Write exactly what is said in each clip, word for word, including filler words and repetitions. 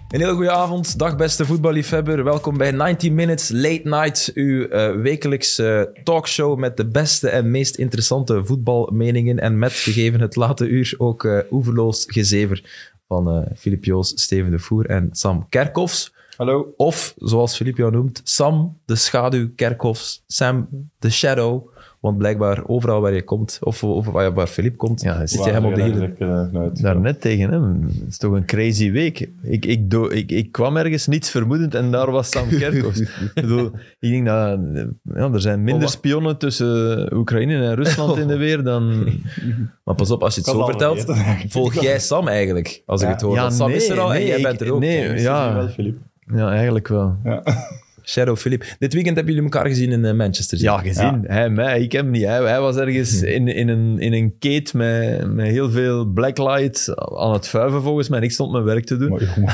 Een hele goede avond, dag beste voetballiefhebber. Welkom bij negentig Minutes Late Night, uw uh, wekelijkse uh, talkshow met de beste en meest interessante voetbalmeningen en met, gegeven het late uur, ook uh, oeverloos gezever van uh, Filip Joos, Steven de Voer en Sam Kerkhoffs. Hallo. Of, zoals Filip jou noemt, Sam de Schaduw Kerkhoffs, Sam de Shadow. Want blijkbaar overal waar je komt, of, of waar, waar Filip komt, ja, zit je hem op de hielen. Uh, Daarnet tegen hem. Het is toch een crazy week. Ik, ik, do, ik, ik kwam ergens niets vermoedend en daar was Sam Kerkhoffs. ik bedoel, ik denk dat ja, er zijn minder spionnen tussen Oekraïne en Rusland in de weer dan... Maar pas op, als je het zo vertelt, weten, volg jij Sam eigenlijk, als ja. ik het hoor. Ja, Sam nee, is er al nee, en jij ik, bent er ook. Nee, ja, wel, ja, eigenlijk wel. Ja. Shadow Philip. Dit weekend hebben jullie elkaar gezien in Manchester. Ja, gezien. Ja. Hij, mij, ik heb hem niet. Hij, hij was ergens in, in, een, in een kate met, met heel veel blacklight aan het vuiven volgens mij. En ik stond mijn werk te doen.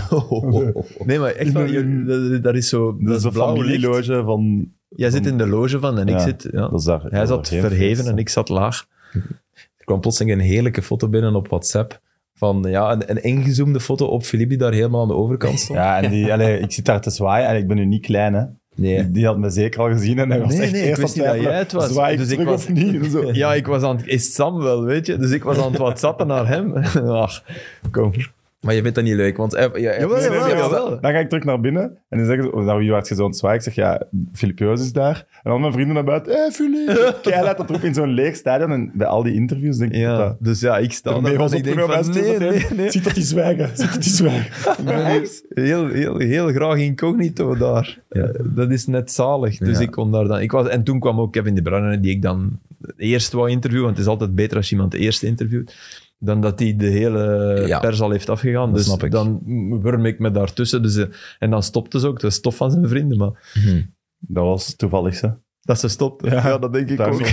Maar, nee, maar echt wel, dat, dat is zo... Dat is een familieloge van... Jij zit in de loge van en ja, ik zit... Ja. Dat is daar, hij zat verheven en ik zat laag. Er kwam plotseling een heerlijke foto binnen op WhatsApp. Van ja, een, een ingezoomde foto op Philippe die daar helemaal aan de overkant stond. Ja, en die, allee, ik zit daar te zwaaien en ik ben nu niet klein, hè. Nee. Die, die had me zeker al gezien en hij was nee, echt nee, eerst ik wist niet dat jij het was. Zwaai ik dus terug ik was, of niet? Zo. Ja, ik was aan het... Is Sam wel, weet je? Dus ik was aan het whatsappen naar hem. Ach, kom. Maar je vindt dat niet leuk, want... Uh, ja, jawel, nee, nee, jawel, jawel. Dan ga ik terug naar binnen en dan zeggen ze, naar wie werd je zo aan het zwaaien? Ik zeg, ja, Filip Joos is daar. En al mijn vrienden naar buiten, hé, hey, Filip. Kei laat dat ook in zo'n leeg stadion. En bij al die interviews denk ik ja, dat... Dus ja, ik sta daar en ik denk van, nee, nee, nee. Ziet dat die zwijgen, ziet dat die zwijgen. Ja, heel, heel, heel graag incognito daar. Ja. Dat is net zalig. Dus ja. ik kon daar dan... Ik was, en toen kwam ook Kevin De Bruyne, die ik dan eerst wou interviewen, want het is altijd beter als je iemand de eerste interviewt, dan dat hij de hele ja. pers al heeft afgegaan. Dat dus snap ik. Dan wurm ik me daartussen. Dus, uh, en dan stopte ze ook. Dat is tof van zijn vrienden. Maar... Mm-hmm. Dat was toevallig, hè? Dat ze stopte. Ja, ja, dat denk ik dat ook.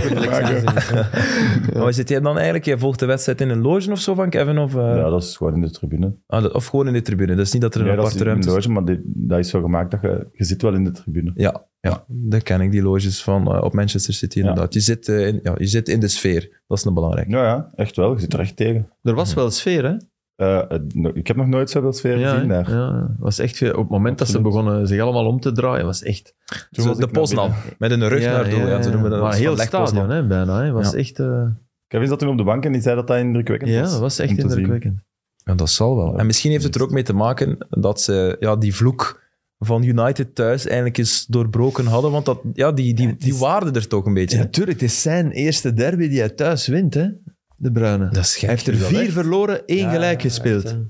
Maar waar zit jij dan eigenlijk? Jij volgt de wedstrijd in een loge of zo van Kevin? Of, uh... Ja, dat is gewoon in de tribune. Ah, dat, of gewoon in de tribune? Dat is niet dat er een nee, aparte ruimte is? Dat is in een loge, maar die, dat is zo gemaakt dat je... Je zit wel in de tribune. Ja, ja, dat ken ik, die loges van uh, op Manchester City inderdaad. Ja. Je, zit, uh, in, ja, je zit in de sfeer. Dat is een belangrijk. Ja, ja, echt wel. Je zit er echt tegen. Er was wel sfeer, hè? Uh, uh, ik heb nog nooit zoveel sfeer ja, gezien daar. Ja, was echt veel. Op het moment Absoluut. dat ze begonnen zich allemaal om te draaien, was echt... Toen was de Poznan, met een rug ja, naar doel. Ja, ja, ja. maar dat heel stadion, hè, bijna. Hè. Was ja. echt... Uh... Kevin zat toen op de bank en die zei dat dat indrukwekkend ja, was. Ja, dat was echt indrukwekkend. Ja, dat zal wel. En misschien heeft het er ook mee te maken dat ze ja, die vloek van United thuis eigenlijk eens doorbroken hadden, want dat, ja, die, die, die waarde er toch een beetje. Ja, natuurlijk. Het is zijn eerste derby die hij thuis wint, hè. De Bruyne. Dat is gek, hij heeft er vier echt? verloren, één ja, gelijk gespeeld. Echt,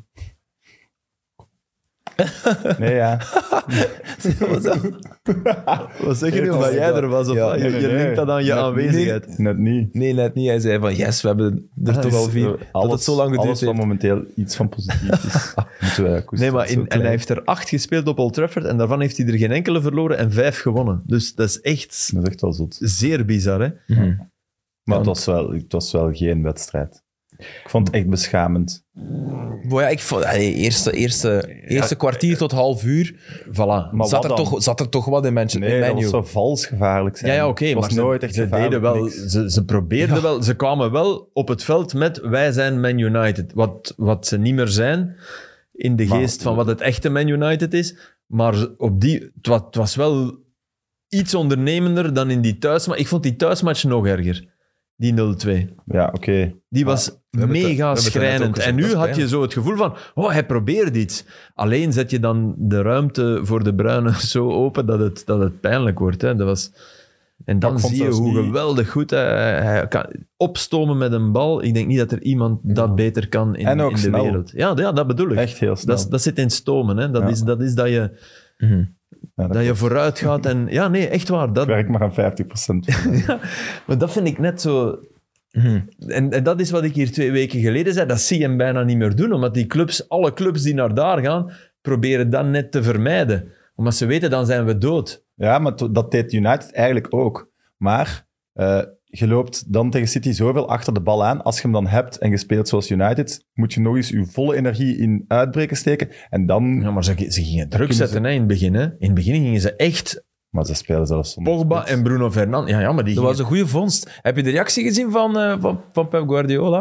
nee, ja. Wat zeg je nu, omdat jij er was? Of ja, je, je nee, linkt dat aan je net aanwezigheid? Niet, net niet. Nee, net niet. Hij zei van, yes, we hebben er toch al vier. Alles, dat het zo lang geduurd alles wat momenteel iets van positief is, moeten wij koesteren. Nee, maar in, en hij heeft er acht gespeeld op Old Trafford en daarvan heeft hij er geen enkele verloren en vijf gewonnen. Dus dat is echt, dat is echt wel zot. Zeer bizar, hè? Mm-hmm. Maar het was, wel, het was wel geen wedstrijd. Ik vond het echt beschamend. Boy, ja, ik vond, allee, eerste, eerste, eerste ja, kwartier tot half uur voilà. Maar zat, er toch, zat er toch wat in Manchester. Nee, dat was zo vals gevaarlijk zijn. Ja, ja oké, okay, maar nooit ze, echt ze deden wel, ze, ze probeerden ja. wel, ze kwamen wel op het veld met wij zijn Man United. Wat, wat ze niet meer zijn in de geest maar, van wat het echte Man United is. Maar op die, het, was, het was wel iets ondernemender dan in die thuismatch. Ik vond die thuismatch nog erger. Die nul twee. Ja, oké. Okay. Die was ja, mega schrijnend. En nu had je zo het gevoel van, oh, hij probeert iets. Alleen zet je dan de ruimte voor De Bruyne zo open dat het, dat het pijnlijk wordt. Hè. Dat was... En dan zie je hoe niet... geweldig goed hij, hij kan opstomen met een bal. Ik denk niet dat er iemand dat ja. beter kan in, in de snel. wereld. Ja, ja, dat bedoel ik. Echt heel snel. Dat, dat zit in stomen. Hè. Dat, ja. is, dat is dat je... Mm-hmm. Ja, dat dat je vooruit gaat en... Ja, nee, echt waar. Dat... Ik werk maar aan vijftig procent. ja, maar dat vind ik net zo... Mm-hmm. En, en dat is wat ik hier twee weken geleden zei. Dat zie je hem bijna niet meer doen, omdat die clubs, alle clubs die naar daar gaan, proberen dat net te vermijden. Omdat ze weten, dan zijn we dood. Ja, maar to, dat deed United eigenlijk ook. Maar uh, je loopt dan tegen City zoveel achter de bal aan. Als je hem dan hebt en je speelt zoals United, moet je nog eens je volle energie in uitbreken steken. En dan... Ja, maar ze, ze gingen druk zetten ze... hè, in het begin. Hè. In het begin gingen ze echt... Maar ze spelen zelfs zonder Pogba spits. En Bruno Fernandes. Ja, ja, maar die dat gingen... was een goede vondst. Heb je de reactie gezien van, uh, van, van Pep Guardiola?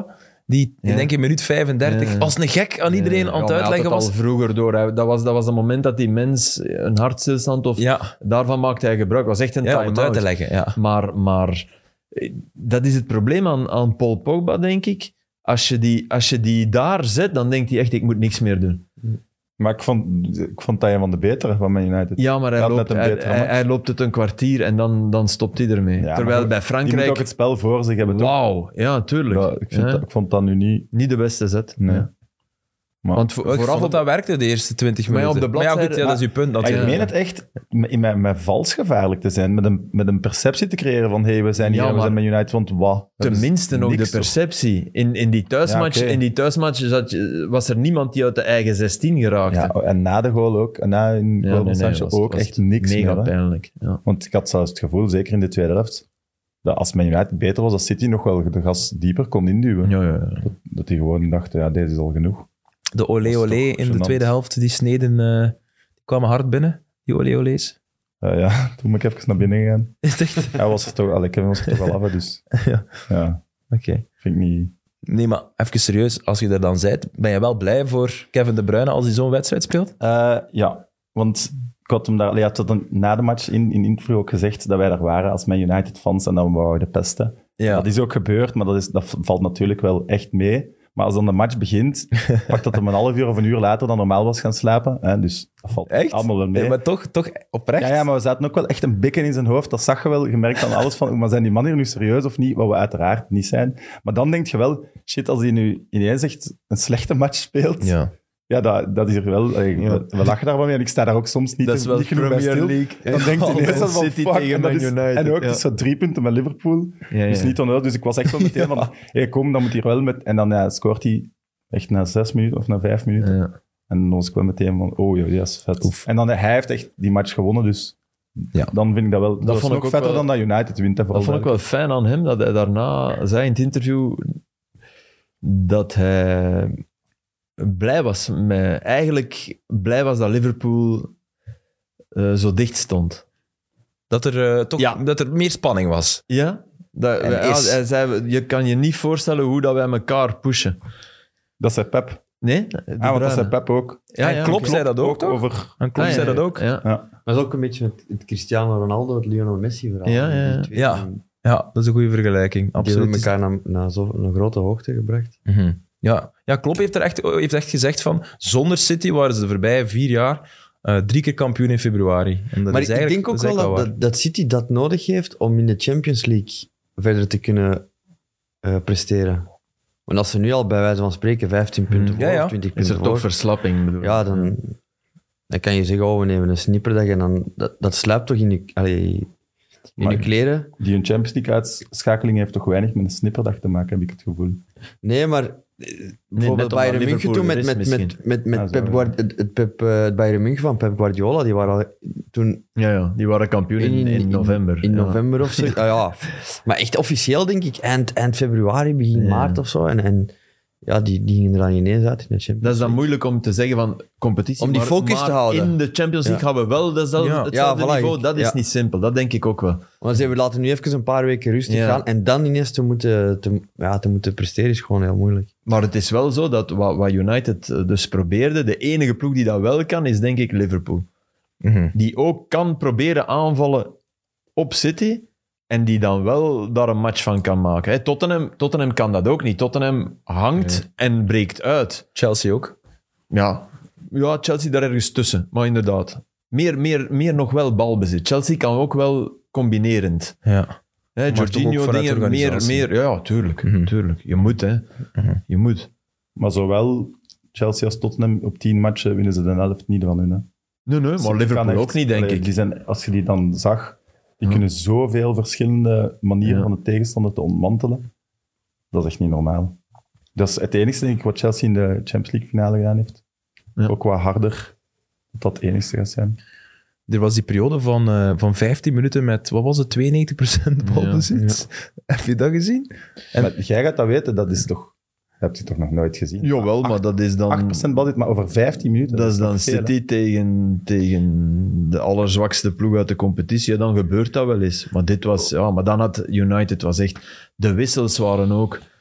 die Ja. ik denk in minuut vijfendertig Ja. als een gek aan iedereen Ja, aan het ja, maar hij uitleggen had was. het al vroeger door. Hij- Dat was, dat was het moment dat die mens een hartstilstand of Ja, daarvan maakte hij gebruik. Dat was echt een ja om het uit te time-out. leggen. Ja. Maar, maar eh, dat is het probleem aan, aan Paul Pogba, denk ik. Als je, die, als je die daar zet, dan denkt hij echt, ik moet niks meer doen. Maar ik vond, ik vond dat een van de betere van Man United. Ja, maar hij, Hij had loopt, net een hij, betere hij, match. hij loopt het een kwartier en dan, dan stopt hij ermee. Ja, Terwijl maar bij Die moet Frankrijk... ook het spel voor zich hebben. toch? Wauw, ja, tuurlijk. Ja, ik, vind Ja. dat, ik vond dat nu niet... Niet de beste zet. Nee. Ja. Maar, Want vo- Ik vooraf vond op dat dat werkte de eerste twintig Maar ja, minuten. op de Maar ja, goed, bladzijde- ja, dat is uw punt maar ik natuurlijk. meen het echt in mijn, mijn vals gevaarlijk te zijn. Met een, met een perceptie te creëren van hey, we zijn hier Ja, en we zijn maar met United. Want wat? Dat is tenminste nog de niks, toch? perceptie. In, in die thuismatch, Ja, oké. in die thuismatch zat je- was er niemand die uit de eigen zestien geraakte. Ja, en na de goal ook. En na in Ja, goal nee, van nee, Sancho was- ook was echt niks mega meer. Hè. pijnlijk. Ja. Want ik had zelfs het gevoel, zeker in de tweede helft, dat als Man United beter was, dat City nog wel de gas dieper kon induwen. Ja, ja, ja. Dat, dat die gewoon dachten, ja, deze is al genoeg. De olé Dat is olé toch in de gênant. tweede helft, die sneden, eh, die kwamen hard binnen, die olé olé's. Uh, ja, toen moet ik even naar binnen gegaan. Is het echt? Hij was er toch, allee, Kevin was er toch wel af, hè, dus Ja. ja, Oké. vind ik niet... Nee, maar even serieus, als je er dan bent, ben je wel blij voor Kevin De Bruyne als hij zo'n wedstrijd speelt? Uh, ja, want ik had hem daar, allee, hij had dat na de match in, in interview ook gezegd dat wij daar waren als Man United-fans en dat we wouden pesten. Ja. Dat is ook gebeurd, maar dat, is, dat valt natuurlijk wel echt mee. Maar als dan de match begint, pakt dat hem een half uur of een uur later dan normaal was gaan slapen. Hè, dus dat valt Echt? allemaal wel mee. Nee, maar toch, toch oprecht? Ja, ja, maar we zaten ook wel echt een bikken in zijn hoofd. Dat zag je wel, gemerkt aan alles van, maar zijn die mannen hier nu serieus of niet? Wat we uiteraard niet zijn. Maar dan denk je wel, shit, als hij nu ineens echt een slechte match speelt, ja, Ja. dat, dat is er wel... allee, Ja. We, we lachen daar wel mee en ik sta daar ook soms niet, Dat is wel niet genoeg bij Premier stil. League. Dan denkt hij ineens Man van, City fuck, tegen en, dat Man is, United, en ook, ja. het is zo drie punten met Liverpool. Ja, Dus ja. niet onnodig. Dus ik was echt wel meteen van, hey, kom, dan moet hij er wel met... En dan ja, scoort hij echt na zes minuten of na vijf minuten. Ja. En dan was ik wel meteen van, oh ja, yes, vet. Oef. En dan, hij heeft echt die match gewonnen, dus Ja. dan vind ik dat wel... Dat, vond is ik nog ook vetter wel- dan dat United wint. hè, Dat vooral vond ik wel fijn aan hem, dat hij daarna zei in het interview dat hij blij was met... Eigenlijk blij was dat Liverpool eh, zo dicht stond. Dat er, eh, toch, Ja. dat er meer spanning was. Ja? Dat, En ja, is. hij zei, je kan je niet voorstellen hoe dat wij elkaar pushen. Dat zei Pep. Nee? De Ah, want dat Bruyne. zei Pep ook. Ja, En ja, Klopp oké. zei dat ook, toch? over... En Klopp Ah, zei ja, dat ook. Ja. Ja. Maar dat is ook een beetje het, het Cristiano Ronaldo, het Lionel Messi verhaal. Ja, ja, ja. Die twee Ja. die- Ja, dat is een goede vergelijking. Die hebben Absoluut. elkaar naar, naar zo'n grote hoogte gebracht. Mhm. Ja. ja, Klopp heeft, er echt, heeft echt gezegd van, zonder City waren ze de voorbije vier jaar uh, drie keer kampioen in februari. En dat Maar is ik eigenlijk- denk ook dat is wel eigenlijk dat, dat, dat City dat nodig heeft om in de Champions League verder te kunnen eh, presteren. Want als ze nu al bij wijze van spreken vijftien punten Hmm. voor, Ja, ja. of twintig Is punten er voor, toch verslapping? Bedoel ik? ja, dan, dan kan je zeggen, oh, we nemen een snipperdag en dan, dat, dat sluipt toch in je, allee, in Maar- je kleren. Die een Champions League uitschakeling heeft toch weinig met een snipperdag te maken, heb ik het gevoel. Nee, maar eh, bijvoorbeeld net omdat Bayern München Liverpool toen met, er is met, met, misschien. met, met Ah, zo, Pep ja. Guard, het, het, Pep, eh, het Bayern München van Pep Guardiola, die waren al toen Ja, ja, die waren kampioen in, in november. In ja. november of zo. Ah, ja. Maar echt officieel, denk ik, eind, eind februari, begin Ja. maart of zo. En, en ja, die, die gingen er dan ineens uit in de Champions Dat is dan League. moeilijk om te zeggen van competitie. Om die maar- focus maar te houden. In de Champions League gaan we wel dezelfde, Ja. hetzelfde Ja, voilà. niveau. Dat is Ja. niet simpel. Dat denk ik ook wel. Want ze hebben laten nu even een paar weken rustig Ja. gaan. En dan ineens te moeten, te, ja, te moeten presteren is gewoon heel moeilijk. Maar het is wel zo dat wat, wat United eh, dus probeerde, de enige ploeg die dat wel kan, is denk ik Liverpool. Mhm. Die ook kan proberen aanvallen op City en die dan wel daar een match van kan maken. Hè. Tottenham, Tottenham kan dat ook niet. Tottenham hangt en breekt uit. Chelsea ook. Ja. ja, Chelsea daar ergens tussen. Maar inderdaad, meer, meer, meer nog wel balbezit. Chelsea kan ook wel combinerend. Ja. Hè, toch ook Jorginho, vanuit dingen, meer, organisatie. meer... Ja, tuurlijk. Mhm. tuurlijk. Je moet, hè. Mhm. Je moet. Maar zowel Chelsea als Tottenham op tien matchen winnen ze de helft niet van hun. Hè. Nee, nee, maar City Liverpool kan echt- ook niet, denk allee, ik. Die zijn, als je die dan zag, die Ja. kunnen zoveel verschillende manieren Ja. van de tegenstander te ontmantelen. Dat is echt niet normaal. Dat is het enige, denk ik, wat Chelsea in de Champions League finale gedaan heeft. Ja. Ook wat harder, dat dat het enige gaat zijn. Er was die periode van, eh, van vijftien minuten met, wat was het, tweeënnegentig procent balbezit. Heb je dat gezien? En- Maar jij gaat dat weten, dat is toch... Dat heb je toch nog nooit gezien? Jawel, maar dat is dan... acht procent balbezit, maar over vijftien minuten. Dat is dan toch veel, hè? City tegen, tegen de allerzwakste ploeg uit de competitie. Ja, dan gebeurt dat wel eens. Maar dit was... Ja, maar dan had United was echt... De wissels waren ook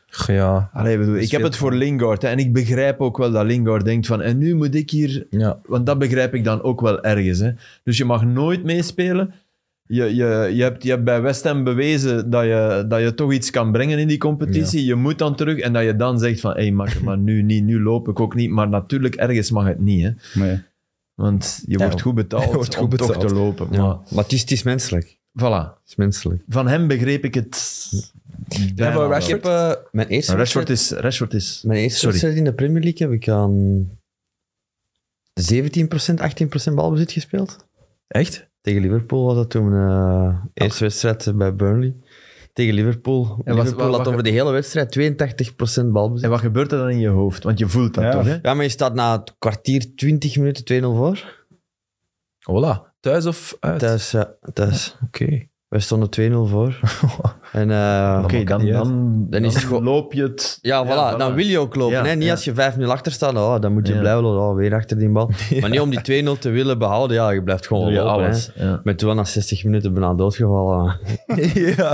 Ja. Allee, bedoel, ik heb het voor Lingard. Hè, en ik begrijp ook wel dat Lingard denkt van... En nu moet ik hier... ja. Want dat begrijp ik dan ook wel ergens. Hè. Dus je mag nooit meespelen. Je, je, je, hebt, je hebt bij West Ham bewezen dat je, dat je toch iets kan brengen in die competitie. Ja. Je moet dan terug. En dat je dan zegt van... Hé, hey, maar, maar nu niet. Nu loop ik ook niet. Maar natuurlijk, ergens mag het niet. Hè. Nee. Want je Ja, wordt goed betaald wordt goed om betaald. toch te lopen. Ja. Maar, Maar het is, het is menselijk. voilà. Het is menselijk. Van hem begreep ik het... bijna van wel. Rashford? Ik heb uh, mijn eerste Rashford wedstrijd, is... Rashford is mijn eerste sorry. wedstrijd in de Premier League heb ik aan zeventien procent, achttien procent balbezit gespeeld. Echt? Tegen Liverpool was dat toen uh, eerste wedstrijd bij Burnley. Tegen Liverpool. En was- Liverpool wat- had wat- over de hele wedstrijd tweeëntachtig procent balbezit. En wat gebeurt er dan in je hoofd? Want je voelt dat Ja. toch, hè? Ja, maar je staat na het kwartier, twintig minuten twee nul voor. Voilà. Thuis of uit? Thuis, ja, thuis. Oké. Wij stonden twee nul voor. En, uh, Oké, maakt dan, niet uit. dan, Dan is het gewoon- loop je het... ja, voilà, dan wil je ook lopen. Ja, hè? Niet ja. als je vijf nul achter staat, oh, dan moet je Ja. blijven lopen. Oh, weer achter die bal. Maar niet om die twee nul te willen behouden. Ja, je blijft gewoon Doe je lopen. alles. Hè. Ja. Met toen na zestig minuten bijna doodgevallen. ja.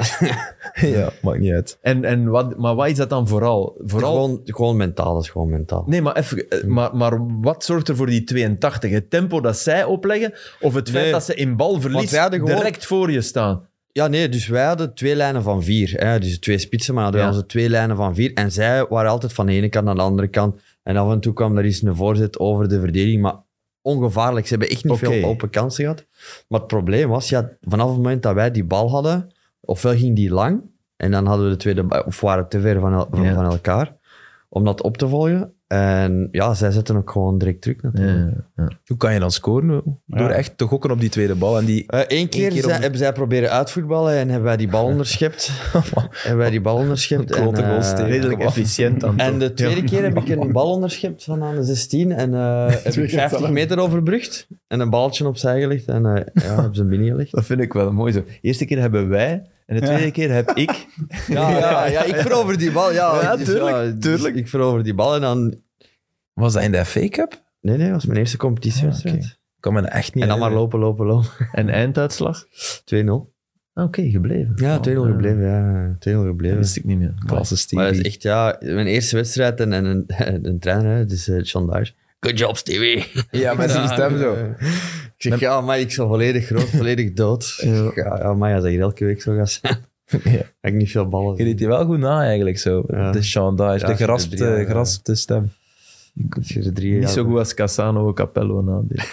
ja, maakt niet uit. En, en wat, maar wat is dat dan vooral? vooral... Gewoon, gewoon mentaal, dat is gewoon mentaal. Nee, maar, even, eh, maar, maar wat zorgt er voor die tweeëntachtig? Het tempo dat zij opleggen of het feit Nee. dat ze in balverlies wij hadden gewoon- direct voor je staan? Ja, nee, dus wij hadden twee lijnen van vier. Hè? Dus twee spitsen, maar hadden wij Ja. onze twee lijnen van vier. En zij waren altijd van de ene kant naar de andere kant. En af en toe kwam er eens een voorzet over de verdediging, maar ongevaarlijk. Ze hebben echt niet Oké. veel open kansen gehad. Maar het probleem was, ja, vanaf het moment dat wij die bal hadden, ofwel ging die lang, en dan hadden we de tweede bal, of waren te ver van, el- van, Ja. van elkaar, om dat op te volgen. En ja, zij zetten ook gewoon direct druk natuurlijk. Ja. Hoe kan je dan scoren? Door Ja. echt te gokken op die tweede bal. En die... Eén Eh, keer, keer zij- om- hebben zij proberen uitvoetballen en hebben wij die bal onderschept. hebben wij die bal onderschept. en, Klote goals eh, tegen. Redelijk efficiënt dan En toch? de tweede keer heb ik een bal onderschept van aan de zestien en eh, heb Twee ik keer vijftig zelf. meter overbrugd en een balletje opzij gelegd en uh, ja, hebben ze hem binnengelegd. Dat vind ik wel mooi zo. De eerste keer hebben wij en de tweede Ja. keer heb ik. Ja, ja, ja, ik verover die bal. Ja, Ja, dus tuurlijk, ja, dus tuurlijk. Ik verover die bal en dan... Was dat in de F A Cup? Nee, nee, dat was mijn eerste competitiewedstrijd. Ah, oké. Ik kan me dat echt niet En dan maar herinneren. lopen, lopen, lopen. En einduitslag? twee nul. Ah, Oké, gebleven. Ja, twee nul Oh, gebleven. Ja, twee nul Dat gebleven. wist ik niet meer. Klasse Maar dat is Stevie. echt, ja, mijn eerste wedstrijd en, en een, een trainer, hè, dus uh, John Dyche. Good job, Stevie. Ja, met die stem zo. Ik zeg, ja, maar ik zal volledig groot, volledig dood. Ja, ja maar als dat hier elke week zo gaat zijn, Ja. heb ik niet veel ballen. Je deed die wel goed na eigenlijk zo. Ja. De Sean Dyche, Ja, de als je er geraspte, drie jaar, ja. geraspte stem. Als je er drie Niet jaar- zo goed als Cassano Capello nadeed.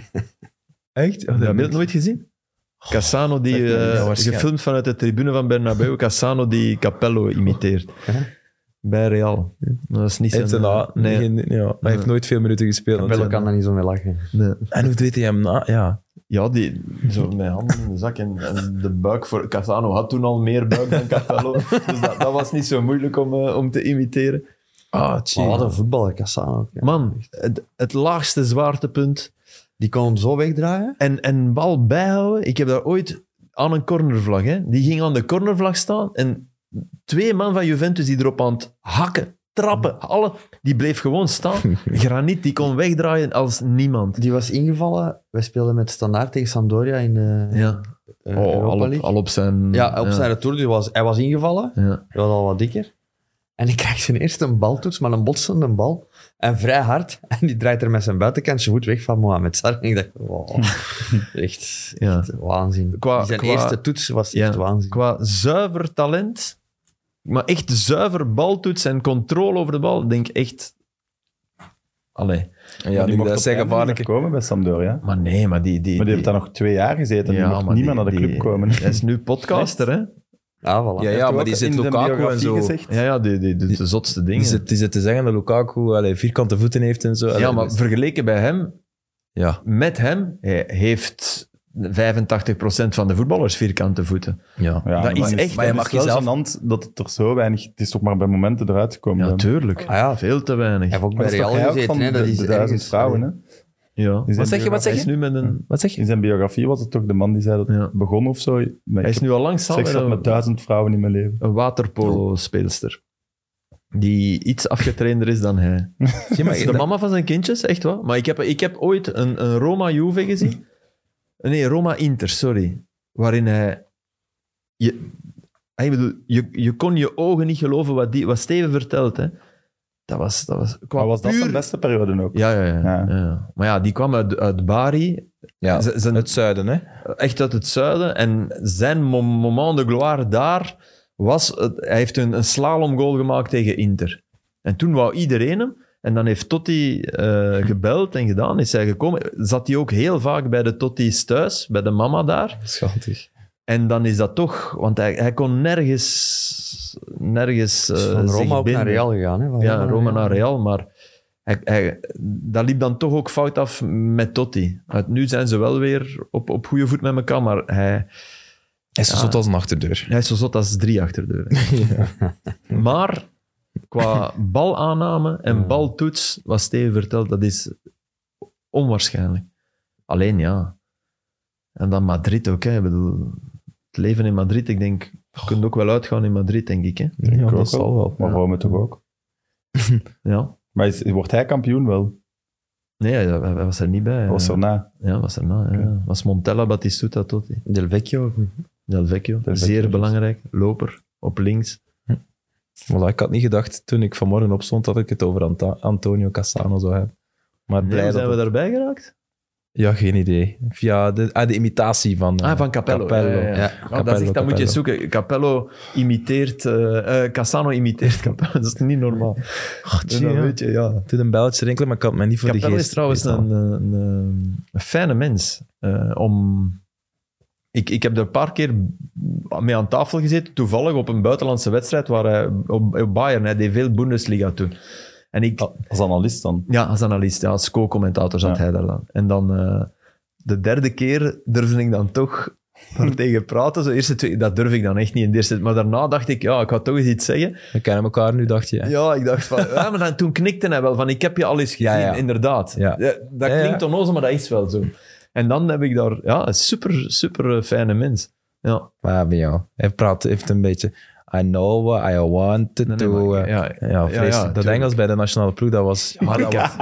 Echt? Heb je beeld nooit gezien? Cassano die, zeg maar niet. eh, Ja, waarschijnlijk. gefilmd vanuit de tribune van Bernabeu, Cassano die Capello imiteert. Ja? Bij Real. Dat is niet Hij heeft, zijn... een na, nee. geen- ja, hij heeft nooit veel minuten gespeeld. Capello kan natuurlijk. daar niet zo mee lachen. nee. En hoe deed hij hem na? Ja. Ja, die, zo met handen in de zak en, en de buik voor... Cassano had toen al meer buik dan Capello. Dus dat, dat was niet zo moeilijk om, uh, om te imiteren. Ah, tjie. Maar wat een voetballer, Cassano. ook, ja. Man, het, het laagste zwaartepunt Die kon hem zo wegdraaien. en, en bal bijhouden. Ik heb daar ooit aan een cornervlag, hè. Die ging aan de cornervlag staan en twee man van Juventus die erop aan het hakken, trappen, alle, die bleef gewoon staan. Graniet, die kon wegdraaien als niemand. Die was ingevallen. Wij speelden met Standaard tegen Sampdoria in de Ja, uh, oh, Europa al, op, League. al op zijn... Ja, op zijn retour. Die was, hij was ingevallen. Ja. Hij was al wat dikker. En ik krijg zijn eerste een baltoets, maar een botsende bal. En vrij hard. En die draait er met zijn buitenkantje goed weg van Mohamed Salah. En ik dacht, wow, echt, Ja. echt waanzin. Qua- zijn qua- eerste toets was Ja. echt waanzin. Qua zuiver talent, maar echt zuiver baltoets en controle over de bal, denk ik echt... Allee. Ja, nu dat zijn gevaarlijke... komen bij Sampdoria. Maar nee, maar die... die Maar die heeft daar nog twee jaar gezeten. Ja, die mocht maar niet die- meer naar de club die- komen. Hij is nu podcaster, hè? Ja, voilà. Ja, Heeft ja, hij maar ook die zit in de Lukaku en biografie zo. gezegd? Ja, ja, die, die doet de zotste dingen. Die zit, die zit te zeggen dat Lukaku allee, vierkante voeten heeft en zo. ja, Allee, maar dus- vergeleken bij hem, Ja, met hem, hij heeft vijfentachtig procent van de voetballers vierkante voeten. ja. Ja, Dat maar is het echt- maar je het mag is wel jezelf- gênant dat het er zo weinig... Het is toch maar bij momenten eruit gekomen. Ja, dan. tuurlijk. Ah, ja. Veel te weinig. Hij heeft ook Maar bij dat is toch Real hij ook gezeten. van Hè? Dat de, is de duizend ergens- vrouwen, hè? Ja. In zijn Wat zeg je, wat zeg Hij is je? nu met een... Wat zeg je? In zijn biografie was het toch de man die zei dat het Ja. begon of zo. Maar Hij is ik nu al lang heb samen seks met gehad met een, duizend vrouwen in mijn leven. een waterpolo-speelster. Die iets afgetrainder is dan hij. Zie maar, De mama van zijn kindjes, echt wel. Maar ik heb, ik heb ooit een, een Roma-Juve gezien. Nee, Roma-Inter, sorry. Waarin hij... Je, Ik bedoel, je, je kon je ogen niet geloven wat, die, wat Steven vertelt. Hè. Dat was... Dat was, Maar was dat puur... zijn beste periode ook? Ja, ja, ja, Ja. ja. Maar ja, die kwam uit, uit Bari. Ja, Z- zijn- het zuiden, hè? Echt uit het zuiden. En zijn mom- moment de gloire daar was... het- Hij heeft een, een slalomgoal gemaakt tegen Inter. En toen wou iedereen hem. En dan heeft Totti uh, gebeld en gedaan. Is hij gekomen. Zat hij ook heel vaak bij de Totti's thuis. Bij de mama daar. Schattig. En dan is dat toch... Want hij, hij kon nergens... Nergens uh, Is van zich Roma ook binden. naar Real gegaan. Hè? Van Ja, Roma naar Real, maar hij, hij, dat liep dan toch ook fout af met Totti. Uit, nu zijn ze wel weer op, op goede voet met elkaar, maar hij, Hij is zo Ja. zot als een achterdeur. hij is zo zot als drie achterdeuren. Maar qua balaanname en Ja. baltoets, wat Steven vertelt, dat is onwaarschijnlijk. Alleen ja. En dan Madrid ook, hè. Ik bedoel, het leven in Madrid, ik denk, je kunt ook wel uitgaan in Madrid, denk ik. Hè. Ja, Ik ook dat zal wel. Maar Ja. Rome toch ook? Ja. Maar is, wordt hij kampioen wel? Nee, hij hij was er niet bij. Was er na? Ja, was er na. Ja. Oké. Was Montella, Battistuta, Totti. Del Vecchio. Del Vecchio, Del Vecchio, zeer dus. belangrijk. Loper, op links. Voilà, ik had niet gedacht toen ik vanmorgen opstond dat ik het over Anta- Antonio Cassano zou hebben. Maar Nee, blij hoe dat zijn we het- daarbij geraakt? Ja, geen idee. Via de, ah, de imitatie van, eh, Ah, van Capello. Capello. Ja, ja, ja. Ja, Oh, Capello, dat, is echt, dat moet je Capello. zoeken. Capello imiteert... eh eh, Cassano imiteert Capello. Dat is niet normaal. En zie dan je. weet je, ja. Het is een belletje rinkelen, maar ik had mij niet voor Capello de is geest. trouwens geest een, halen. een, een, een fijne mens. Eh, om... ik, ik heb er een paar keer mee aan tafel gezeten, toevallig op een buitenlandse wedstrijd, waar hij, op, op Bayern, hij deed veel Bundesliga toen. En ik, Als analist dan? ja, als analist, ja, als co-commentator zat Ja. hij daar dan. En dan uh, de derde keer durfde ik dan toch er tegen praten. Zo eerste twee, dat durf ik dan echt niet in de eerste. Maar daarna dacht ik, ja, ik ga toch eens iets zeggen. We kennen elkaar nu, dacht je. hè? Ja, ik dacht van... Ja, maar dan, toen knikte hij wel van, ik heb je al eens gezien, Ja, ja. inderdaad. Ja. Ja, dat Ja, ja. klinkt onnozel, maar dat is wel zo. En dan heb ik daar... Ja, een super, super eh, fijne mens. Ja. Maar bij jou. Hij praat, heeft een beetje... I know what I want to Nee, nee, do. maar- eh, ja, ja, ja, vreselijk. ja, dat tuurlijk. Engels bij de nationale ploeg, dat was... Ja, dat was,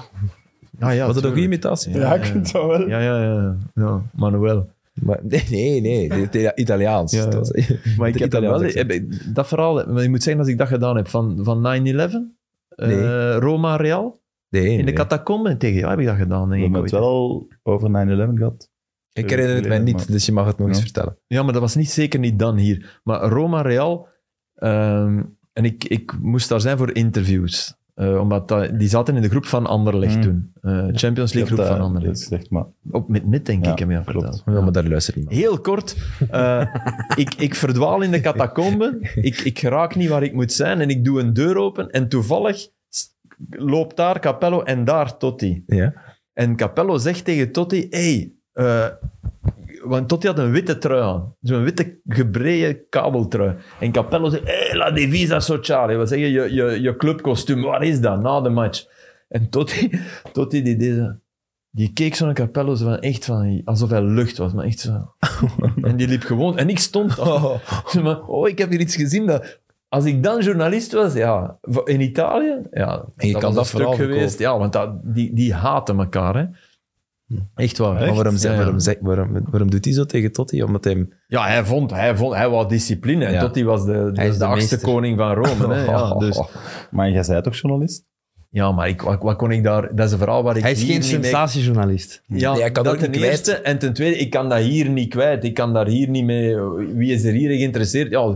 Ah, ja, was het een goede tuurlijk. imitatie? Ja, ik vind het wel. Ja, ja, ja. ja Manuel. Maar, nee, nee, nee. dit- dit- Italiaans. Ja. Het was- Maar ik de heb dat Italiaans wel... accent. heb- Dat verhaal... Maar je moet zeggen, als ik dat gedaan heb van, van nine eleven... eh, Nee. Roma Real, Nee, in de nee. catacomben tegen jou heb ik dat gedaan, We denk ik. hebben het ooit. wel al over nine eleven gehad. Ik herinner het mij niet, Maar- dus je mag het nog eens Ja. vertellen. Ja, maar dat was niet, zeker niet dan hier. Maar Roma Real... ehm, en ik, ik moest daar zijn voor interviews. Eh, omdat dat, die zaten in de groep van Anderlecht Mm. toen. Eh, Champions League groep Dat, van eh, Anderlecht. dat is slecht, maar Op met mid, denk Ja, ik, heb je dat klopt. verteld. Ja, maar daar luistert niemand. Heel kort. eh, ik, ik verdwaal in de catacomben. Ik, ik geraak niet waar ik moet zijn. En ik doe een deur open. En toevallig s- loopt daar Capello en daar Totti. Ja. En Capello zegt tegen Totti... Hey, eh, want Totti had een witte trui aan. Zo'n witte gebreide kabeltrui. En Capello zegt... Hey, la divisa sociale. Wat zeg je? Je, je, je clubkostuum. Waar is dat? Na de match. En Totti, Totti die deed zo- Die keek zo naar Capello, zo van, echt van, alsof hij lucht was, maar echt zo. En die liep gewoon... En ik stond daar. Zo van, oh, ik heb hier iets gezien dat... Als ik dan journalist was, ja, in Italië, ja, En je dat kan was dat een stuk vooral geweest. verkopen. Ja, want dat, die, die haten elkaar, hè. Echt waar. Maar waarom, zeg- Ja, ja. waarom, zeg- waarom, waarom doet hij zo tegen Totti? Omdat hij hem... Ja, hij vond, hij vond, hij wou discipline. En Ja. Totti was de, de, Hij is de de achtste meester. koning van Rome. Hè? Ja, dus, Maar jij zei toch journalist? ja, maar ik, wat, wat kon ik daar... Dat is een verhaal waar ik Hij is hier geen niet mee... sensatiejournalist. Ja, Nee, hij kan dat ook ten niet kwijt. eerste. En ten tweede, ik kan dat hier niet kwijt. Ik kan daar hier niet mee... Wie is er hier geïnteresseerd? Ja,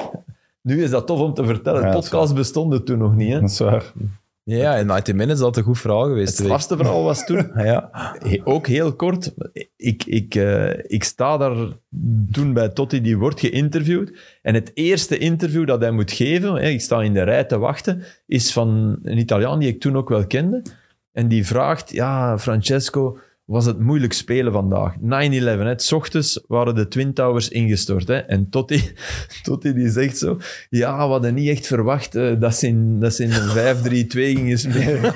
nu is dat tof om te vertellen. Ja, dat is Podcasts bestonden toen nog niet. Hè? Dat is waar. Ja, in ninety minutes is dat een goed verhaal geweest. Het strafste verhaal was toen... Ja. He- Ook heel kort. Ik, ik, eh, ik sta daar toen bij Totti, die wordt geïnterviewd. En het eerste interview dat hij moet geven, hè, ik sta in de rij te wachten, is van een Italiaan die ik toen ook wel kende. En die vraagt, ja, Francesco, was het moeilijk spelen vandaag? nine eleven, hè, 's ochtends waren de Twin Towers ingestort. Hè, en Totti, Totti die zegt zo, ja, we hadden niet echt verwacht eh, dat ze in, dat ze in een vijf drie twee gingen spelen.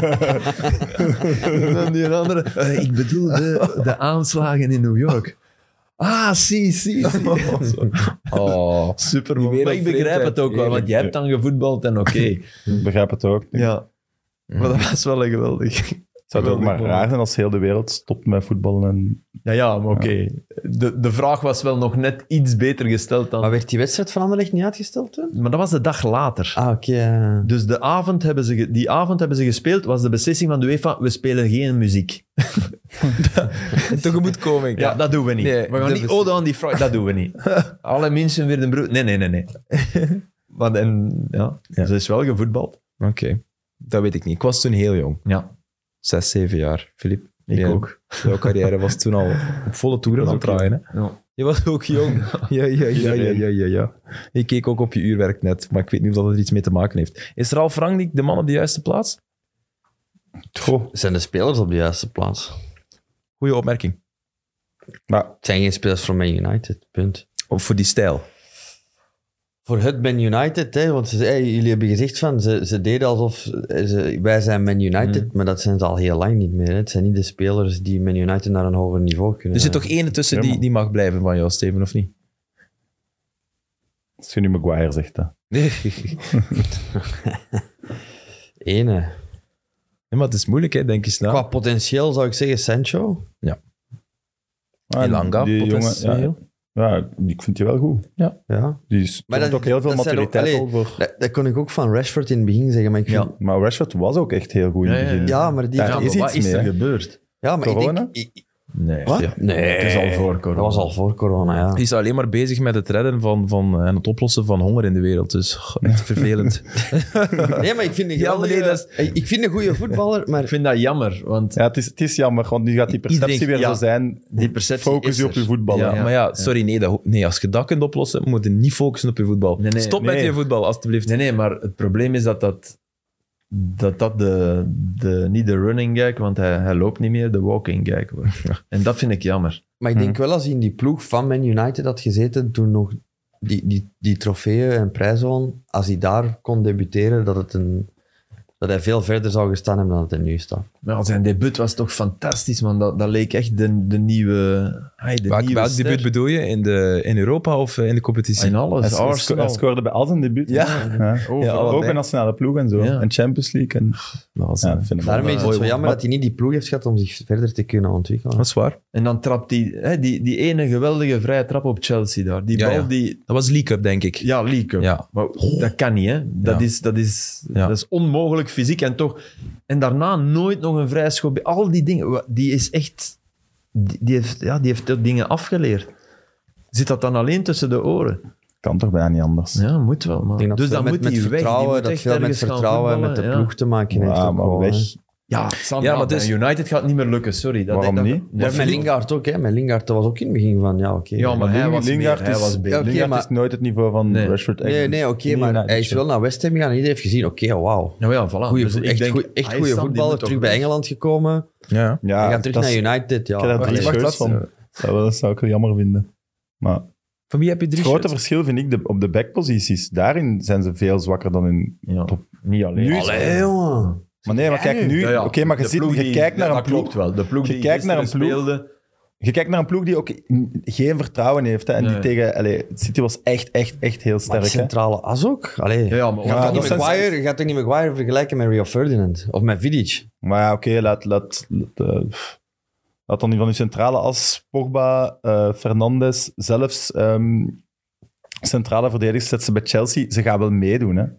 En dan die andere, eh, ik bedoel de, de aanslagen in New York. Ah, zie, zie, zie. Oh. Super, Die maar ik begrijp wereldvreemdheid, het ook wel, want jij hebt dan gevoetbald en oké. Ik begrijp het ook. Ja, maar dat was wel een geweldig. zou het ook maar Geweldig raar zijn als heel de wereld stopt met voetballen. En... Ja, ja, maar oké. Okay. De, de vraag was wel nog net iets beter gesteld dan... Maar werd die wedstrijd van Anderlecht niet uitgesteld toen? Maar dat was de dag later. Ah, oké. Okay. Dus de avond hebben ze ge... die avond hebben ze gespeeld, was de beslissing van de UEFA, we spelen geen muziek. Tegemoetkoming. Ja, dat doen we niet. Nee, we gaan niet bes... Ode aan die Friday, dat doen we niet. Alle mensen weer de broer... Nee, nee, nee, nee. Maar en, ja, ja, ze is wel gevoetbald. Oké, okay. Dat weet ik niet. Ik was toen heel jong. Ja. Zes, zeven jaar, Filip. Ik ja, ook. Jouw carrière was toen al op volle toeren aan het draaien. Hè? Ja. Je was ook jong. Ja, ja, ja, ja, ja, ja, ja. Ik keek ook op je uurwerk net, maar ik weet niet of dat er iets mee te maken heeft. Is Ralf Rangnick de man op de juiste plaats? Goh. Zijn de spelers op de juiste plaats? Goeie opmerking. Maar, het zijn geen spelers voor Man United, punt. Of voor die stijl. Voor het Man United, hè, want ze, hey, jullie hebben gezegd van, ze, ze deden alsof ze, wij zijn Man United, mm. maar dat zijn ze al heel lang niet meer. Hè. Het zijn niet de spelers die Man United naar een hoger niveau kunnen. Er zit toch één tussen die, die mag blijven van jou, Steven, of niet? Als je nu Maguire zegt, dat. Nee. Ene. Ja, maar het is moeilijk, hè, denk je snel. Qua potentieel zou ik zeggen Sancho. Ja. Ah, Elanga, die potentieel. jongen, ja. Ja, ik vind die wel goed. Ja. ja. Die is maar dat ook heel veel maturiteit ook, al voor... Dat, dat kon ik ook van Rashford in het begin zeggen, maar ik vind... Ja, maar Rashford was ook echt heel goed in het ja, ja, begin. Ja, maar die... Daar Ja, is maar iets wat is er mee, gebeurd? Ja, maar corona? ik denk... Ik, Nee. wat? Ja. Nee. Het is al voor corona. Dat was al voor corona, ja. Die is alleen maar bezig met het redden van, van, en het oplossen van honger in de wereld. Dus goh, niet vervelend. Nee, maar ik vind een, Ja, maar nee, dat is- ik vind een goede voetballer, maar... Ik vind dat jammer, want Ja, het is, het is jammer, want nu gaat die perceptie Iedereen- weer ja, zo zijn. die perceptie Focus is je op er. je voetballen. Ja, Ja. maar ja, sorry, nee, dat, nee, als je dat kunt oplossen, moet je niet focussen op je voetbal. Nee, nee, Stop met nee. je voetbal, alstublieft. Nee, nee, maar het probleem is dat dat, dat, dat de, de, niet de running gag, want hij, hij loopt niet meer, de walking gag wordt. En dat vind ik jammer. Maar ik denk wel, als hij in die ploeg van Man United had gezeten, toen nog die, die, die trofeeën en prijzen won, als hij daar kon debuteren, dat, het een, dat hij veel verder zou gestaan hebben dan het er nu staat. Maar zijn debuut was toch fantastisch, man. Dat, dat leek echt de, de nieuwe... Hey, de Welk, nieuwe welk ster. debuut bedoel je? In, de, in Europa of eh, in de competitie? In alles. Hij, sco- Arsenal. hij scoorde bij al zijn debuut. Ja. ja. Overal. Ja, allebei. Ook een nationale ploeg en zo. Ja. En Champions League. En... Dat was, Ja, eh, dat vind ik Daarmee is wel, het zo eh, jammer maar- dat hij niet die ploeg heeft gehad om zich verder te kunnen ontwikkelen. dat is waar. En dan trapt hij... Hè, die, die ene geweldige vrije trap op Chelsea daar. Die Ja, bal ja. die... Dat was League Cup, denk ik. Ja, League. Ja. Maar dat kan niet, hè. Dat, Ja. is, dat, is, Ja. dat is onmogelijk fysiek. En toch... En daarna nooit nog een vrije schop. Al die dingen... wa- Die is echt... Die, die heeft, ja, die heeft dat dingen afgeleerd. Zit dat dan alleen tussen de oren? Kan toch bijna niet anders. Ja, moet wel. Maar. Ik denk dat Dus veel dan met, moet met hij weg. Die vertrouwen, moet dat echt veel met ergens gaan vertrouwen en met de voetballen, ploeg te maken heeft. Ja, ook maar wel, weg. hè. Ja, Sam, Ja, ja, maar het is- United gaat niet meer lukken, sorry. Dat, Waarom dat, niet? Nee, Maar met Lingard ook, hè. Met Lingard, dat was ook in het begin van, ja, oké. Ja, maar hij was Lingard meer, hij is, was beter. Oké, Lingard maar- is nooit het niveau van Nee. Rashford. Nee, nee, oké, Nee, maar nee, hij is nee. wel naar West Ham gegaan en iedereen heeft gezien, oké, wauw. Nou ja, voilà. Goeie, Dus ik echt denk, goeie, echt hij goeie Sam, die voetballer, moet toch terug bij weg. Engeland gekomen. Ja. Ja, hij gaat terug dat is- naar United, ja. Ik heb daar Allee. drie wacht, scheus wat? van. Dat wel- dat zou ik wel jammer vinden. Maar Van wie heb je drie het grote shirts? verschil vind ik de, op de backposities. Daarin zijn ze veel zwakker dan in... Ja, niet alleen. Nu- Allee, jongen. Maar nee, maar kijk nu... Ja, ja. Oké, maar je, De zit, ploeg je die- kijkt naar ja, een dat klopt ploeg... wel. De ploeg Je die kijkt naar een gisteren ploeg- speelde... Je kijkt naar een ploeg die ook geen vertrouwen heeft. Hè, en die Nee. tegen... Allee, City was echt, echt, echt heel Maar sterk. die Hè. centrale as ook? Allee. Ja, ja, maar Ja, Je gaat dat toch niet zijn- Maguire, je gaat toch niet Maguire vergelijken met Rio Ferdinand? Of met Vidic? Maar ja, oké, laat, laat, laat, eh, laat dan die van uw centrale as, Pogba, eh Fernandes, zelfs ehm, centrale verdedigers zet ze bij Chelsea. Ze gaan wel meedoen, hè.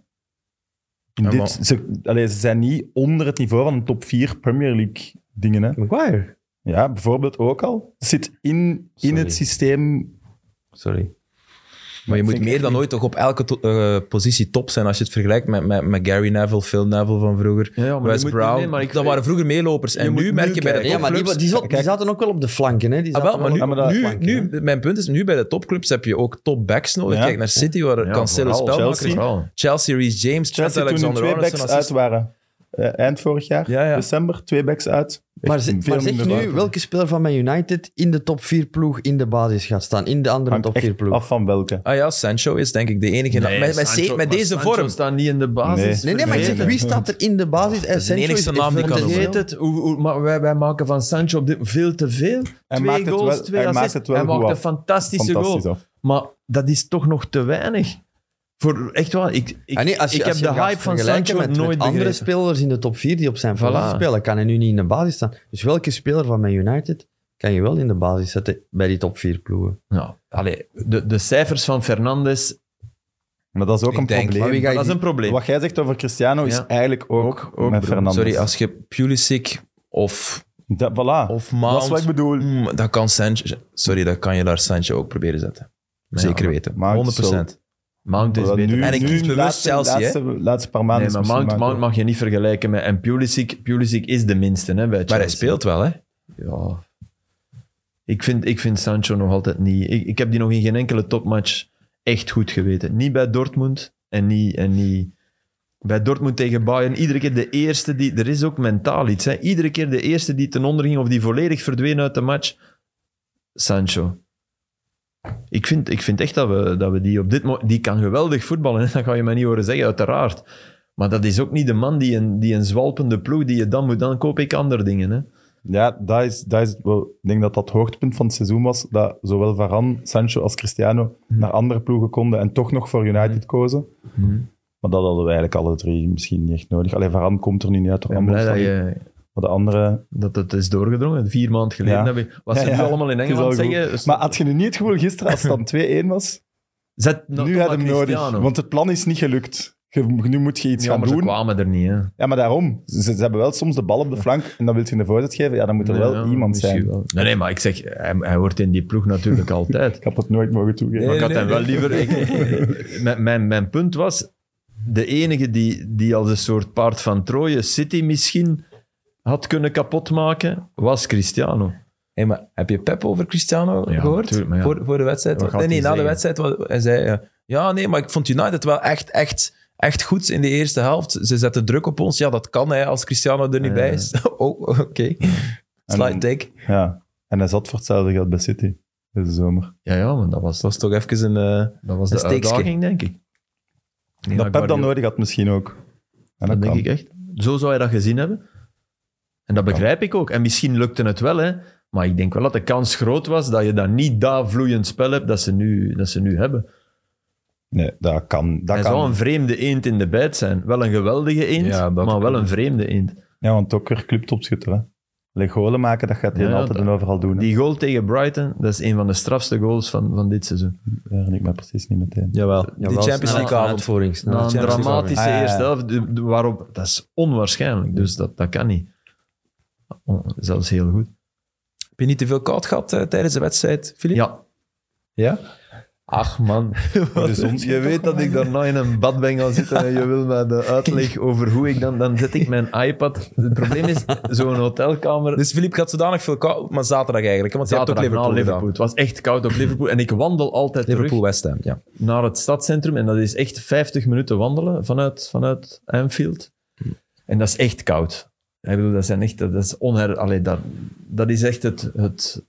In Ja, dit, maar- ze, allee, ze zijn niet onder het niveau van een top vier Premier League dingen, hè. Maguire? Ja, bijvoorbeeld ook al. Het zit in, in Sorry. het systeem. Sorry. Maar je moet Vind ik meer dan echt ooit toch op elke to- eh, positie top zijn als je het vergelijkt met, met, met Gary Neville, Phil Neville van vroeger, Ja, ja, maar Wes je moet- Brown. nee, maar ik- dat waren vroeger meelopers. Je En moet nu nu merk je bij de kijken. Ja, maar die, topclubs... die, zat- die zaten ook wel op de flanken, hè? Die Ah, zaten wel, maar nu, wel maar op dat- de nu, flanken, nu, hè. mijn punt is, nu bij de topclubs heb je ook topbacks nodig. Ja. Kijk naar City, waar Ja, Cancelo vooral spelmaker is. Chelsea. Chelsea, Reece James, Trent Chelsea toen hun twee Alexander-Arnold. backs uit waren. Eh, eind vorig jaar, Ja, ja. december, twee backs uit. Maar, Echt ze- veel maar zeg minder nu uit. welke speler van Man United in de top vier ploeg in de basis gaat staan. In de andere Hangt top vier echt ploeg. af van welke. Ah ja, Sancho is denk ik de enige. Nee, met met, Sancho- met maar deze Sancho vorm. staat niet in de basis. Nee, nee, maar ik zeg, Nee, wie nee. staat er in de basis? Eh, de Sancho enigste is naam die kan eventueel- Vergeet het, hoe, hoe, maar wij, wij maken van Sancho op dit veel te veel. Hij twee maakt het goals, wel- twee hij maakt assists. het wel Hij goed maakt een af. fantastische Fantastisch goal. af. Maar dat is toch nog te weinig. Voor, echt waar, ik, ik, Ah, nee, als je, ik als heb je de gaat hype van vergelijken Sancho met, nooit met andere begrepen. spelers in de top vier die op zijn positie Voilà. spelen, kan hij nu niet in de basis staan. Dus welke speler van Man United kan je wel in de basis zetten bij die top vier ploegen? Nou, allee, de, de cijfers van Fernandes, Maar dat is ook Ik een denk- probleem. Maar wie ga je dat is een probleem. Wat jij zegt over Cristiano is Ja. eigenlijk ook, Ook- ook, met bro. Fernandes. Sorry, als je Pulisic of, Dat, voilà. of dat Mount... is wat ik bedoel. Mm, dat kan Sancho... Sorry, dat kan je daar Sancho ook proberen zetten. Zeker Ja, weten. Mount honderd procent. Mount is Wel, beter. nu, En ik nu kies de bewust laatste, Chelsea, hè. laatste, laatste paar maanden Nee, is maar misschien Mount, Mount ook. mag je niet vergelijken met... En Pulisic, Pulisic is de minste hè, bij Chelsea. Maar hij speelt wel, hè? Ja. Ik vind, ik vind Sancho nog altijd niet... Ik, ik heb die nog in geen enkele topmatch echt goed geweten. Niet bij Dortmund en niet... En niet bij Dortmund tegen Bayern, iedere keer de eerste die... Er is ook mentaal iets. Hè. Iedere keer de eerste die ten onder ging of die volledig verdween uit de match. Sancho. Ik vind, ik vind echt dat we, dat we die op dit moment... Die kan geweldig voetballen, hè. Dat ga je mij niet horen zeggen, uiteraard. Maar dat is ook niet de man die een, die een zwalpende ploeg die je dan moet... Dan koop ik andere dingen, hè. Ja, dat is, dat is, wel- ik denk dat dat het hoogtepunt van het seizoen was, dat zowel Varane, Sancho als Cristiano Mhm. naar andere ploegen konden en toch nog voor United kozen. Mhm. Maar dat hadden we eigenlijk alle drie misschien niet echt nodig. Alleen Varane komt er nu niet uit. Ik ben blij dat, je, Maar de andere... dat het is doorgedrongen. Vier maanden geleden Ja. heb ik... Wat ze Ja, nu ja. allemaal in Het is Engeland al goed. zeggen... Maar had je nu niet het gevoel gisteren, als het dan twee-één was, Zet nou nu toch had hem maar nodig. Cristiano. Want het plan is niet gelukt. Je- nu moet je iets Ja, gaan maar ze doen. kwamen er niet, hè. Ja, maar daarom. Ze, ze hebben wel soms de bal op de flank en dan wil je een voorzet geven. Ja, dan moet er wel Ja, iemand misschien zijn. wel. Nee, nee, maar ik zeg, hij, hij hoort in die ploeg natuurlijk altijd. Ik had het nooit mogen toegeven. Maar ik had nee, hem wel nee. liever... ik- mijn, mijn, mijn punt was, de enige die, die als een soort paard van Troje City misschien had kunnen kapotmaken, was Cristiano. Hey, maar heb je Pep over Cristiano Ja, gehoord? tuurlijk, maar ja. voor, voor de wedstrijd? Wat gaat Nee, nee, hij na de zeggen? wedstrijd. Wat, hij zei, eh, ja, nee, maar ik vond United wel echt, echt, echt goed in de eerste helft. Ze zetten druk op ons. Ja, dat kan hij als Cristiano er niet Ja. bij is. Oh, oké. Slide take. Ja. En hij zat voor hetzelfde geld bij City deze zomer. Ja, ja, maar dat was, Dat was toch even een... eh, dat was een de steekske. uitdaging, denk ik. Nee, dat Pep Guardiola- dan nodig had misschien ook. En Dat denk kan. ik echt. Zo zou je dat gezien hebben. En dat begrijp ik ook. En misschien lukte het wel, hè. Maar ik denk wel dat de kans groot was dat je dan niet dat vloeiend spel hebt dat ze nu, dat ze nu hebben. Nee, dat kan. Dat Hij kan. zou een vreemde eend in de bijt zijn. Wel een geweldige eend, Ja, dat maar wel kan. een vreemde eend. Ja, want ook weer clubtopschutter. Hè. Allee, golen maken, dat gaat hij Ja, altijd dat- en overal doen. Hè. Die goal tegen Brighton, dat is een van de strafste goals van, van dit seizoen. Daar herinner ik me precies niet meteen. Jawel, Ja, die wel Champions snel League van avond. uitvoering, snel. Na een Champions League dramatische Ah, ja, ja. eerste helft, de- de- waarop, dat is onwaarschijnlijk. Dus dat, dat kan niet. Oh, zelfs heel goed. Heb je niet te veel koud gehad eh, tijdens de wedstrijd, Filip? Ja. Ja? Ach man, de zon je weet dat ik daarna in een bad ben gaan zitten en je wil mij de uitleg over hoe ik dan... Dan zet ik mijn iPad... Het probleem is, zo'n hotelkamer... Dus Filip gaat zodanig veel koud... Maar zaterdag eigenlijk, hè, want je hebt ook Zaterdag na Liverpool, Liverpool. gedaan. Het was echt koud op Liverpool. En ik wandel altijd Liverpool-West Ham, ja. terug naar het stadscentrum. En dat is echt vijftig minuten wandelen vanuit, vanuit Anfield. En dat is echt koud. Ik bedoel, dat zijn echt... Dat is onher... Allee, dat, dat is echt het... het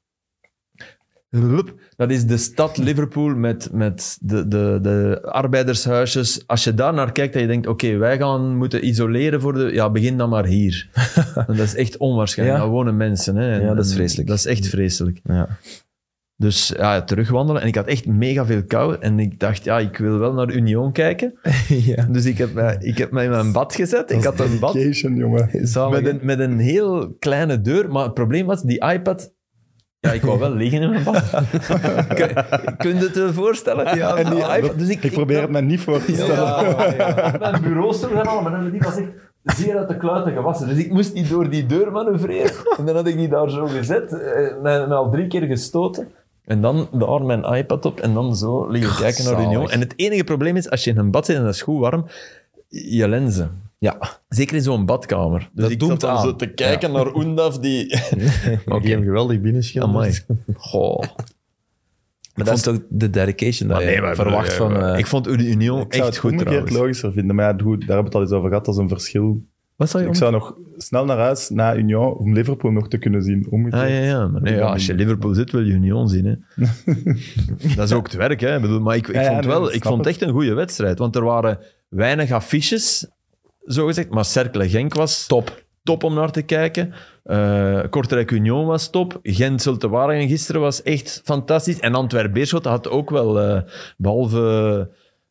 dat is de stad Liverpool met, met de, de, de arbeidershuisjes. Als je daar naar kijkt en je denkt, oké, wij gaan moeten isoleren voor de... Ja, begin dan maar hier. En dat is echt onwaarschijnlijk. Ja. Daar wonen mensen. Hè. En- Ja, dat is en vreselijk. Dat is echt vreselijk. ja. Dus ja, terugwandelen. En ik had echt mega veel kou. En ik dacht, ja, ik wil wel naar Union kijken. ja. Dus ik heb mij, ik heb mij in mijn bad gezet. Ik had een bad Dedication, jongen. Zalig, met hè? een, met een heel kleine deur. Maar het probleem was, die iPad... Ja, ik wou wel liggen in mijn bad. kun, kun je het je voorstellen? Ja, en die ja, iPad... Dus ik, Ik probeer het me niet voor te stellen. Ja, ja. Ik ben mijn bureaustoel gaan halen, maar die was echt zeer uit de kluiten gewassen. Dus ik moest niet door die deur manoeuvreren. En dan had ik die daar zo gezet, eh, met, met al drie keer gestoten. En dan daar mijn iPad op en dan zo liggen kijken naar zalig. Union. En het enige probleem is, als je in een bad zit en dat is goed warm, je lenzen. Ja. Zeker in zo'n badkamer. Dus Dat ik doemt zat dan aan. zo te kijken naar Oendaf, die... Die hem geweldig binnenschilderd. Amai. Goh. Maar dat is vond- toch de dedication dat Maar nee, je maar verwacht eh, van... eh, ik vond Union Ik zou echt het goed omgekeerd trouwens. logischer vinden. Maar ja, goed, daar hebben we het al eens over gehad. Dat is een verschil. Wat zou je Ik zou nog snel naar huis, na Union, om Liverpool nog te kunnen zien. Omgekeerd. Ah, ja, ja. Maar nee, ja, als je Liverpool zit, wil je Union zien. Hè. Dat is ook het werk. Hè. Ik bedoel, maar ik, ik Ja, ja, vond, nee, wel, ik ik snap vond het. echt een goede wedstrijd. Want er waren weinig affiches, zogezegd. Maar Cercle Genk was top. Top om naar te kijken. Uh, Kortrijk Union was top. Gent Zulte Waregem gisteren was echt fantastisch. En Antwerp Beerschot had ook wel, uh, behalve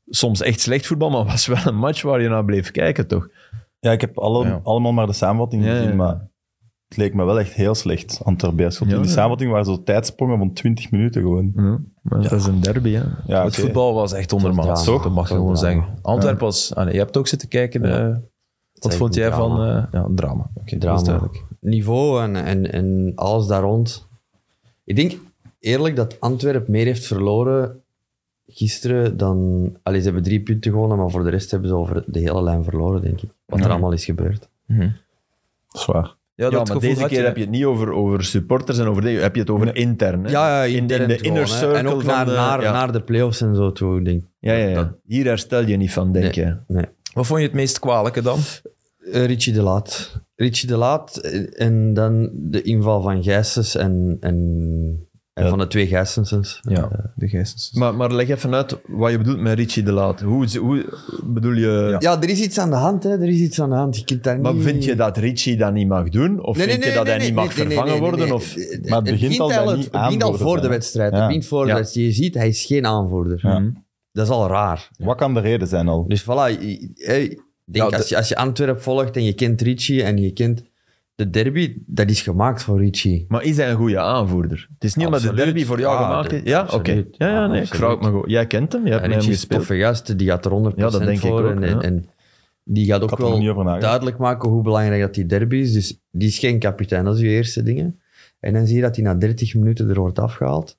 soms echt slecht voetbal, maar was wel een match waar je naar bleef kijken, toch? Ja, ik heb alle, Ja. allemaal maar de samenvatting Ja, gezien, ja, ja. maar het leek me wel echt heel slecht, Antwerp-Beerschot. Ja, In die ja. samenvatting waren zo tijdsprongen van twintig minuten gewoon. Ja, maar dat is een derby, hè. Ja, Het oké. voetbal was echt ondermaats, drama. dat mag je Toch gewoon drama. zeggen. Antwerpen was... Ah, nee, je hebt ook zitten kijken. eh, wat is vond echt jij een van... drama. eh, ja, een drama. Oké, dat Drama. is duidelijk. Niveau en, en, en alles daar rond. Ik denk eerlijk dat Antwerp meer heeft verloren gisteren dan... Allee, ze hebben drie punten gewonnen, maar voor de rest hebben ze over de hele lijn verloren, denk ik. Wat er Ja. allemaal is gebeurd. Mhm. Dat is waar. Ja, Ja, dat maar gevoel deze had keer je. heb je het niet over, over supporters en over dingen, heb je het over intern. Hè? Ja, ja, in, intern in de gewoon, inner hè. circle En ook van naar, de... naar, ja. naar de play-offs en zo toe, denk ik. ja, ja, ja. Dat- Hier herstel je niet van, denk Nee. je. Nee. Wat vond je het meest kwalijke dan? Uh, Richie de Laat. Richie de Laat eh, en dan de inval van Gijsens en, en, en Ja. van de twee Gijsensens. Ja, de geestens. Maar, maar leg even uit wat je bedoelt met Richie de Laat. Hoe, hoe bedoel je... Ja, er is iets aan de hand, hè. Er is iets aan de hand. Je kunt daar Maar niet... vind je dat Richie dat niet mag doen? Of Nee, nee, vind nee, je dat nee, hij niet nee, mag nee, nee, vervangen nee, nee, worden? nee. Of... Het Maar het begint al bij eigenlijk- niet het begint al aanvoerder voor de zijn, hè. wedstrijd. Ja. Het begint voor de Ja. wedstrijd. Je ziet, hij is geen aanvoerder. Ja. Mhm. Dat is al raar. Wat kan de reden zijn al? Dus voilà, je- je- ik denk, Ja, de- als, je, als je Antwerp volgt en je kent Richie en je kent de derby, dat is gemaakt voor Richie. Maar is hij een goede aanvoerder? Het is niet omdat de Absoluut. derby voor jou Ja, gemaakt de- is. Ja, oké. absoluut. Ja, ja, Ja, nee, ik absoluut. vraag het me gewoon. Jij kent hem, je hebt En met hem Richie is een gespeeld. toffe gast, die gaat er honderd procent Ja, dat denk ik voor. ook, en, ja. en die gaat ook had er nog niet over wel nagedacht. duidelijk maken hoe belangrijk dat die derby is. Dus die is geen kapitein, dat is je eerste dingen. En dan zie je dat hij na dertig minuten er wordt afgehaald.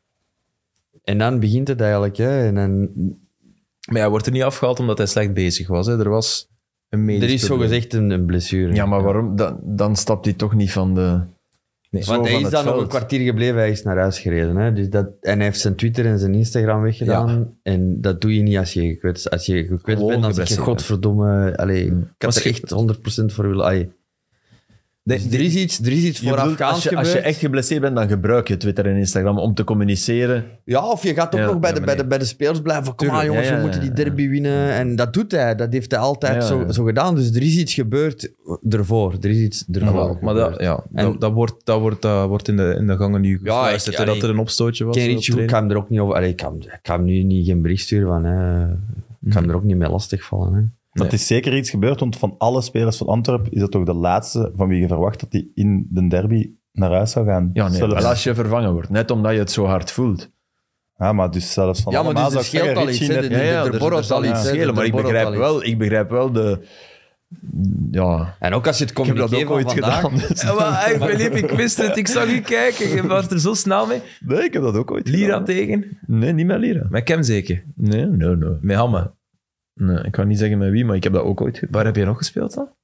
En dan begint het eigenlijk. Hè. En dan, Maar hij wordt er niet afgehaald omdat hij slecht bezig was. Hè. Er was een medisch er is probleem. zogezegd een, een blessure. Ja, maar waarom? Dan, dan stapt hij toch niet van de... Nee. Zo Want hij van is het dan nog veld. een kwartier gebleven, hij is naar huis gereden. Hè? Dus dat, en hij heeft zijn Twitter en zijn Instagram weggedaan. En dat doe je niet als je gekwetst, als je gekwetst Gewoon bent. Dan zeg je, geblesseerd godverdomme, allee, ik had Was er je- echt honderd procent voor willen. allee. De- Dus de- er is iets, er is iets Je bedoelt, voorafgaand als, je, als je gebeurd. echt geblesseerd bent, dan gebruik je Twitter en Instagram om te communiceren. Ja, of je gaat ook Ja, nog bij, ja, de, maar bij, nee. de, bij de spelers blijven. Kom Tuurlijk, aan jongens, ja, ja, we moeten die ja, derby winnen. En dat doet hij. Dat heeft hij altijd Ja, ja. Zo, zo gedaan. Dus er is iets gebeurd ervoor. Er is iets Ja, ervoor wel, maar dat, gebeurd. ja, En- dat, dat, wordt, dat, wordt, dat wordt in de, in de gangen nu Ja, gefluisterd, ik- hè, dat allee, er een opstootje was. Ken op Richie, ik training. kan hem er ook niet over... Allee, ik, kan, ik kan hem nu niet geen bericht sturen van... Hè. Ik kan hem er ook niet mee lastigvallen. Hè. Maar het is zeker iets gebeurd, want van alle spelers van Antwerpen is dat toch de laatste van wie je verwacht dat die in de derby naar huis zou gaan. Ja, nee, Zelfs- wel als je vervangen wordt. Net omdat je het zo hard voelt. Ja, maar dus zelfs van Ja, maar allemaal dus er zou ik scheelt zeggen, al iets, Richie hè. net- De- Ja, ja, er er, borrelt er zal al iets iets, hè. schelen, Er maar ik borrelt begrijp, al iets. wel, ik begrijp wel de... Ja, En ook als je het ik heb dat communiqué ook van ooit vandaag... gedaan. dus- Ja, maar, hey, Philippe, ik wist het, ik zag u kijken. Je was er zo snel mee. Nee, ik heb dat ook ooit Lira gedaan. tegen? Nee, niet met Lira. Met Kem zeker? Nee, nee, nee. Met Hamme. nee. Ik kan niet zeggen met wie, maar ik heb dat ook ooit gedaan. Waar heb je nog gespeeld dan?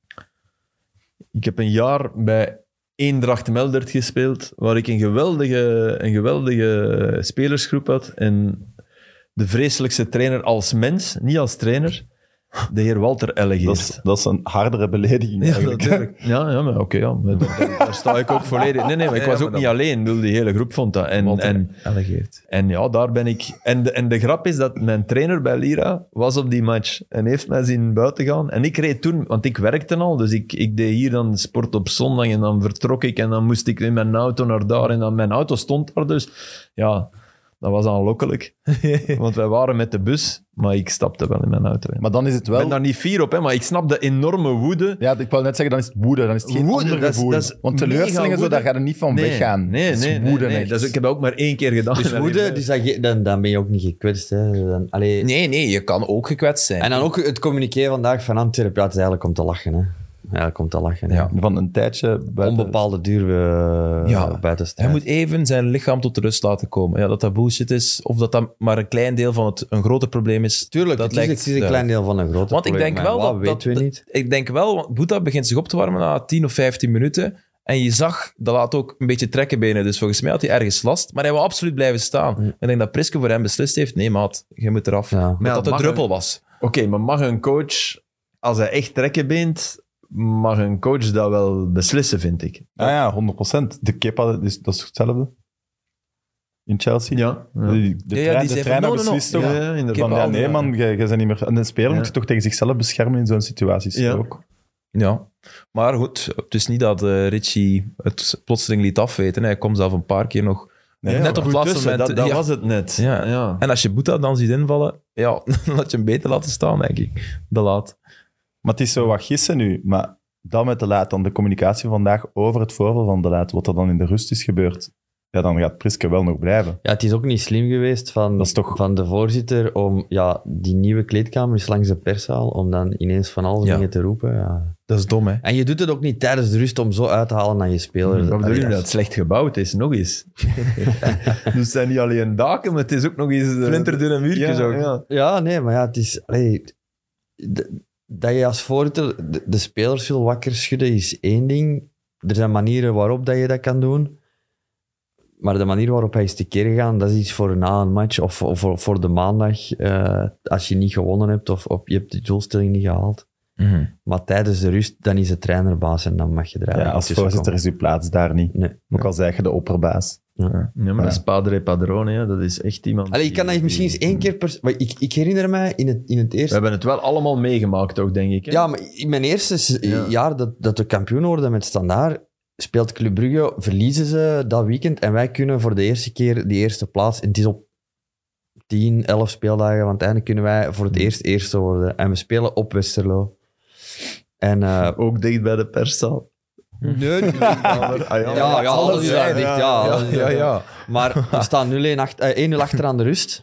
Ik heb een jaar bij Eendracht Meldert gespeeld, waar ik een geweldige, een geweldige spelersgroep had. En de vreselijkste trainer als mens, niet als trainer, de heer Walter Dat Ellegeest. is, dat is een hardere belediging eigenlijk. Ja, ja, maar oké, ja, maar daar, daar- daar sta ik ook volledig... Nee, nee, maar ik Ja, was maar ook dan- niet alleen. Ik bedoel, die hele groep vond dat. En, Walter en, Ellegeert. en ja, daar ben ik... En de, en de grap is dat mijn trainer bij Lira was op die match en heeft mij zien buiten gaan. En ik reed toen, want ik werkte al, dus ik, ik deed hier dan sport op zondag en dan vertrok ik en dan moest ik in mijn auto naar daar en dan mijn auto stond daar dus. Ja, dat was aanlokkelijk. Want wij waren met de bus, maar ik stapte wel in mijn auto. in. Maar dan is het Ik ben wel... daar niet fier op, hè, maar ik snap de enorme woede. Ja, ik wou net zeggen, dan is het woede. Dan is het geen Woede, ander dat is- gevoel. dat is Want mega teleurstellingen, zo, woede. daar gaat er niet van Nee, weggaan. Nee, Het is nee, woede, nee, nee. echt. Dat is, ik heb dat ook maar één keer gedaan. Dus woede, dus dat je- dan, dan ben je ook niet gekwetst. Hè. Dan, allee. Nee, nee, je kan ook gekwetst zijn. En dan ook het communiqué vandaag van Antwerpen, ja, het is eigenlijk om te lachen. Hè. Eigenlijk om te lachen. Hè. Ja. Van een tijdje buiten... Onbepaalde duur uh, Ja, buiten Hij strijd. moet even zijn lichaam tot rust laten komen. Ja, dat dat bullshit is, of dat dat maar een klein deel van het een groter probleem is. Tuurlijk, dat het is, lijkt het is een duidelijk. klein deel van een grote Want ik probleem, denk maar wel wat dat... weten dat- we niet. Ik denk wel, want Boeta begint zich op te warmen na tien of vijftien minuten. En je zag, dat laat ook een beetje trekken benen. Dus volgens mij had hij ergens last. Maar hij wil absoluut blijven staan. Ik denk dat Priske voor hem beslist heeft. Nee, maat, je moet eraf. Ja. Dat Maar ja, dat de mag druppel een- was. Oké, maar mag een coach, als hij echt trekken beent, mag een coach dat wel beslissen, vind ik. Ah ja, honderd procent. De Kepa, dus, dat is hetzelfde. In Chelsea. Ja, ja. De, de, Ja, ja, trein- die de zei trainer van, no, no, no. beslist toch Ja, Ja. ja, inderdaad. Kepa van, ja, al, nee ja. man, je, je bent niet meer... En een speler Ja. moet zich toch tegen zichzelf beschermen in zo'n situaties Ja. ook. Ja, maar goed, het is niet dat eh, Richie het plotseling liet afweten. Hij kwam zelf een paar keer nog Nee, net ja, op het Goed laatste tussen, moment. Dat, dat ja. was het net. Ja. Ja. En als je Boeta dan ziet invallen, ja, dan had je hem beter laten staan, denk ik. De laat. Maar het is zo wat gissen nu. Maar dat met de Laat, dan de communicatie vandaag over het voorval van de Laat, wat er dan in de rust is gebeurd, ja, dan gaat Priske wel nog blijven. Ja, het is ook niet slim geweest van, Dat is toch- van de voorzitter om ja, die nieuwe kleedkamer is langs de perszaal, om dan ineens van alle Ja. dingen te roepen. Ja. Dat is dom, hè. En je doet het ook niet tijdens de rust om zo uit te halen naar je spelers. Wat bedoel Allee, je dat dat is- het slecht gebouwd is? Nog eens. Dus het zijn niet alleen daken, maar het is ook nog eens... uh, Flinterdunne muurtjes ja, ook. Ja. Ja, nee, maar ja, het is... Allee, d- dat je als voorzitter de, de spelers wil wakker schudden is één ding. Er zijn manieren waarop dat je dat kan doen. Maar de manier waarop hij is tekeer gegaan, dat is iets voor na een match of, of voor, voor de maandag. eh, als je niet gewonnen hebt of, of je hebt de doelstelling niet gehaald. Mhm. Maar tijdens de rust, dan is de trainer baas en dan mag je er Ja, eigenlijk als tussen voorzitter komen. is uw plaats daar niet. Nee. Ook al zeg je de opperbaas. Ja, maar dat is padre padrone, ja. Dat is echt iemand... Allee, ik kan dat die- misschien eens één keer per... maar Ik, ik herinner mij in het, in het We eerste... hebben het wel allemaal meegemaakt ook, denk ik. Hè? Ja, maar in mijn eerste s- Ja. jaar dat, dat we kampioen worden met Standaard, speelt Club Brugge, verliezen ze dat weekend en wij kunnen voor de eerste keer die eerste plaats. En het is op tien, elf speeldagen, want uiteindelijk kunnen wij voor het eerst eerste worden. En we spelen op Westerlo. En... eh, Ook dicht bij de perszaal. nee, nee, nee. Ah, Ja, ja, alles is daar dicht. Ja, Ja, alles is ja, daar. ja. Maar we staan nul een achter, eh, één nul achter aan de rust.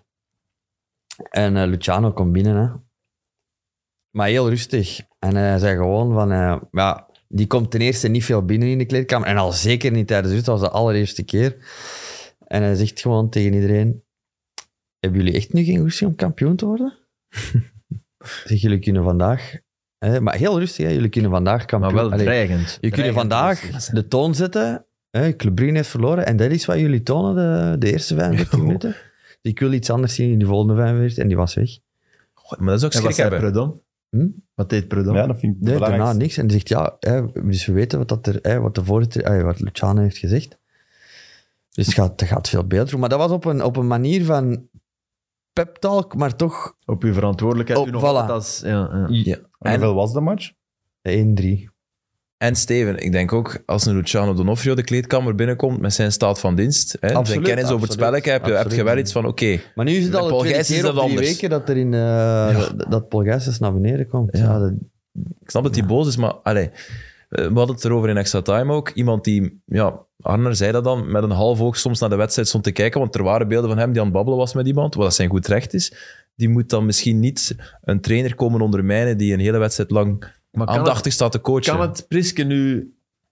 En eh, Luciano komt binnen. Hè. Maar heel rustig. En hij zei gewoon van... eh, ja, die komt ten eerste niet veel binnen in de kleedkamer. En al zeker niet tijdens de rust. Dat was de allereerste keer. En hij zegt gewoon tegen iedereen... Hebben jullie echt nu geen goesting om kampioen te worden? Zeg, jullie kunnen vandaag... Hè, maar heel rustig, hè, jullie kunnen vandaag kampioen... Maar wel Allee, dreigend. je kunt vandaag Dreigend. de toon zetten. Hè, Club Brugge heeft verloren. En dat is wat jullie tonen de, de eerste vijfenveertig minuten. Dus ik wil iets anders zien in die volgende vijfenveertig. En die was weg. Goh, maar dat is ook En wat schrik zei hebben. Predom? Hm? Wat deed Predom? Ja, dat vind ik Nee, daarna belangrijk. niks. En die zegt ja. Hè, dus we weten wat, dat er, hè, wat de voorzitter... eh, wat Luciano heeft gezegd. Dus het gaat, het gaat veel beter. Maar dat was op een, op een manier van pep-talk, maar toch Op uw verantwoordelijkheid. Oh, u nog voilà. altijd als, ja, ja. Ja. En hoeveel was de match? één drie. En Steven, ik denk ook, als een Luciano D'Onofrio de kleedkamer binnenkomt met zijn staat van dienst, hè, zijn Absoluut, kennis over het absoluut, spelletje, heb je, heb je absoluut. wel iets van, oké, Maar nu is het Met al de Paul tweede Gijs is keer dat op drie anders. weken dat, er in, eh, dat, dat Paul Gijsens naar beneden komt. Ja. Ja. dat, ik snap dat hij boos is, maar allee, we hadden het erover in extra time ook. Iemand die, ja, Arner zei dat dan, met een half oog soms naar de wedstrijd stond te kijken, want er waren beelden van hem die aan het babbelen was met iemand, wat dat zijn goed recht is. Die moet dan misschien niet een trainer komen ondermijnen die een hele wedstrijd lang Maar kan aandachtig het, staat te coachen. kan het Priske nu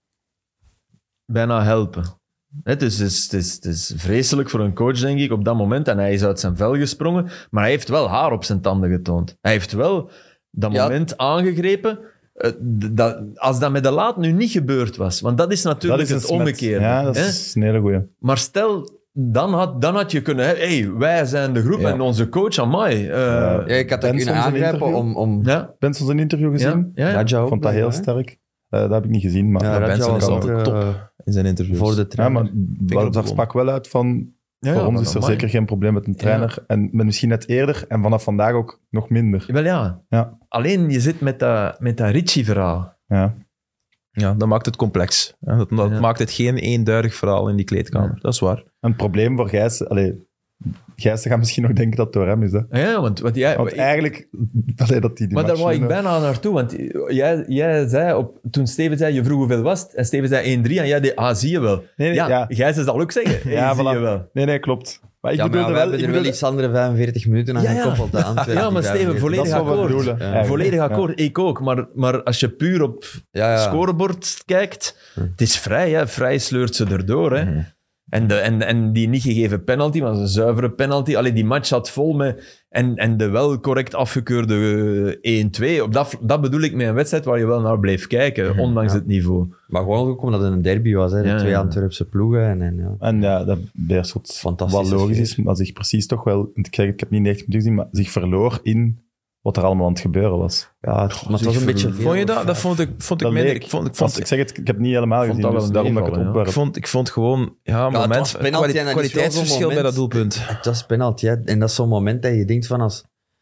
bijna helpen? Het is, het, is, het, is, het is vreselijk voor een coach, denk ik, op dat moment. En hij is uit zijn vel gesprongen. Maar hij heeft wel haar op zijn tanden getoond. Hij heeft wel dat Ja. moment aangegrepen. eh, d- Dat, als dat met de Laat nu niet gebeurd was. Want dat is natuurlijk Dat is een het smet. omgekeerde. Ja, dat hè? is een hele goeie. Maar stel, dan had, dan had je kunnen... Hé, hey, wij zijn de groep Ja. en onze coach, amai. eh, Ja. ja, ik had dat Benson kunnen zijn aangrijpen interview? om... om ja, Benson zijn interview gezien? ja, ja. Radja Ik ook vond dat heel blijkbaar, hè? sterk. Eh, dat heb ik niet gezien, maar... Ja, Ja, Radja Benson was is ook altijd eh, top in zijn interviews. voor de Ja, trainer. maar ik daar, ook daar wel. sprak wel uit van... Ja, voor ja, ons maar is er amai. zeker geen probleem met een trainer. En met misschien net eerder en vanaf vandaag ook nog minder. Wel ja. Ja. Alleen je zit met dat, met dat Ritchie-verhaal. Ja. Ja, dat maakt het complex. Ja, dat dat Ja. maakt het geen eenduidig verhaal in die kleedkamer. Ja. Dat is waar. Een probleem voor Gijs... Allee, Gijs gaat misschien nog denken dat het door hem is. Hè? Ja, want, want jij... Want ik- eigenlijk... Allee, dat die die maar daar match wou ik winnen. bijna naartoe, want jij, jij zei, op, toen Steven zei, je vroeg hoeveel was het? En Steven zei één drie en jij deed, ah, zie je wel. Nee, nee, ja, ja. Gijs zal ook zeggen, hey, Ja, zie voilà. je wel. Nee, nee, klopt. Maar ik Ja, maar bedoelde we wel... hebben Ik er wel bedoelde, iets andere vijfenveertig minuten aan Ja, ja. gekoppeld. Aan Antwerpen, Ja, maar die Steven, vijfenveertig. volledig dat is wat we akkoord. bedoelen. Ja. eigenlijk. Volledig Ja. akkoord, ik ook. Maar, maar als je puur op Ja, ja. het scorebord kijkt, het is vrij, hè. Vrij sleurt ze erdoor. Hè. Mhm. En, de, en, en die niet gegeven penalty, was een zuivere penalty. Allee, die match zat vol met... En, en de wel correct afgekeurde één twee. Op dat, dat bedoel ik met een wedstrijd waar je wel naar bleef kijken, Mhm, ondanks ja. het niveau. Maar gewoon ook omdat het een derby was. Hè. De Ja, twee ja. Antwerpse ploegen. En, en, ja. En ja, dat Beerschot, Fantastische wat logisch sfeer. is, maar zich precies toch wel... Ik, kijk, ik heb niet negentig minuten gezien, maar zich verloor in wat er allemaal aan het gebeuren was. Ja, het, maar het was een beetje veel. Vond je dat? Dat vond ik, vond ik Dat minder. leek- Ik vond, ik Als, vond, ik zeg het, ik heb het niet helemaal vond gezien, dat wel dus een daarom dat ik het meevallen, opwerp. ik vond, ik vond gewoon... Ja, het moment, was penalty kwali- en dat is wel zo'n kwaliteitsverschil bij moment- dat doelpunt. Het was penalty. Hè. En dat is zo'n moment dat je denkt van als...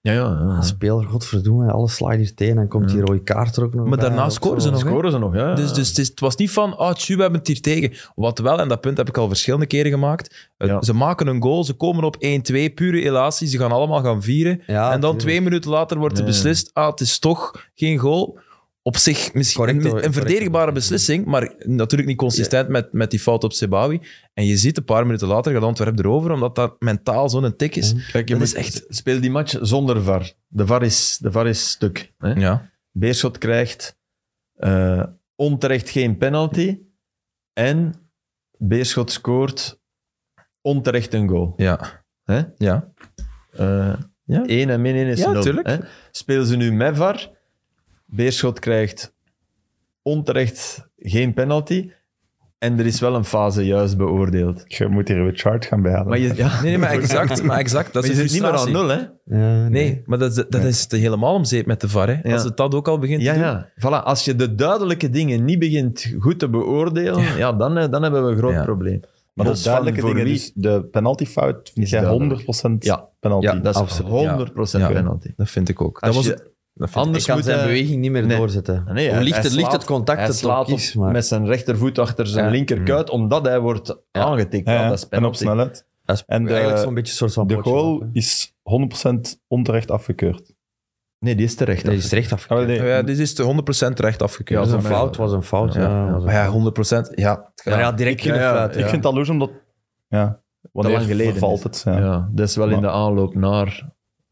Ja, ja. ja. Een speler, godverdomme, alles slaat hier tegen en komt Ja. die rode kaart er ook nog Maar bij. daarna Of scoren zo. ze nog, hè? Scoren ze nog, ja. Dus, dus het, is- het was niet van, ah, tju, we hebben het hier tegen. Wat wel, en dat punt heb ik al verschillende keren gemaakt, eh, Ja. ze maken een goal, ze komen op één twee, pure elatie, ze gaan allemaal gaan vieren. Ja, en dan tuurlijk. twee minuten later wordt er Ja. beslist, ah, het is toch geen goal. Op zich misschien Correcte- een, een verdedigbare correcte beslissing, maar natuurlijk niet consistent met, met die fout op Sebawi. En je ziet een paar minuten later gaat Antwerpen erover, omdat dat mentaal zo'n tik is. Kijk, je Dat moet is echt- speel die match zonder V A R. De V A R is, de V A R is stuk. Hè? Ja. Beerschot krijgt eh, onterecht geen penalty en Beerschot scoort onterecht een goal. Ja. Hè? Ja. Eh Ja. één en min één is Ja, nul. tuurlijk. Hè? Spelen ze nu met V A R, Beerschot krijgt onterecht geen penalty en er is wel een fase juist beoordeeld. Je moet hier een chart gaan bijhalen. Maar je, ja, Nee, nee, maar exact. Maar exact dat maar is je een zit niet meer aan frustratie. nul, hè? Ja, Nee, maar dat, is- dat Nee. is te helemaal om zeep met de V A R. Hè. Ja. Als het dat ook al begint Ja, te doen. ja. Voilà. Als je de duidelijke dingen niet begint goed te beoordelen, ja. dan, eh, dan hebben we een groot Ja. probleem. Maar Los de duidelijke van voor dingen, wie- dus de penaltyfout, vind Is jij duidelijk. honderd procent Ja. penalty? Ja, dat is Absoluut. honderd procent Ja. penalty. Dat vind ik ook. Als dat was je- het. Dat vind Anders Ik kan moet zijn hij- beweging niet meer Nee. doorzetten. Nee, Hoe hij- licht, hij het, licht slaat- het contact Hij het slaat ook is, op- maar met zijn rechtervoet achter zijn Ja. linkerkuit, omdat hij wordt Ja. aangetikt. Ja, Ja, ja. dat is en op penalty. snelheid. dat is En de- eigenlijk zo'n beetje een soort van De potje goal op, hè. is honderd procent onterecht afgekeurd. Nee, die is terecht. Nee, die is terecht Ah, afgekeurd. wel, ik. nee. Ja, dit is de honderd procent terecht Ja, afgekeurd. was een dat is fout, was een fout. Ja, Ja, was een Maar ja, fout. honderd procent. Ja, het gaat- Maar ja, direct Ik- kunnen ja, fluiten. Ik ja. vind dat loos omdat... Ja, wanneer lang geleden valt is. het? Ja. Ja. dat is wel in Maar- de aanloop naar...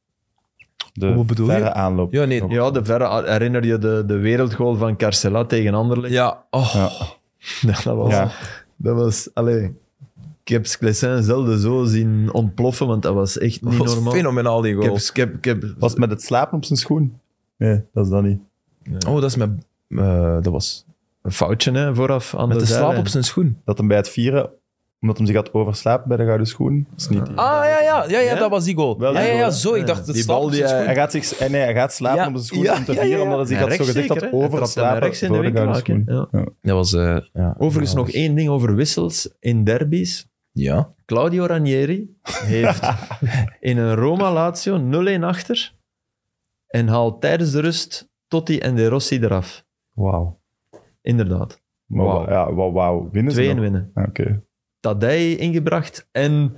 De Hoe bedoel je? verre aanloop. Ja, nee. Ja, de verre... Herinner je de, de wereldgoal van Carcela tegen Anderlecht? Ja, oh. Ja. Ja, dat was... Ja. Dat was... Allee, ik heb Sclessin zelden zo zien ontploffen, want dat was echt Dat niet was normaal. fenomenaal, die Ik heb, goal. ik heb, ik heb, Was het met het slapen op zijn schoen? Nee, dat is dat niet. Oh, dat is met... eh, dat was een foutje hè, vooraf aan met de de slaap zijlijn. op zijn schoen. Dat hem bij het vieren, omdat hem zich had overslapen bij de gouden schoen, dat is niet... Ah, ja, ja. Ja, ja, Ja? dat was die goal. Wel ja, die ja, goal, ja, hè? zo. Ik Ja. dacht, het Die slaap bal op die zijn hij- schoen. Hij gaat, zich, eh, nee, hij gaat slapen Ja, op zijn schoen ja, om te ja, ja, vieren, ja. omdat hij zich Ja, had zo rechts gezegd zeker, had hè? Hij trapte hem overslapen rechts in de voor de gouden schoen. winkelhaak, hè? Ja. Ja. Dat was... eh, ja. Overigens Ja, nog één ding over wissels in derbies. Ja. Claudio Ranieri heeft in een Roma-Lazio nul-een achter en haalt tijdens de rust Totti en De Rossi eraf. Wauw. Inderdaad. Maar Wauw. wa- ja, wauw, wauw. Winnen ze twee een nog? winnen. Ah, Oké. Tadei ingebracht en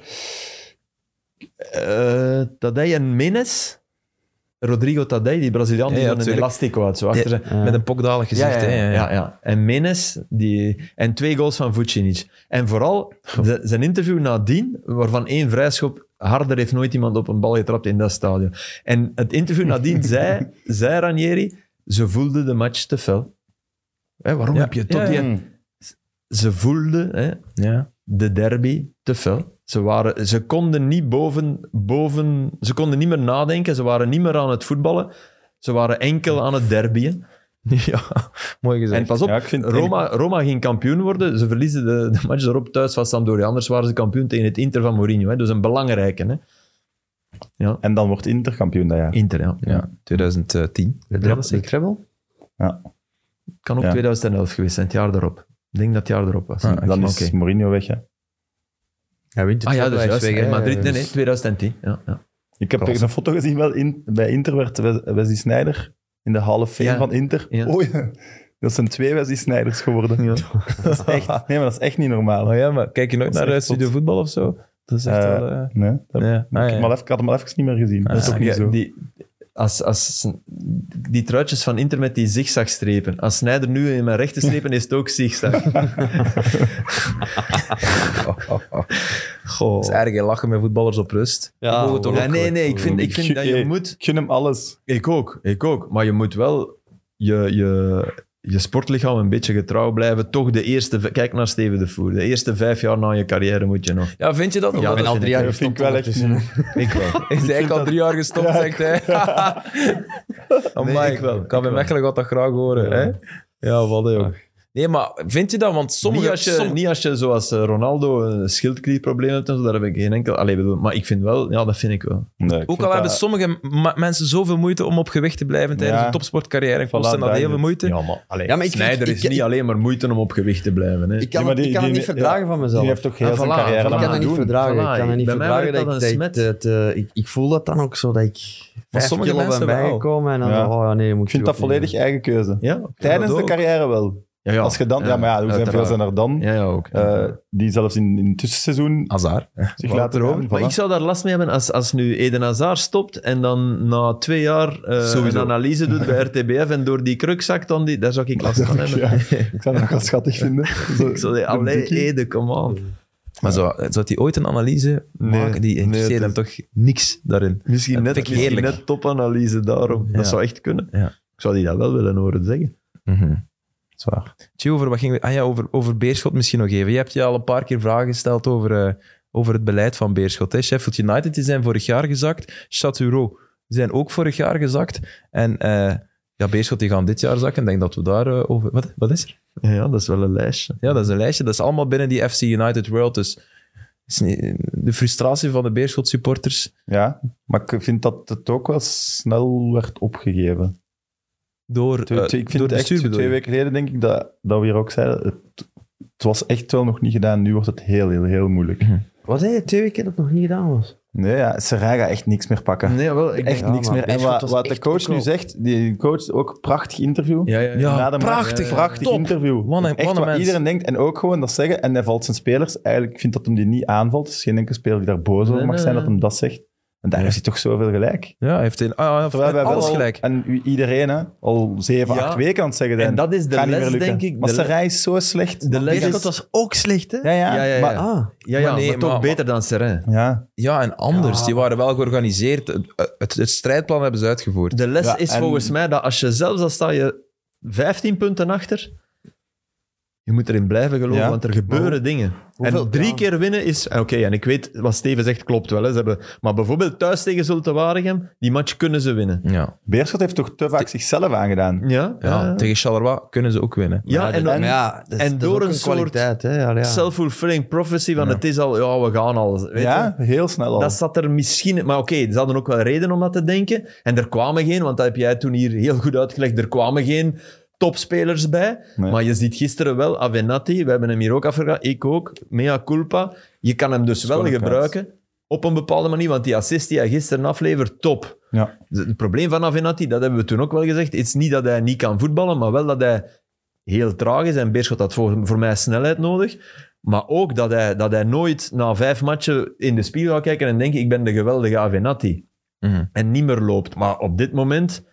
eh Tadei en Menes. Rodrigo Tadei, die Braziliaan, die Ja, ja, zo'n tuurlijk. elastico had, zo achter zijn... Ja. Met een pokdalig gezicht. ja, ja, hè. ja, ja. En Menes, die, en twee goals van Vucinic. En vooral z- zijn interview nadien, waarvan één vrijschop, harder heeft nooit iemand op een bal getrapt in dat stadion. En het interview nadien zei, zei Ranieri, ze voelden de match te fel. Hè, waarom Ja, heb je tot ja, die... ja. Mm. Ze voelden hè, Ja. de derby te fel. Ze, waren, ze konden niet boven, boven... Ze konden niet meer nadenken, ze waren niet meer aan het voetballen. Ze waren enkel aan het derbyen. Ja, mooi gezegd. En pas op, Ja, ik vind- Roma, Roma ging kampioen worden. Ze verliezen de, de match erop thuis van Sampdoria. Anders waren ze kampioen tegen het Inter van Mourinho. Hè. Dus een belangrijke. Hè. Ja, En dan wordt Inter kampioen dat jaar. Inter, ja. Ja, twintig tien. De, Ja, dat is de zeker. treble? Kan ook Ja. twintig elf geweest zijn, het jaar erop. Ik denk dat het jaar erop was. Ah, Dan is Oké. Mourinho weg, hè. Hij wint de Ah ja, treble, dus hij is juist. weg, In hè. Madrid, nee, Dus- nee, twintig tien. Ja, ja. Ik heb Klasse. een foto gezien wel in, bij Inter werd Wes- Wesley Sneijder in de Hall of Fame Ja. van Inter. Ja. Oh ja, dat zijn twee Wesley Sneijers geworden. Ja. Dat is echt, nee, maar dat is echt niet normaal. Oh ja, maar kijk je nooit Dat is naar echt uh, Studio zot. Voetbal of zo? Dat is echt Eh, wel... eh, Nee, dat, ja. ik, Ah, heb ja. hem al even, ik had hem al even niet meer gezien. dat is Ah, ook niet Ja, zo. die, als, als, die truitjes van Inter met die zigzagstrepen. Als Sneijder nu in mijn rechte strepen is het ook zigzag. Goh. Het is erg, hè, lachen met voetballers op rust. Ja, We mogen toch Ja, ook- nee, nee, ik vind, ik vind dat je Hey, moet... Ik gun hem alles. Ik ook, ik ook. Maar je moet wel je, je, je sportlichaam een beetje getrouw blijven. Toch de eerste... v- Kijk naar Steven de Voer. De eerste vijf jaar na je carrière moet je nog... Ja, vind je dat? Ja, Omdat Ik ben het- al drie jaar Dat vind ik gestopt wel echt ondertussen. niet. Ik wel. Hij is eigenlijk al drie jaar gestopt, Ja, zegt hij. Amai, ik wel, Kan ik bij wel. Mechelen gaat dat graag horen. Ja. Hè? Ja, wat hè, joh. Nee, maar vind je dat? Want sommige... Niet als je, sommige- niet als je zoals eh, Ronaldo een schildklierprobleem hebt en zo, daar heb ik geen enkel... Allee, bedoel, maar ik vind wel... Ja, dat vind ik wel. Nee, ik Ook vind al hebben dat- sommige ma- mensen zoveel moeite om op gewicht te blijven tijdens Ja. een topsportcarrière en Voilà, kosten dat dat heel is veel het. moeite. Ja, maar, allee, Ja, maar ik vind- Sneijder is ik- niet ik- alleen maar moeite om op gewicht te blijven. Hè. Ik kan, Ja, maar het- die- ik kan het die- niet verdragen ja, van mezelf. Die heeft toch heel En zijn voilà, carrière voilà. lang Ik kan dat niet doen. verdragen. Voilà, ik kan dat niet bij mij verdragen. werkt Dat dat ik, een dat ik, smet. het, eh, ik, ik voel dat dan ook zo, dat ik vijf sommige kilo ben mensen wel. bijgekomen en dan Ja. zo, oh ja, nee, moet Ik vind dat volledig eigen keuze. Ja? Tijdens dat de ook. carrière wel. Ja, ja. Als je dan, ja, maar ja, hoeveel uiteraard. zijn er dan? Ja, ja, ook. Eh, die zelfs in, in het tussenseizoen Hazard. zich laten gaan. Maar Voilà. ik zou daar last mee hebben als, als nu Eden Hazard stopt en dan na twee jaar eh, Sowieso. een analyse doet bij R T B F en door die kruk zakt, dan die, daar zou ik last van hebben. Ja, ik zou dat nog wel schattig vinden. Zo, Ik zou zeggen, een allee, dikkie. Ede, come on. Maar zou, zou hij ooit een analyse Nee, maken? Die interesseert nee, hem het toch niks daarin? Misschien Dat net, vind ik misschien heerlijk. net topanalyse daarom. Ja. Dat zou echt kunnen. Ja. Ik zou die dat wel willen horen zeggen. Mhm. Zwaar. Tjie, over wat ging we... Ah ja, over, over Beerschot misschien nog even. Je hebt je al een paar keer vragen gesteld over, eh, over het beleid van Beerschot. Hè? Sheffield United die zijn vorig jaar gezakt. Châteauroux zijn ook vorig jaar gezakt. En eh, ja, Beerschot die gaan dit jaar zakken. Ik denk dat we daar eh, over... Wat, wat is er? Ja, dat is wel een lijstje. Ja, dat is een lijstje. Dat is allemaal binnen die F C United World. Dus is niet- de frustratie van de Beerschot supporters Ja, maar ik vind dat het ook wel snel werd opgegeven. door, Twee- eh, twee- ik vind door het de echt, bestuur, bedoel twee je? weken geleden denk ik dat, dat we hier ook zeiden, het, het was echt wel nog niet gedaan. Nu wordt het heel, heel, heel moeilijk. Wat zei je, twee weken dat het nog niet gedaan was? Nee, ja, Serra gaat echt niks meer pakken. Nee, wel, ik Echt Ja, niks maar meer. En Beerschot wat, was wat de echt coach ook nu wel- zegt, die coach ook prachtig interview. Ja, ja, ja. Ja, Na de match, prachtig. prachtig Top. interview. Wat een- Echt wat een wat mens. iedereen denkt. En ook gewoon dat zeggen. En hij valt zijn spelers. Eigenlijk, ik vind dat hem die niet aanvalt. Er is geen enkele speler die daar boos over Nee, mag nee, zijn nee. dat hem dat zegt. En daar is hij toch zoveel gelijk. Ja, hij heeft in, ah, hij Terwijl wij heeft alles wel al- gelijk. En u- iedereen hè, al zeven, Ja. acht weken aan het zeggen zijn. En dat is de gaat niet les, meer lukken. denk ik. Maar De le- Serra is zo slecht. De les Beerschot is... was ook slecht, hè? Ja, ja. Ja, ja, ja. Maar, Ah, Ja, ja, Maar nee, maar toch maar- beter dan Serrain. ja. Ja, en anders. Ja, die waren wel georganiseerd. Het, het, het strijdplan hebben ze uitgevoerd. De les Ja, is en- volgens mij dat als je zelfs al sta je vijftien punten achter, je moet erin blijven geloven, Ja. want er gebeuren dingen. hoeveel- en drie ja. keer winnen is... Oké, en ik weet, wat Steven zegt klopt wel. Hè. Ze hebben, maar bijvoorbeeld thuis tegen Zulte Waregem, die match kunnen ze winnen. Ja, Beerschot heeft toch te vaak zichzelf aangedaan. Ja, ja ja. tegen Charleroi kunnen ze ook winnen. Ja, maar en, dat- en maar ja, dat is, en dat is door ook een een soort kwaliteit, hè? Ja, ja. self-fulfilling prophecy van Ja. het is al, ja, we gaan al. Weet Ja, je? heel snel al. Dat zat er misschien... Maar oké, ze hadden ook wel reden om dat te denken. En er kwamen geen, want dat heb jij toen hier heel goed uitgelegd, er kwamen geen topspelers bij. Nee. Maar je ziet gisteren wel Avenatti, we hebben hem hier ook afgegaan, ik ook, mea culpa. Je kan hem dus wel Schone gebruiken op een bepaalde manier, want die assist die hij gisteren aflevert, top. Ja. Het probleem van Avenatti, dat hebben we toen ook wel gezegd, is niet dat hij niet kan voetballen, maar wel dat hij heel traag is. En Beerschot had voor, voor mij snelheid nodig. Maar ook dat hij, dat hij nooit na vijf matchen in de spiegel gaat kijken en denkt, ik ben de geweldige Avenatti. Mhm. En niet meer loopt. Maar op dit moment,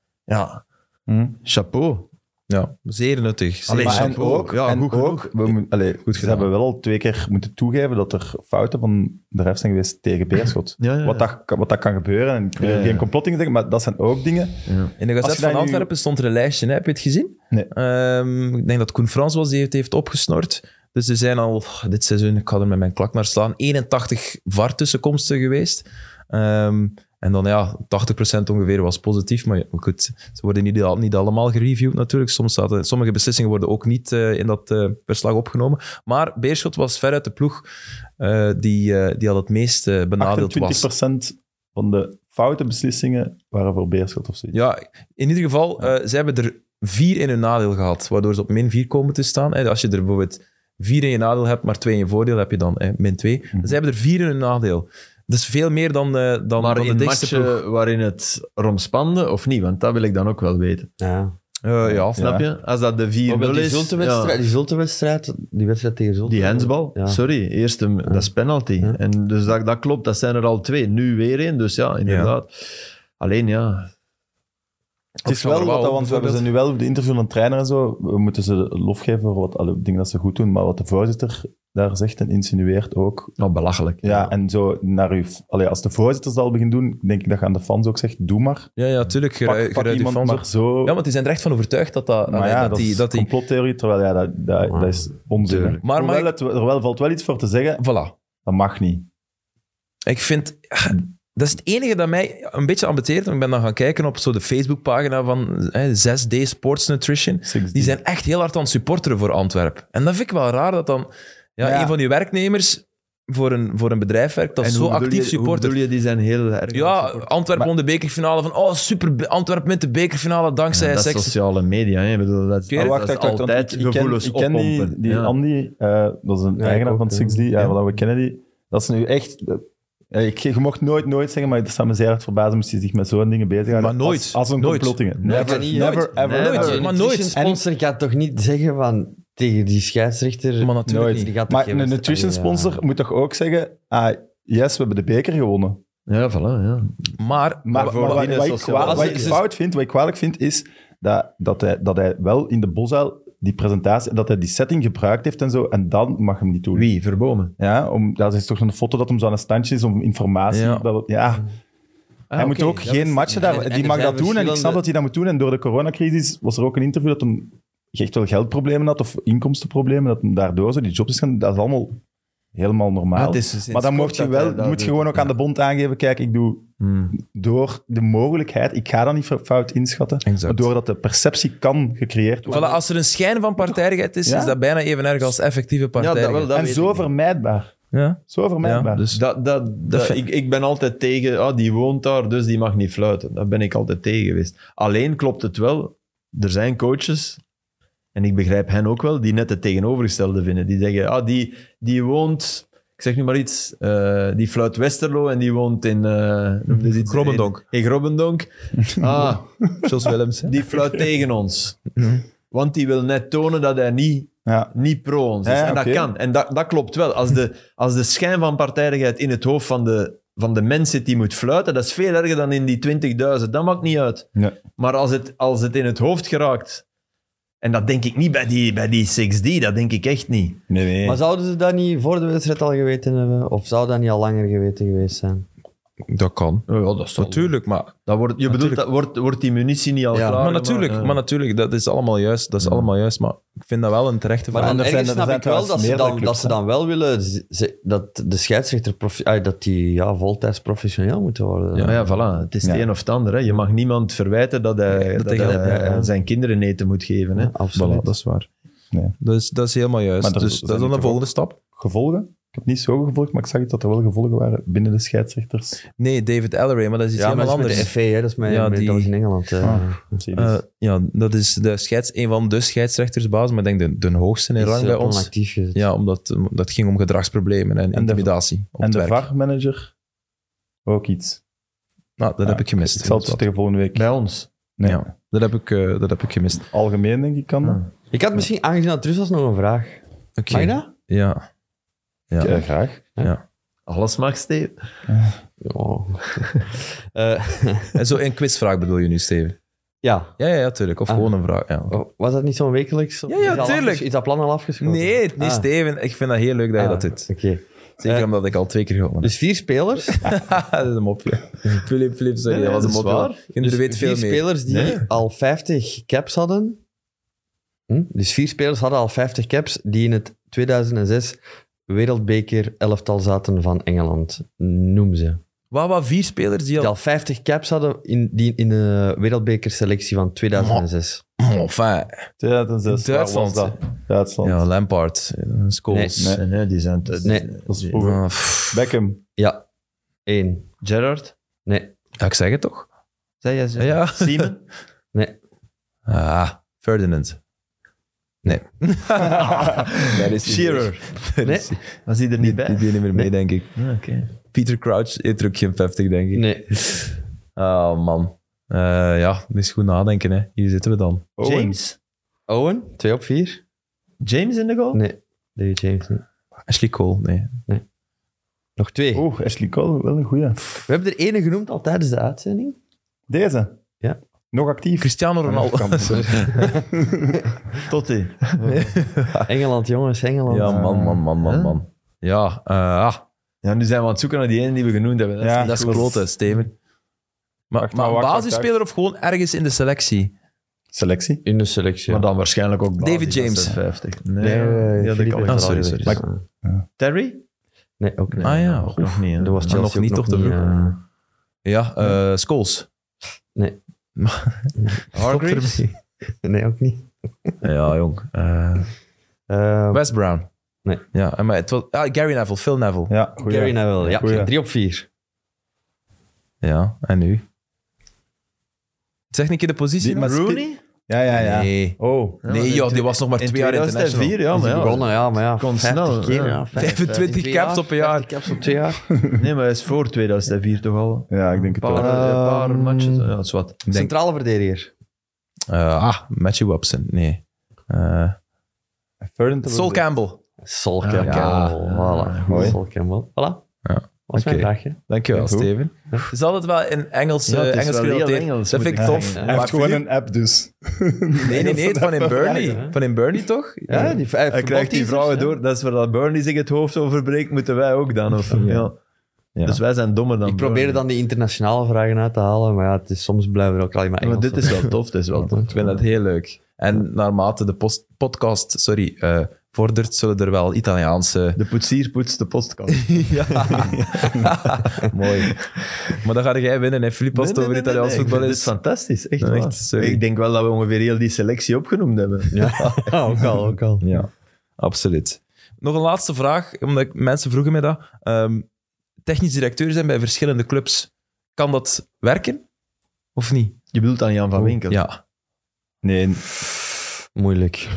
ja, Hm. chapeau. Ja, zeer nuttig. Zeer Alleen Maar en chapeau. ook, Ja, en goed ook genoeg. we, moet- allee, Goed ze gedaan. hebben wel al twee keer moeten toegeven dat er fouten van de ref zijn geweest tegen Beerschot. Ja, ja, ja. Wat, dat, wat dat kan gebeuren. En ik wil Ja, ja. geen complotting zeggen, maar dat zijn ook dingen. Ja. In de Als Gazet je van dat nu- Antwerpen stond er een lijstje. Hè? Heb je het gezien? Nee. Ehm, ik denk dat Koen Frans was die het heeft opgesnort. Dus er zijn al dit seizoen, ik ga er met mijn klak naar slaan, eenentachtig V A R-tussenkomsten geweest. Ehm, en dan ja, tachtig procent ongeveer was positief. Maar ja, goed, ze worden niet, al- niet allemaal gereviewd natuurlijk. Soms zaten, sommige beslissingen worden ook niet eh, in dat eh, verslag opgenomen. Maar Beerschot was veruit de ploeg eh, die, eh, die al het meest eh, benadeeld achtentwintig was. procent van de foute beslissingen waren voor Beerschot of zoiets. Ja, in ieder geval, eh ze hebben er vier in hun nadeel gehad, waardoor ze op min vier komen te staan. Hè. Als je er bijvoorbeeld vier in je nadeel hebt, maar twee in je voordeel, heb je dan hè, min twee. Mhm. Ze hebben er vier in hun nadeel. Dat is veel meer dan, eh, dan, Maar dan de in dichtste ploeg. matchen waarin het erom spande, of niet? Want dat wil ik dan ook wel weten. Ja. Eh, ja, Snap je? Als dat de vier nul Bijvoorbeeld die is... Zulte-wedstrijd, ja. die Zulte-wedstrijd, die wedstrijd tegen Zulte. Die handsbal, Ja. sorry, eerste, dat is penalty. Ja. En dus dat, dat klopt, dat zijn er al twee. Nu weer één, dus ja, inderdaad. Alleen ja, Het is wel wat, dat- want we hebben ze bijvoorbeeld. nu wel de interview aan het trainen en zo. We moeten ze lof geven voor wat alle dingen dat ze goed doen. Maar wat de voorzitter daar zegt en insinueert ook. nou, belachelijk. Ja, en zo naar uw, allee, als de voorzitter dat al begint doen, denk ik dat je aan de fans ook zegt: doe maar. Ja, ja, tuurlijk. Pak, Geruid, pak geruid die iemand fans maar op. zo. Ja, want die zijn er echt van overtuigd dat dat... maar allee, ja, dat dat, die, is dat die, complottheorie, terwijl ja, dat, dat, Wow. dat is onzin. Tuurlijk. Maar Hoewel mag het, er wel valt wel iets voor te zeggen, Voilà. dat mag niet. Ik vind... dat is het enige dat mij een beetje ambeteert. Want ik ben dan gaan kijken op zo de Facebookpagina van hè, zes D Sports Nutrition. six D. Die zijn echt heel hard aan het supporteren voor Antwerpen. En dat vind ik wel raar dat dan ja, Ja. een van die werknemers voor een, voor een bedrijf werkt dat En zo hoe bedoel actief je- Hoe supportert. bedoel je, die zijn heel erg... Ja, supporter. Antwerpen won de bekerfinale van oh super, Antwerpen wint de bekerfinale dankzij Ja, dat is seks. sociale media. Hè. Ik bedoel, dat, Oké, dat Maar wacht, is wacht, wacht, want altijd ik, ik ken, gevoelens ik ken die, oppompen. die Ja. Andy, eh, dat is een Ja, ik eigenaar ook, van ja. six D, ja, Ja. voilà, we kennen die. Dat is nu echt... eh, Ik, je mocht nooit, nooit zeggen, maar dat zou me zeer hard verbazen moest hij zich met zo'n dingen bezighouden. Maar nooit. Als, als een Nooit. complottingen. Nee, Never, kan niet. never, Nooit. ever. Nee, Nooit, ever. maar Een nooit. nutrition sponsor gaat toch niet zeggen van tegen die scheidsrechter... Maar natuurlijk Nooit. niet. Die gaat toch Maar geen een wedstrijd- nutrition Ah, ja. sponsor moet toch ook zeggen, ah, yes, we hebben de beker gewonnen. Ja, voilà. Ja. Maar, Maar, maar wat, voordien wat is ik, sociaal- kwa- Als wat ze- ik ze- fout vind, wat ik kwalijk vind, is dat, dat, hij, dat hij wel in de bosuil die presentatie, dat hij die setting gebruikt heeft en zo, en dan mag hem niet doen. Wie? Verbomen? Ja, om, dat is toch zo'n foto dat hem zo aan een standje is om informatie. Ja. Dat, ja. Ah, hij moet oké. ook Dat geen wist ik matchen niet. daar... En- en die er mag zijn dat doen en ik snap verschillende- dat hij dat moet doen. En door de coronacrisis was er ook een interview dat hem echt wel geldproblemen had of inkomstenproblemen, dat hem daardoor zo die jobs is gaan... Dat is allemaal helemaal normaal. Ja, het is sinds maar dan kort mocht je dat wel, hij dat moet je doet. gewoon ook aan de bond aangeven, kijk, ik doe Hmm. door de mogelijkheid, ik ga dat niet fout inschatten, Exact. maar doordat de perceptie kan gecreëerd worden. voilà, als er een schijn van partijdigheid is, Ja. is dat bijna even erg als effectieve Ja, dat, partijdigheid. wel, dat en weet zo ik niet. vermijdbaar. Ja, Zo vermijdbaar. ja, dus Dat, dat, dat, vind- ik, ik ben altijd tegen, ah, die woont daar, dus die mag niet fluiten. Daar ben ik altijd tegen geweest. Alleen klopt het wel, er zijn coaches, en ik begrijp hen ook wel, die net het tegenovergestelde vinden. Die zeggen, ah, die, die woont, ik zeg nu maar iets, eh, die fluit Westerlo en die woont in... eh noem eens iets, Grobbendonk. In, in Grobbendonk. Ah, Jos Willems. hè? die fluit tegen ons. Want die wil net tonen dat hij niet Ja. niet pro ons is. Ja, ja, en dat oké. kan. En dat, dat klopt wel. Als de, als de schijn van partijdigheid in het hoofd van de, van de mens zit die moet fluiten, dat is veel erger dan in die twintigduizend. Dat maakt niet uit. Ja. Maar als het, als het in het hoofd geraakt, en dat denk ik niet bij die, bij die six D, dat denk ik echt niet. Nee, nee. Maar zouden ze dat niet voor de wedstrijd al geweten hebben? Of zou dat niet al langer geweten geweest zijn? Dat kan. Ja, dat is Natuurlijk, maar, Dat wordt, je bedoelt, dat wordt, wordt die munitie niet al Ja. klaar? maar, natuurlijk, ja. maar natuurlijk, dat is allemaal juist. Dat is allemaal juist, maar ik vind dat wel een terechte Maar vraag. dan er zijn- ergens er snap zijn ik wel dat ze, trouwens dan, meerdere dat ze clubs, dan wel willen ze- ze- dat de scheidsrechter profi- ah, dat die ja, voltijds professioneel moet worden. Ja, maar ja, voilà. Het is Ja. het een of het ander. Hè. Je mag niemand verwijten dat hij, dat dat hij hij, geld- eh, ja. zijn kinderen eten moet geven. Hè. Ja, absoluut. Voilà, dat is waar. Nee. Dat, is, dat is helemaal juist. Maar er Dus zijn dat is dan toch de volgende stap. Gevolgen? Ik heb niet zo gevolgd, maar ik zag dat er wel gevolgen waren binnen de scheidsrechters. Nee, David Elleray, maar dat is iets Ja, maar helemaal dat is met anders. de F A, hè. Dat is, met, Ja, met- die- dat is in Engeland. eh. Ah, serieus. Eh, ja, dat is de scheids, een van de scheidsrechtersbaas, maar ik denk de, de hoogste in Die rang is, bij eh, ons. onactief gezet. Ja, omdat dat ging om gedragsproblemen en, de- intimidatie op en het de werk. V A R-manager ook iets. Nou, dat Ja, heb ik gemist. Ik zal het tegen volgende week. Bij ons. Nee. Ja, dat heb ik, eh, dat heb ik gemist. Algemeen, denk ik, kan dat. Ik had misschien, aangezien dat terug was, nog een vraag. Oké. Mag je dat? Ja. Ja. Ja, graag. Alles mag, Steven. Ja. Eh, En zo een quizvraag bedoel je nu, Steven? ja. Ja, ja, ja, tuurlijk. Of Ah. gewoon een vraag. Ja. Was dat niet zo'n wekelijks? Ja, ja, Is dat al tuurlijk. afges- Is dat plan al afgeschoten? Nee, niet Ah. Steven. Ik vind dat heel leuk dat je Ah, dat doet. Oké. Zeker Eh, omdat ik al twee keer gewonnen heb. Dus vier spelers. dat is een mopje. Filip, Filip, sorry. Nee, dat was dat een is mopje. waar. Je Dus weet veel vier meer. spelers die Nee. al vijftig caps hadden. Hm? Dus vier spelers hadden al vijftig caps die in het tweeduizend zes wereldbeker elftal zaten van Engeland. Noem ze. Wat, wat, vier spelers die Die al... al vijftig caps hadden in, die, in de wereldbekerselectie van tweeduizend zes. Oh, enfin. tweeduizend zes, Duitsland. waar was dat? Duitsland. Ja, Lampard. eh, Scholes. Nee. Nee, nee, die zijn... te- Nee. Dat is die- vroeger. Ah, pff. Beckham. Ja. Eén. Gerrard? Nee. Ja, ik zeg het toch? Zei jij zo? Ja, ja. Simon? Nee. Ah, Ferdinand. Nee. Daar is hij. Shearer? Daar Nee. is hij. Was hij er niet bij? Die deed niet meer mee, denk ik. Ah, oké. Peter Crouch heeft er ook geen vijftig, denk ik. Nee. Oh, man. Eh, ja, dat is goed nadenken, hè. Hier zitten we dan. Owen. James? Owen, twee op vier. James in de goal? Nee. David James niet. Ashley Cole, nee. Nog twee. Oeh, Ashley Cole, wel een goeie. We hebben er ene genoemd al tijdens de uitzending. Deze? Ja. Nog actief? Cristiano Ronaldo. Kan- Totti. Engeland, jongens, Engeland. Ja, man, man, man, man, Huh? man. Ja, eh, ah, Ja, nu zijn we aan het zoeken naar die ene die we genoemd hebben. Dat is Ja. niet dat is goed. klote, Steven. Maar, Wacht, maar maar een wacht, basisspeler of gewoon ergens in de selectie? Selectie? In de selectie. Maar dan waarschijnlijk ook basis, David James. dat is vijftig. Nee, Nee, ja, die had ik Philippe al. Ah, heeft sorry, er al sorry. gezegd. Terry? Nee, ook niet. Ah ja, ook nog niet. hè. Dat was Ah, Chelsea nog niet ook toch te niet, vroeg. eh, Ja, uh, Scholes. Nee. Hargreaves? Nee, ook niet. Ja, jong. Uh, Uh, Wes Brown. Nee. Ja, maar het was, ah, Gary Neville, Phil Neville. Ja, goeie. Gary Neville, ja. Goeie. Drie op vier. Ja, en nu? Zeg een keer de positie. Die- maar Rooney? Ja, ja, ja. Nee. Oh. Ja, nee, maar in joh, die twe- was nog maar in twee jaar tweeduizend vier, international. ja, maar Is ja. begonnen, ja, maar ja. Kon vijftig snel, keer, ja. ja. vijfentwintig twee caps jaar, op een jaar. vijftig caps op twee jaar. Nee, maar hij is voor tweeduizend vier toch al. Ja, ik denk Een het paar, wel. eh, een paar Ehm, matches. Ja, dat is wat. Denk- Centrale verdediger. Uh, ah, Matthew Webson. Nee. Uh, Ferdinand Sol Campbell. Sol Ah, Campbell. ja. Voilà. Mooi. Sol Campbell. Voilà. Ja. Was mijn Oké. vraagje. Dankjewel, Ja, goed. Steven. Het is altijd wel in Engels, Ja, uh, het is Engels wel heel gerelateerd. Engels, Dat moet vind ik ik tof. zeggen, Hij Maar heeft gewoon Filip- een app dus. Nee, nee, nee, het van in Burnley. Ja. Van in Burnley, toch? Ja, die vijf Hij krijgt die vragen door. Dat is waar dat Burnley zich het hoofd over breekt, moeten wij ook dan. Of, ja. Ja. Dus wij zijn dommer dan Ik probeer Burnley. dan die internationale vragen uit te halen, maar ja, het is, soms blijven er ook alleen maar Ja, maar Engels. dit is wel tof. Dit is wel tof. Ik vind dat heel leuk. En naarmate de post- podcast sorry, uh, vordert, zullen er wel Italiaanse... De poetsier poetst de podcast. Ja. Mooi. Maar dan ga jij winnen, hè, Filip, als het over Italiaans nee, voetbal ik vind is. dit fantastisch. Echt, Nee, waar. echt, sorry. Ik denk wel dat we ongeveer heel die selectie opgenoemd hebben. Ja, ook al, ook al. Ja, absoluut. Nog een laatste vraag, omdat ik- mensen vroegen mij dat. Um, technisch directeur zijn bij verschillende clubs. Kan dat werken? Of niet? Je bedoelt aan Jan van Winkel. Ja. Nee, Moeilijk.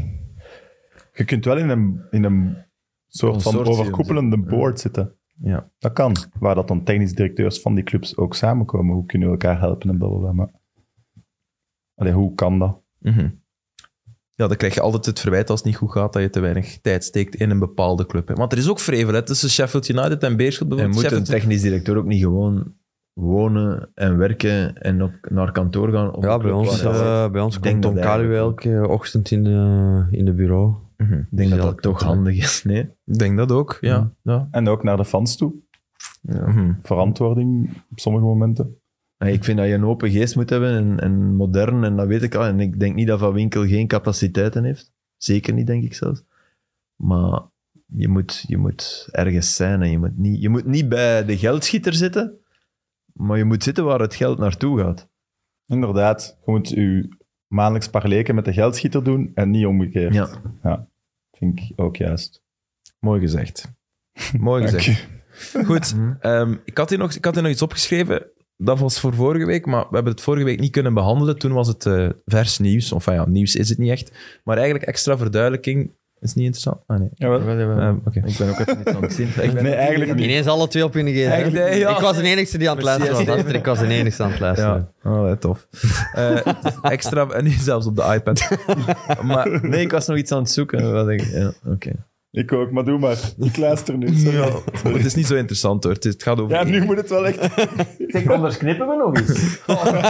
je kunt wel in een, in een soort van Consortium overkoepelende zitten. board zitten. Ja. Dat kan. Waar dat dan technisch directeurs van die clubs ook samenkomen. Hoe kunnen we elkaar helpen en blablabla. Maar... Allee, hoe kan dat? Mhm. Ja, dan krijg je altijd het verwijt als het niet goed gaat, dat je te weinig tijd steekt in een bepaalde club. Hè. Want er is ook vrevel hè, tussen Sheffield United en Beerschot En bijvoorbeeld. moet een Sheffield- technisch directeur ook niet gewoon wonen en werken en op, naar kantoor gaan? op Ja, de bij club ons, waar hij zit? uh, bij ons Ik denk komt Tom dat Kaluwe eigenlijk elke ochtend in de, in de bureau. Mhm. Ik denk Dus dat ja, dat toch kan. handig is. Nee? Ik denk dat ook, ja. ja. En ook naar de fans toe. Mhm. Verantwoording op sommige momenten. Nee, ik vind dat je een open geest moet hebben en, en modern, en dat weet ik al. En ik denk niet dat Van Winkel geen capaciteiten heeft. Zeker niet, denk ik zelfs. Maar je moet, je moet ergens zijn en je moet, niet, je moet niet bij de geldschieter zitten, maar je moet zitten waar het geld naartoe gaat. Inderdaad. Je moet je maandelijks parleken met de geldschieter doen en niet omgekeerd. Ja. Vind ik ook juist. Mooi gezegd. Mooi Dank gezegd. je. Goed, ehm, ik, had hier nog, ik had hier nog iets opgeschreven. Dat was voor vorige week, maar we hebben het vorige week niet kunnen behandelen. Toen was het eh, vers nieuws. Of ja, nieuws is het niet echt. Maar eigenlijk extra verduidelijking is niet interessant. Ah, nee. Jawel. Ehm, Oké. Ik ben ook even iets aan het zien. Ik ben Nee, eigenlijk niet. Ineens alle twee op hun gsm. Eigenlijk, nee, ja. Ik was de enige die aan het luisteren was. Astrid, ik was de enige aan het luisteren. Ja, oh, dat tof. Eh, extra, en nu zelfs op de iPad. maar, Nee, ik was nog iets aan het zoeken. Wat ik, ja, oké. Ik ook, maar doe maar. Ik luister nu. Sorry. ja, het is niet zo interessant hoor. Het, is- het gaat over... Ja, nu moet het wel echt... Zeg, anders knippen we nog eens.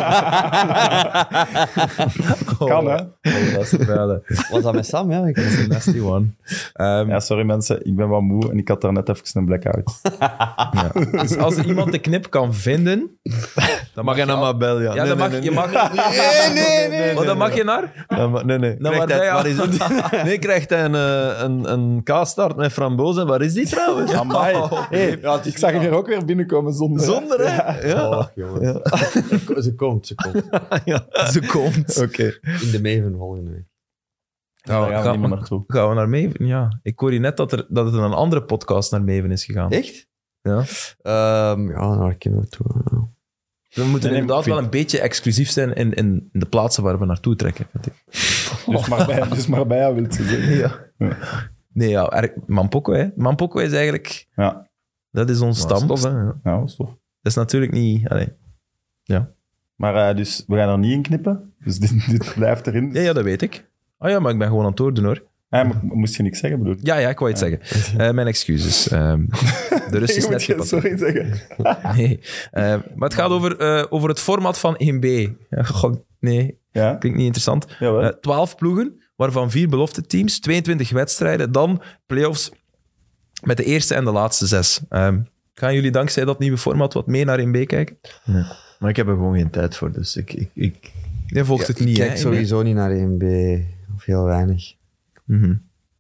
Kan, hè? Oh, dat is te bellen. Was dat met Sam? Ja, ik Dat is een nasty one. Ehm, Ja, sorry mensen. Ik ben wat moe en ik had daar net even een blackout. ja. Dus als er iemand de knip kan vinden... Dan Mag je nou al- maar bellen, ja. Ja, Nee, dan nee, mag, nee, je nee. mag... Nee, nee, nee. Maar dan mag je naar... Ja, maar- nee, nee. Nou, Krijgt waar hij, ben je waar is het? Nee, krijgt hij een, eh, een, een kaastaart met frambozen. Waar is die trouwens? Amai. Hey, Ja, ik zag hem hier ook weer binnenkomen zonder... Zonder, hè? Ja. Oh, jongen. Ze komt, ze komt. ja. Ze komt. Oké. In de Maven volgende week. Daar gaan we gaan, niet meer naartoe. gaan we naar Maven? Ja. Ik hoor hier net dat, er, dat het in een andere podcast naar Maven is gegaan. Echt? Ja. Um, ja, daar kunnen we toe. Ja. We moeten Nee, nee, inderdaad ik wel een beetje exclusief zijn in, in de plaatsen waar we naartoe trekken, vind ik. Dus maar bij, dus maar bij jou wilt ze zeggen. Ja. Nee, ja, erg- Mampoko, hè. Mampoko is eigenlijk... Ja, Dat is ons stam. Stof, hè? Ja. ja, dat is tof. Dat is natuurlijk niet... Allee. Maar eh, dus, we gaan er niet in knippen. Dus dit, dit blijft erin. Ja, ja, dat weet ik. Oh ja, maar ik ben gewoon aan het doordoen, hoor. Ah, maar moest je niks zeggen, bedoel ik? Ja, ja, ik wou iets zeggen. Eh, mijn excuses. Ehm, de rust is Ik net moet je gepakt. sorry zeggen. Nee. Eh, maar het gaat over, eh, over het format van één B. Ja, goh, nee, Ja, klinkt niet interessant. jawel. Eh, twaalf ploegen, waarvan vier belofte teams, tweeëntwintig wedstrijden, dan play-offs met de eerste en de laatste zes. Ehm, gaan jullie dankzij dat nieuwe format wat mee naar één B kijken? Nee. Maar ik heb er gewoon geen tijd voor, dus ik... ik, ik Jij volgt het niet, ik hè? kijk één B? sowieso niet naar één B. Of heel weinig. Mhm.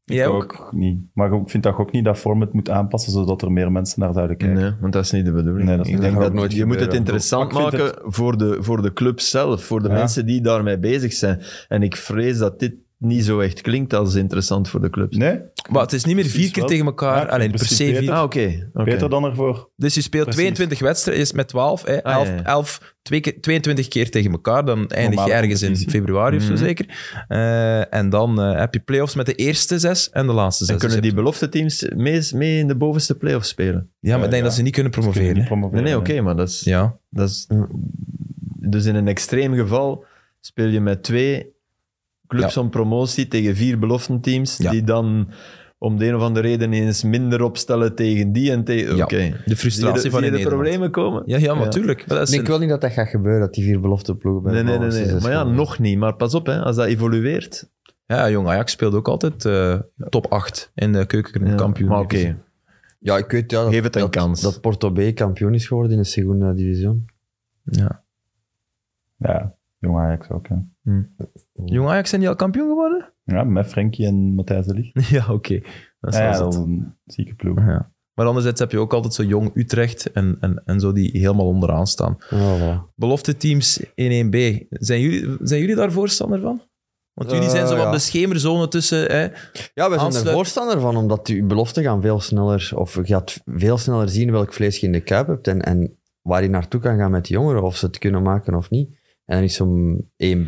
Jij ik ook? ook niet. Maar ik vind dat je ook niet dat format moet aanpassen, zodat er meer mensen naar zouden kijken. Nee, want dat is niet de bedoeling. Nee, dat is ik niet- denk dat dat gaat nooit je moet het gebeuren. interessant Maar ik vind maken voor, de, voor de club zelf, voor de Ja. mensen die daarmee bezig zijn. En ik vrees dat dit niet zo echt klinkt als interessant voor de clubs. Nee? Maar het is niet meer vier Precies keer wel. tegen elkaar. Ja, Alleen in per se principe vier. Ah, oké. oké. Beter dan ervoor. Dus je speelt Precies. tweeëntwintig wedstrijden, is met twaalf. Hè, Ah, elf, ja, ja. elf twee keer, tweeëntwintig keer tegen elkaar. Dan eindig je Normale ergens in competitie. februari of zo Mhm. zeker. Eh, en dan eh, heb je play-offs met de eerste zes en de laatste zes. En kunnen Dus die je belofte teams mee, mee in de bovenste play-offs spelen? hebt- Ja, maar ik denk Ja, dat ze niet kunnen Kun je promoveren. niet hè. promoveren, Nee, nee, oké, maar dat is... Ja. Dat is, dus in een extreem geval speel je met twee clubs om promotie tegen vier beloftenteams, Ja. die dan om de een of andere reden eens minder opstellen tegen die en tegen... Ja. Oké. De frustratie Zie je van de, in zie je de Nederland. problemen komen? Ja, ja, maar Ja. tuurlijk. Maar dat is Nee, een- ik wil niet dat dat gaat gebeuren, dat die vier belofteploegen bij Nee, de nee, nee. bovenste nee. zes Maar ja, komen. nog niet. Maar pas op, hè, als dat evolueert. Ja, jong Ajax speelde ook altijd eh, top acht in de keukenkampioen. Maar oké. Ja, ik weet ja, dat, Geef het een dat, kans. dat Porto B kampioen is geworden in de Segunda Division. Ja. Ja, jong Ajax ook. Hè. Jong Ajax zijn die al kampioen geworden? Ja, met Frenkie en Matthijs de Ligt. Ja, oké. Dat is Ja, wel ja, zot. dat is een zieke ploeg. Ja. Maar anderzijds heb je ook altijd zo jong Utrecht en, en, en zo die helemaal onderaan staan. Oh, voilà. Belofte teams in één B. Zijn jullie, zijn jullie daar voorstander van? Want jullie zijn zo Eh, wat ja. de schemerzone tussen... Hè? Ja, wij zijn Aansluit- er voorstander van, omdat je beloften gaan veel sneller, of je gaat veel sneller zien welk vlees je in de kuip hebt en, en waar je naartoe kan gaan met die jongeren, of ze het kunnen maken of niet. En dan is zo'n één B,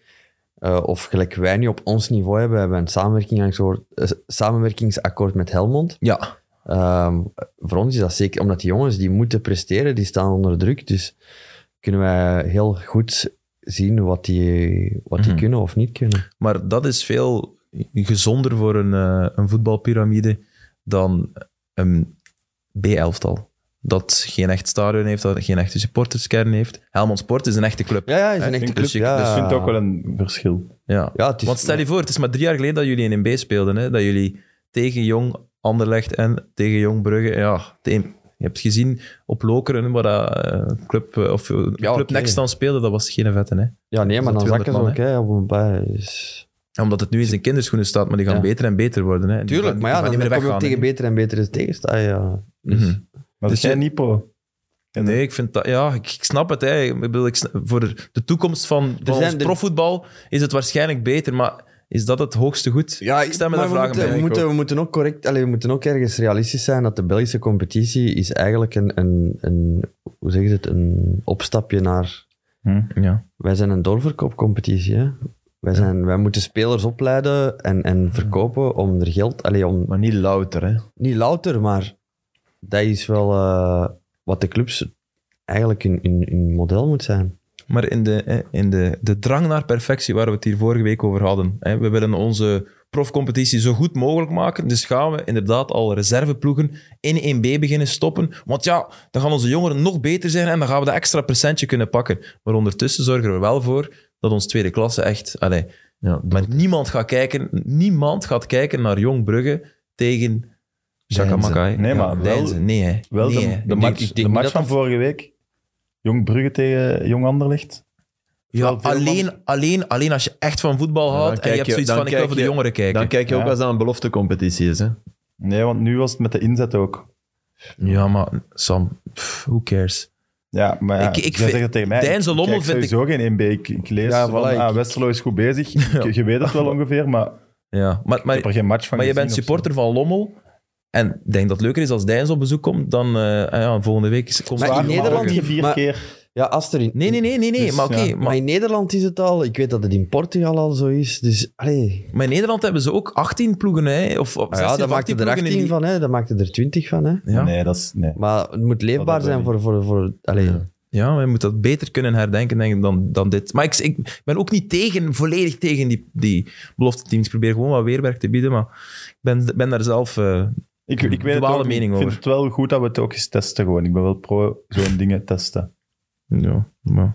uh, of gelijk wij nu op ons niveau hebben, hebben we een samenwerkingsakkoord, uh, samenwerkingsakkoord met Helmond. Ja. Um, voor ons is dat zeker, omdat die jongens die moeten presteren, die staan onder druk, dus kunnen wij heel goed zien wat die, wat die Mhm. kunnen of niet kunnen. Maar dat is veel gezonder voor een, eh, een voetbalpyramide dan een B-elftal. Dat geen echt stadion heeft, dat geen echte supporterskern heeft. Helmond Sport is een echte club. Ja, ja, is een Ik echte denk club. dus je- ja. Dus ik vind het ook wel een verschil. Ja. Ja, het is, Want stel je voor, het is maar drie jaar geleden dat jullie in een B speelden. Hè? Dat jullie tegen Jong Anderlecht en tegen Jong Brugge... Ja, te- je hebt gezien op Lokeren, waar dat eh, club, eh, of, eh, de Ja, club oké. next aan speelde, dat was geen vette. Hè? ja, nee, maar dat dan zakken ze ook. tweehonderd Hè, op een paar, is... Omdat het nu in zijn kinderschoenen staat, maar die gaan Ja. beter en beter worden. Hè? En die Tuurlijk, gaan- maar ja, die gaan dan, niet meer kom je ook weggaan, tegen hè. beter en betere tegenstaan. Ja. Dus, Mhm. Maar Dus dus jij je- niet pro? Nee, ik vind dat... Ja, ik, ik snap het. Hè. Ik bedoel, ik sna- voor de toekomst van, van zijn ons er- profvoetbal is het waarschijnlijk beter, maar is dat het hoogste goed? Ja, ik stel me maar daar we vragen moeten, bij. we, Ik moeten, ook. we, moeten ook correct, allee, we moeten ook ergens realistisch zijn dat de Belgische competitie is eigenlijk een, een, een hoe zeg je het, een opstapje naar... Hm? Ja. Wij zijn een doorverkoopcompetitie. Hè? Wij, zijn, wij moeten spelers opleiden en, en verkopen om er geld... Allee, om, Maar niet louter, hè. niet louter, maar dat is wel eh, wat de clubs eigenlijk in, in, in model moet zijn. Maar in, de, hè, in de, de drang naar perfectie waar we het hier vorige week over hadden. Hè, we willen onze profcompetitie zo goed mogelijk maken. Dus gaan we inderdaad al reserveploegen in één B beginnen stoppen. Want ja, dan gaan onze jongeren nog beter zijn en dan gaan we dat extra percentje kunnen pakken. Maar ondertussen zorgen we er wel voor dat ons tweede klasse echt... Allee, Ja, maar niemand gaat kijken, niemand gaat kijken naar Jong Brugge tegen Chakamakai. Nee, maar wel- Deinzen. Nee, hè. Wel nee, de, hè. de Ik denk- match, ik denk de niet match dat van dat- vorige week. Jong Brugge tegen Jong Anderlecht. Ja, Wel veel alleen, man- alleen, alleen als je echt van voetbal Ja, dan houdt en kijk je hebt je- zoiets dan van, ik wil kijk voor de je- jongeren kijken. Dan kijk je ook Ja. als dat een beloftecompetitie is, hè. Nee, want nu was het met de inzet ook. Ja, maar Sam, pff, who cares? Ja, maar ja, Ik- ik jij vind- zegt het tegen mij. Deinze ik Lommel kijk vind ik- sowieso geen één B. Ik, ik lees Ja, van, voilà, ik- ah, Westerlo is goed bezig. Je, je weet het wel ongeveer, maar Ja, maar, ik maar, heb er geen match van maar je gezien bent of zo. supporter van Lommel. En ik denk dat het leuker is als Deins op bezoek komt dan eh, ah ja, volgende week is, komt Maar Zwaar in op Nederland- Brugge. niet vier maar- keer. Ja, als er in, Nee, nee, nee, nee, nee Dus, maar oké. ja. Maar maar, in Nederland is het al... Ik weet dat het in Portugal al zo is. Dus, allee. maar in Nederland hebben ze ook achttien ploegen, hè? Of, of Ah ja, zestien dat of maakt er ploegen in achttien die- van, hè. Dat maakt er twintig van, hè. Ja. Nee, dat is... Nee. Maar het moet leefbaar Dat zijn weet voor... voor, voor allee. Ja. Ja, maar je moet dat beter kunnen herdenken denk ik, dan, dan dit. Maar ik, ik ben ook niet tegen, volledig tegen die, die belofte teams. Ik probeer gewoon wat weerwerk te bieden, maar ik ben, ben daar zelf... eh, Ik, ik weet het Duale ook niet. mening Ik vind over. het wel goed dat we het ook eens testen gewoon. Ik ben wel pro zo'n dingen testen. ja, maar... Maar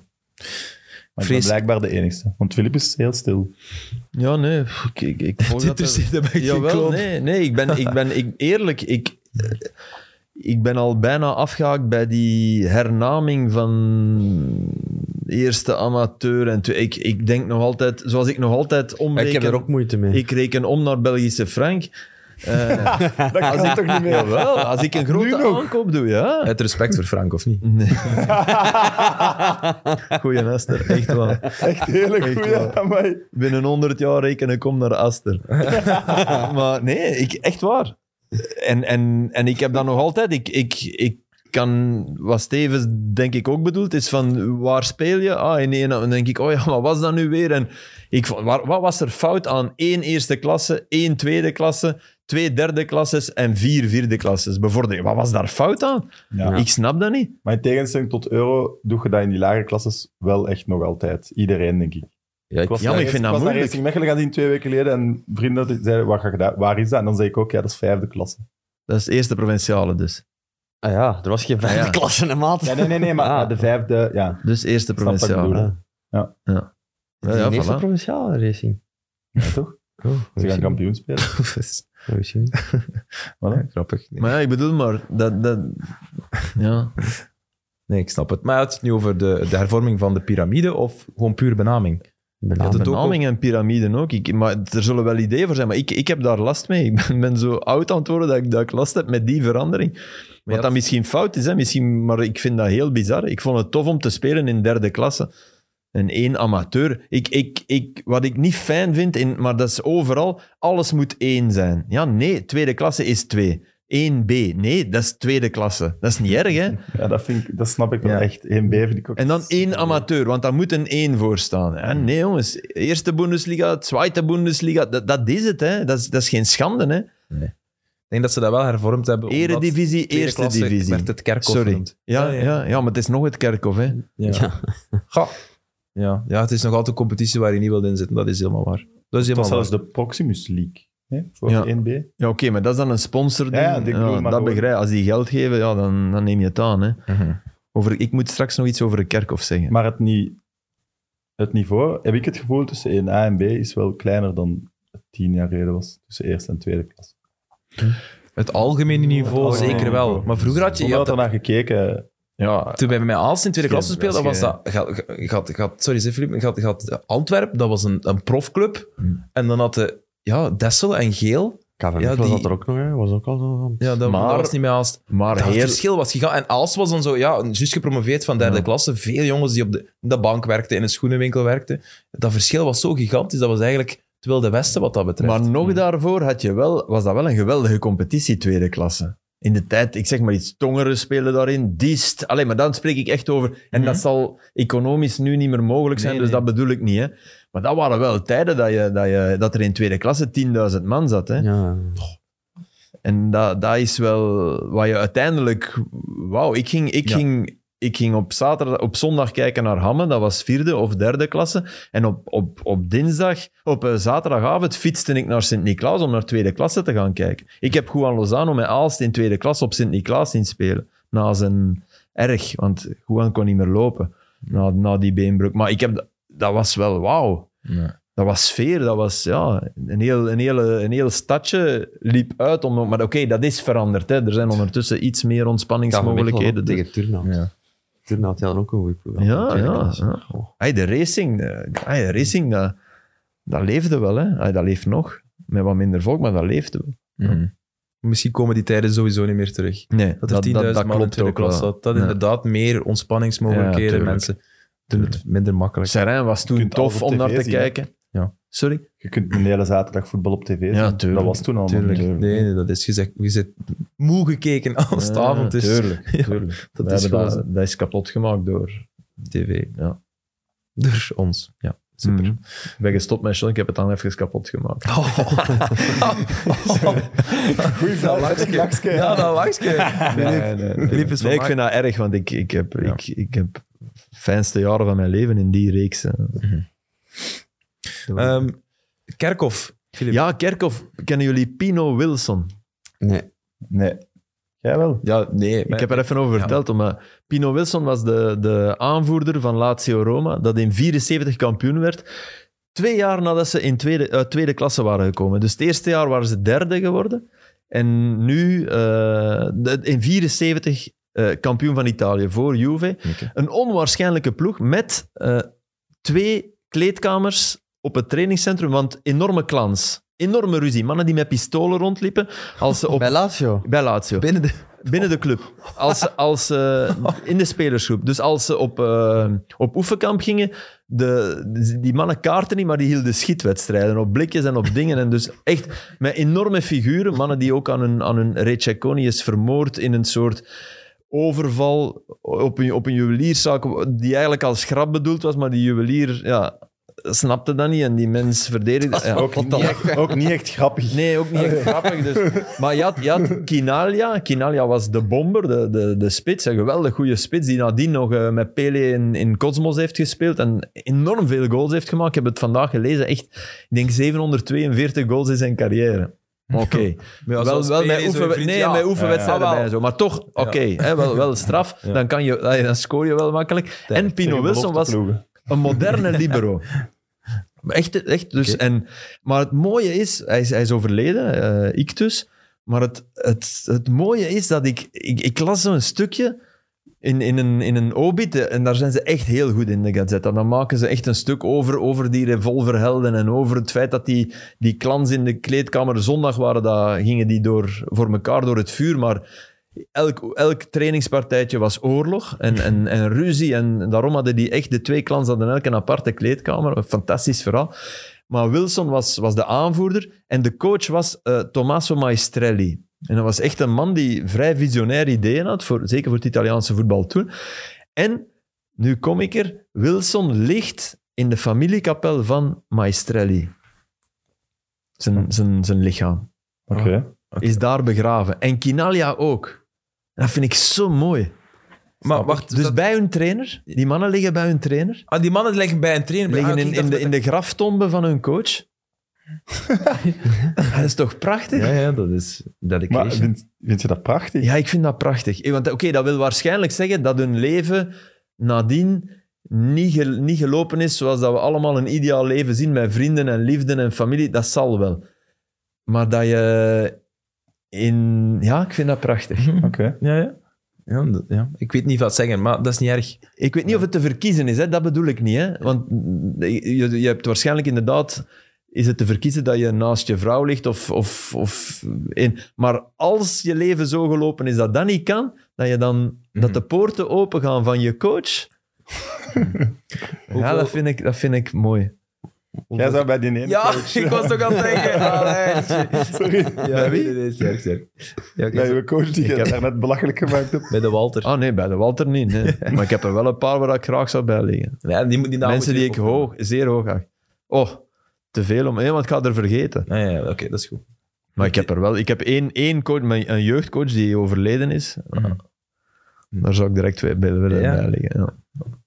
ik ben Vrees- blijkbaar de enigste. Want Filip is heel stil. Ja, nee. pff, Ik, ik, ik volg Dit dat is er- dit heb ik Jawel, geklopt. nee, nee. Ik ben, ik ben ik, eerlijk, ik, eh, ik ben al bijna afgehaakt bij die hernaming van, eerste amateur. En twee, ik, ik denk nog altijd, zoals ik nog altijd omreken... Ik heb er ook moeite mee. Ik reken om naar Belgische frank. Uh, Dat kan toch niet meer? Jawel, als ik een grote aankoop doe, ja. Het respect voor Frank, of niet? Nee. Goeie Aster, echt wel. Echt hele Echt goeie. wel. Amai. Binnen honderd jaar reken ik om naar Aster. Maar nee, ik, echt waar. En, en, en ik heb dat nog altijd. Ik, ik, ik kan, wat Stevens denk ik ook bedoelt, is van waar speel je? Ah, in één, dan denk ik, oh ja, wat was dat nu weer? En ik, vond, waar, wat was er fout aan één eerste klasse, één tweede klasse, twee derde klasses en vier vierde klasses? Bevordering. Wat was daar fout aan? Ja. Ik snap dat niet. Maar in tegenstelling tot euro doe je dat in die lagere klasses wel echt nog altijd. Iedereen, denk ik. Ja, ik, was ja, maar naar- ik vind dat was naar moeilijk. Racing Mechelen gaan zien twee weken geleden en vrienden zeiden, waar, ga je dat, waar is dat? En dan zei ik ook, ja, dat is vijfde klasse. Dat is de eerste provinciale dus. Ah ja, er was geen vijfde Ah ja. klasse, hè, maat. Ja, nee, nee, nee, maar Ah. de vijfde, ja. Dus eerste Snap wat ik provinciale. bedoel. Ah. Ja, Het is ja, de eerste voilà. provinciale racing. Ja, toch? Oh, Ze gaan kampioen spelen. kampioen. Voilà. grappig. Nee. Maar ja, ik bedoel maar, dat... dat ja. Nee, ik snap het. Maar had je het nu over de, de hervorming van de piramide of gewoon puur benaming? Ja, het ook benaming en piramiden ook. Ik, maar er zullen wel ideeën voor zijn, maar ik, ik heb daar last mee. Ik ben, ben zo oud aan het worden dat ik, dat ik last heb met die verandering. Wat had- dat misschien fout is, hè? Misschien, maar ik vind dat heel bizar. Ik vond het tof om te spelen in derde klasse. En één amateur. Ik, ik, ik, wat ik niet fijn vind, in, maar dat is overal, alles moet één zijn. Ja, nee, tweede klasse is twee. één B. Nee, dat is tweede klasse. Dat is niet erg, hè? Ja, dat, vind ik, dat snap ik wel Ja. echt. één B vind ik ook. En dan één amateur, want daar moet een één voor staan. Ja, nee, jongens. Eerste Bundesliga, tweede Bundesliga, dat, dat is het, hè. Dat is, dat is geen schande, hè. Ik denk dat ze dat wel hervormd hebben. omdat Eredivisie, tweede eerste klasse divisie. werd het kerkhof Sorry. genoemd. Ja, Ja, ja, ja. ja. maar het is nog het kerkhof, hè. Ja. Ja. Ga. Ja. ja, het is nog altijd een competitie waar je niet wilt inzitten. Dat is helemaal waar. Dat is Dat was helemaal zelfs waar. de Proximus League. Hè, voor Ja. één B. Ja, oké, maar dat is dan een sponsording. Ja, ja, ik bedoel, Ja, maar dat gewoon- begrijp ik. Als die geld geven, ja, dan, dan neem je het aan, hè. Mhm. Over, ik moet straks nog iets over een kerkhof zeggen. Maar het, niet, het niveau, heb ik het gevoel, tussen één A en B is wel kleiner dan het tien jaar geleden was. Tussen eerste en tweede klas. Het algemene niveau algemene zeker wel. niveau. Maar vroeger had je... je Zonder had dat er naar gekeken. Ja, Toen wij bij Aalst in tweede klasse Geen- speelden, dat was is dat... Gaat, gaat, gaat, sorry, zeg Filip. Gaat, gaat Antwerpen, dat was een, een profclub. Hmm. En dan had de ja, Dessel en Geel. K V Ja, was die- dat er ook nog, hè. Was ook al zo van... Ja, dat, Maar- dat was niet bij Aalst. maar Ja, het heel... verschil was gigantisch. En Aalst was dan zo, ja, juist gepromoveerd van derde Ja. klasse. Veel jongens die op de, in de bank werkten, in een schoenenwinkel werkten. Dat verschil was zo gigantisch. Dat was eigenlijk het Wilde Westen wat dat betreft. Maar nog daarvoor had je wel, was dat wel een geweldige competitie, tweede klasse. In de tijd, ik zeg maar iets, Tongeren spelen daarin, Diest. Allee, maar dan spreek ik echt over. En Mhm. dat zal economisch nu niet meer mogelijk zijn, Nee, dus nee. dat bedoel ik niet. Hè. Maar dat waren wel tijden dat, je, dat, je, dat er in tweede klasse tienduizend man zat. Hè. Ja. En dat, dat is wel wat je uiteindelijk... Wauw, ik ging, ik, Ja. ging, ik ging op, zaterdag, op zondag kijken naar Hamme, dat was vierde of derde klasse. En op, op, op dinsdag, op eh, zaterdagavond fietste ik naar Sint-Niklaas om naar tweede klasse te gaan kijken. Ik heb Juan Lozano met Aalst in tweede klasse op Sint-Niklaas zien spelen. Na zijn erg, want Juan kon niet meer lopen na, na die beenbreuk. Maar ik heb, dat was wel wauw. Ja. Dat was sfeer, dat was ja, een, heel, een, hele, een heel stadje liep uit. Om, maar oké, dat is veranderd. Hè. Er zijn ondertussen iets meer ontspanningsmogelijkheden. Tegen Turnhout. Ja. Turnhout had ook een goede ploeg. Ja, Tweede ja, klasse. ja. Oh. Hey, de racing, de, hey, de racing dat, dat leefde wel. Hè. Hey, dat leeft nog. Met wat minder volk, maar dat leefde wel. Mhm. Misschien komen die tijden sowieso niet meer terug. Nee, Dat er tienduizend man in tweede ook wel. klas zat. Dat Ja. inderdaad meer ontspanningsmogelijkheden. Ja, tuurlijk. Mensen doen het minder makkelijk. Serijn was Je toen kunt alles tof op om tv naar te zien, hè. kijken. Ja. Sorry? Je kunt een hele zaterdag voetbal op tv zien. Ja, tuurlijk. Dat was toen al. Tuurlijk. nog niet. Nee, nee, dat is gezegd. Je zit moe gekeken als het Ja, avond is. Tuurlijk, Ja, tuurlijk. dat We is hebben gewoon dat, zo. dat is kapot gemaakt door... tv. Ja. Door ons. Ja, super. Mhm. Ik ben gestopt met Sean, ik heb het dan even kapot gemaakt. Goeie Dat lachje. Ja, dat lachje. Nee, nee, Filip is van nee, ik mij. vind dat erg, want ik, ik, heb, Ja. ik, ik heb fijnste jaren van mijn leven in die reeks. eh. Ehm, Kerkhof. Filip. ja, Kerkhoff, kennen jullie Pino Wilson? Nee. Nee. Jij wel? Ja, nee. Ik heb er even over Ja. verteld, omdat Pino Wilson was de, de aanvoerder van Lazio Roma, dat in vierenzeventig kampioen werd. Twee jaar nadat ze in tweede, uit tweede klasse waren gekomen. Dus het eerste jaar waren ze derde geworden. En nu, eh, de- in vierenzeventig, uh, kampioen van Italië voor Juve. Okay. Een onwaarschijnlijke ploeg met uh, twee kleedkamers op het trainingscentrum, want enorme clans. Enorme ruzie. Mannen die met pistolen rondliepen. Als ze op... Bij Lazio? Bij Lazio. Binnen de... Binnen de club. Als ze, als ze, in de spelersgroep. Dus als ze op, uh, op oefenkamp gingen, de, die mannen kaarten niet, maar die hielden schietwedstrijden op blikjes en op dingen. En dus echt met enorme figuren. Mannen die ook aan hun, aan hun Receconi is vermoord in een soort overval op een, op een juwelierszaak die eigenlijk als grap bedoeld was, maar die juwelier... Ja, snapte dat niet en die mens verdedigde. Ja. Ook, niet echt, ook niet echt grappig. Nee, ook niet echt grappig. Dus. Maar je had, je had Quinaglia. Quinaglia was de bomber, de, de, de spits. Een geweldig goede spits die nadien nog uh, met Pele in, in Cosmos heeft gespeeld en enorm veel goals heeft gemaakt. Ik heb het vandaag gelezen. Echt, ik denk zevenhonderdtweeënveertig goals in zijn carrière. Oké. Okay. Ja, wel, wel met, oefen, nee, ja. met oefenwedstrijden ja, ja. bij en zo. Maar toch, oké. Okay, ja. wel, wel straf. Ja. Dan, kan je, dan scoor je wel makkelijk. Tijd. En Pino Wilson was een moderne libero. Echt, echt dus. Okay. En, maar het mooie is, hij is, hij is overleden, uh, ictus. Maar het, het, het mooie is dat ik... Ik, ik las zo'n stukje in, in een, in een obit, en daar zijn ze echt heel goed in, de Gazette. Dan maken ze echt een stuk over, over die revolverhelden en over het feit dat die, die clans in de kleedkamer zondag waren, dat gingen die door, voor elkaar door het vuur, maar... Elk, elk trainingspartijtje was oorlog en, en, en ruzie. En daarom hadden die echt, de twee clans hadden elk een aparte kleedkamer. Een fantastisch verhaal. Maar Wilson was, was de aanvoerder en de coach was uh, Tommaso Maestrelli. En dat was echt een man die vrij visionair ideeën had, voor, zeker voor het Italiaanse voetbal toen. En, nu kom ik er, Wilson ligt in de familiekapel van Maestrelli. Zijn, zijn, zijn lichaam. Oké. Okay. Okay. Is daar begraven. En Quinaglia ook. Dat vind ik zo mooi. Maar wacht, dus dat... bij hun trainer? Die mannen liggen bij hun trainer? Ah, die mannen liggen bij een trainer? Liggen ah, in, in, de, in de graftombe van hun coach? Dat is toch prachtig? Ja, ja, dat is dedication. Maar vind, vind je dat prachtig? Ja, ik vind dat prachtig. Want oké, okay, dat wil waarschijnlijk zeggen dat hun leven nadien niet, ge, niet gelopen is zoals dat we allemaal een ideaal leven zien met vrienden en liefde en familie. Dat zal wel. Maar dat je... In... Ja, ik vind dat prachtig. Oké. Okay. Ja, ja. Ja, dat, ja. Ik weet niet wat zeggen, maar dat is niet erg. Ik weet niet of het te verkiezen is, hè? Dat bedoel ik niet. Hè? Want je, je hebt waarschijnlijk inderdaad... Is het te verkiezen dat je naast je vrouw ligt? Of, of, of in, maar als je leven zo gelopen is dat dat niet kan, dat, je dan, mm. dat de poorten open gaan van je coach... ja, dat vind, ik, dat vind ik mooi. Jij zou bij die ene ja, coach... ik was toch aan het denken. Ah, Sorry. Ja, bij wie? Nee, sorry, sorry. Ja, bij je coach die je daar net belachelijk gemaakt hebt. Bij de Walter. Ah nee, bij de Walter niet. Nee. Maar ik heb er wel een paar waar ik graag zou bij liggen. Ja, die, die Mensen die ik hoog, zeer hoog acht. Oh, te veel om... Nee, want ik ga er vergeten. Ah, ja, ja, oké, okay, dat is goed. Maar ik heb er wel... Ik heb één, één coach, een jeugdcoach die overleden is. Mm. Daar zou ik direct bij willen ja. bij liggen. Ja.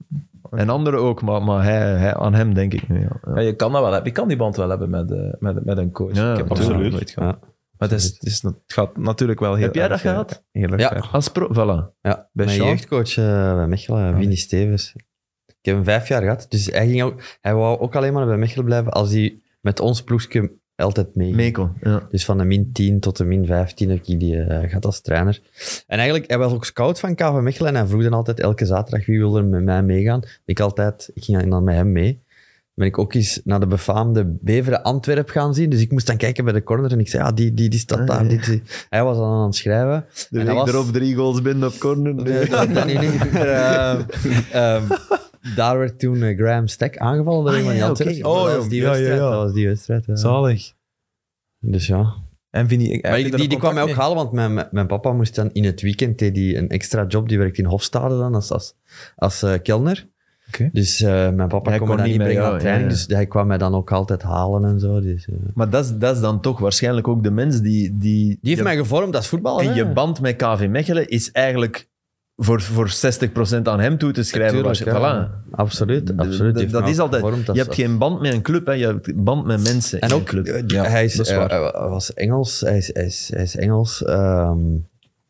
En anderen ook, maar, maar hij, hij, aan hem denk ik nu. Ja. Ja, je kan dat wel hebben. Je kan die band wel hebben met, uh, met, met een coach. Ja, ik heb absoluut. het nooit gehad. Ja. Maar het, is, het, is, het gaat natuurlijk wel heel Heb jij erg, dat gehad? Heel erg ja. ver. Als pro, voilà. Ja, bij mijn Sean? jeugdcoach uh, bij Mechelen, Vinnie Ah. Stevens. Ik heb hem vijf jaar gehad. Dus hij, ging ook, hij wou ook alleen maar bij Mechelen blijven als hij met ons ploegje altijd mee. Meekon, ja. Dus van de min tien tot de min vijftien heb ik die uh, gehad als trainer. En eigenlijk, hij was ook scout van K V Mechelen en hij vroeg dan altijd elke zaterdag wie wilde er met mij meegaan. Ik, altijd, ik ging dan met hem mee. Ben ik ook eens naar de befaamde Beveren Antwerp gaan zien. Dus ik moest dan kijken bij de corner en ik zei, ja, die, die, die staat daar. Die, die. Hij was dan aan het schrijven. De en week was... erop drie goals binnen op corner. Nee, nee, nee. nee. uh, um, daar werd toen uh, Graham Stack aangevallen door ah, iemand ja, die Antwerp. okay. Oh, dat was die ja, wedstrijd. ja, ja. Dat was die wedstrijd. Ja. Zalig. Dus ja. En vind je, Maar ik, die, die kwam mij ook halen, want mijn, mijn papa moest dan in het weekend deed die een extra job. Die werkte in Hofstade dan als, als, als uh, kelner. Okay. Dus uh, mijn papa hij kon me dan niet brengen jou, aan training. ja, ja. Dus hij kwam mij dan ook altijd halen en zo. Dus, uh. Maar dat is, dat is dan toch waarschijnlijk ook de mens die... Die, die heeft je, mij gevormd als voetballer. En hè? je band met K V Mechelen is eigenlijk voor, voor zestig procent aan hem toe te schrijven. Tuurlijk, je, ja. voilà. Absoluut, absoluut. Dat, dat is altijd... Gevormd, je hebt geen band met een club, hè. Je hebt een band met mensen en in ook, een club. ja, hij, is, is uh, hij was Engels, hij is, hij is, hij is Engels um,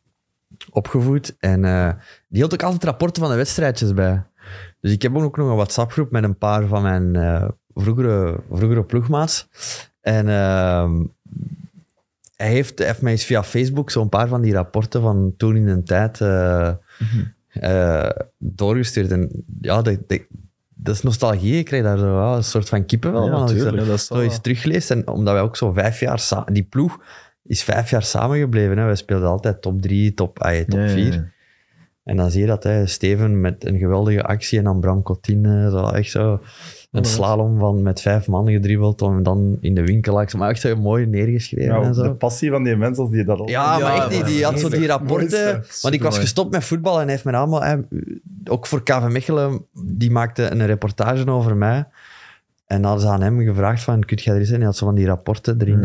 opgevoed. En uh, die hield ook altijd rapporten van de wedstrijdjes bij. Dus ik heb ook nog een WhatsApp-groep met een paar van mijn uh, vroegere, vroegere ploegmaats. En uh, hij, heeft, hij heeft mij eens via Facebook zo'n paar van die rapporten van toen in een tijd uh, Mm-hmm. uh, doorgestuurd. En ja, dat, dat, dat is nostalgie. Ik krijg daar zo, ja, een soort van kippenvel Ja, van. Als ik tuurlijk, dat dat is zo wel- eens teruglees. En omdat wij ook zo vijf jaar... sa- Die ploeg is vijf jaar samengebleven. Hè. Wij speelden altijd top drie, top, ay, top Ja, ja, vier. ja. En dan zie je dat, hè, Steven met een geweldige actie en dan Bram Cotin, zo, echt zo een slalom van met vijf man gedribbeld om dan in de winkel, maar echt zo mooi neergeschreven Ja, en zo. de passie van die mensen als die dat al... Ja, maar echt, die, die had zo die rapporten. Mooiste. Want ik was gestopt met voetbal en hij heeft me allemaal... Hè, ook voor K V Mechelen, die maakte een reportage over mij. En hadden ze aan hem gevraagd van, kun jij er eens zijn? Hij had zo van die rapporten erin,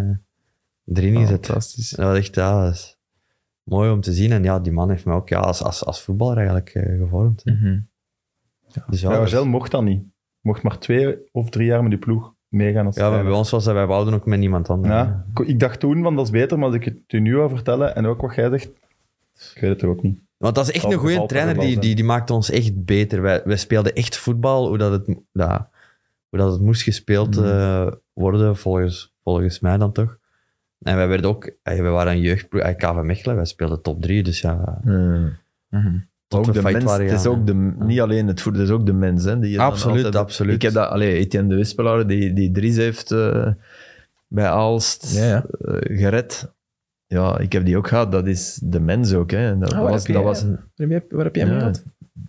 eh, erin Oh, gezet. fantastisch. Dat was echt, ja, dat is mooi om te zien. En ja, die man heeft me ook ja, als, als, als voetballer eigenlijk eh, gevormd. Hè. Mhm. Dus ja, Ja, dat is- Marcel mocht dat niet. Mocht maar twee of drie jaar met die ploeg meegaan. Als ja, maar bij trainer. ons was dat, wij wouden ook met niemand anders. Ja, ik- ik dacht toen van dat is beter, maar als ik het u nu wil vertellen en ook wat jij zegt, ik weet het toch ook niet. Want dat is echt Zal een goede geval trainer, per die, geval die, die maakte ons echt beter. Wij, wij speelden echt voetbal, hoe dat het, ja, hoe dat het moest gespeeld eh, worden, volgens, volgens mij dan toch. En wij werden ook, eh, wij waren een jeugdploeg, eh, K V Mechelen, wij speelden top drie, dus ja, Ja. Mhm. tot Ook we de failliet mens, waren het is gegaan, ook hè. de, niet alleen het voet, het is ook de mens. Hè, die je dan Absoluut, altijd- absoluut. Ik heb dat, allee, Etienne de Wispelaar, die, die Dries heeft eh, bij Aalst Ja, ja. eh, gered. Ja, ik heb die ook gehad. Dat is de mens ook. Hè. Dat, Ah, waar, was, heb jij, dat was waar, heb je, waar heb jij hem ja, gehad?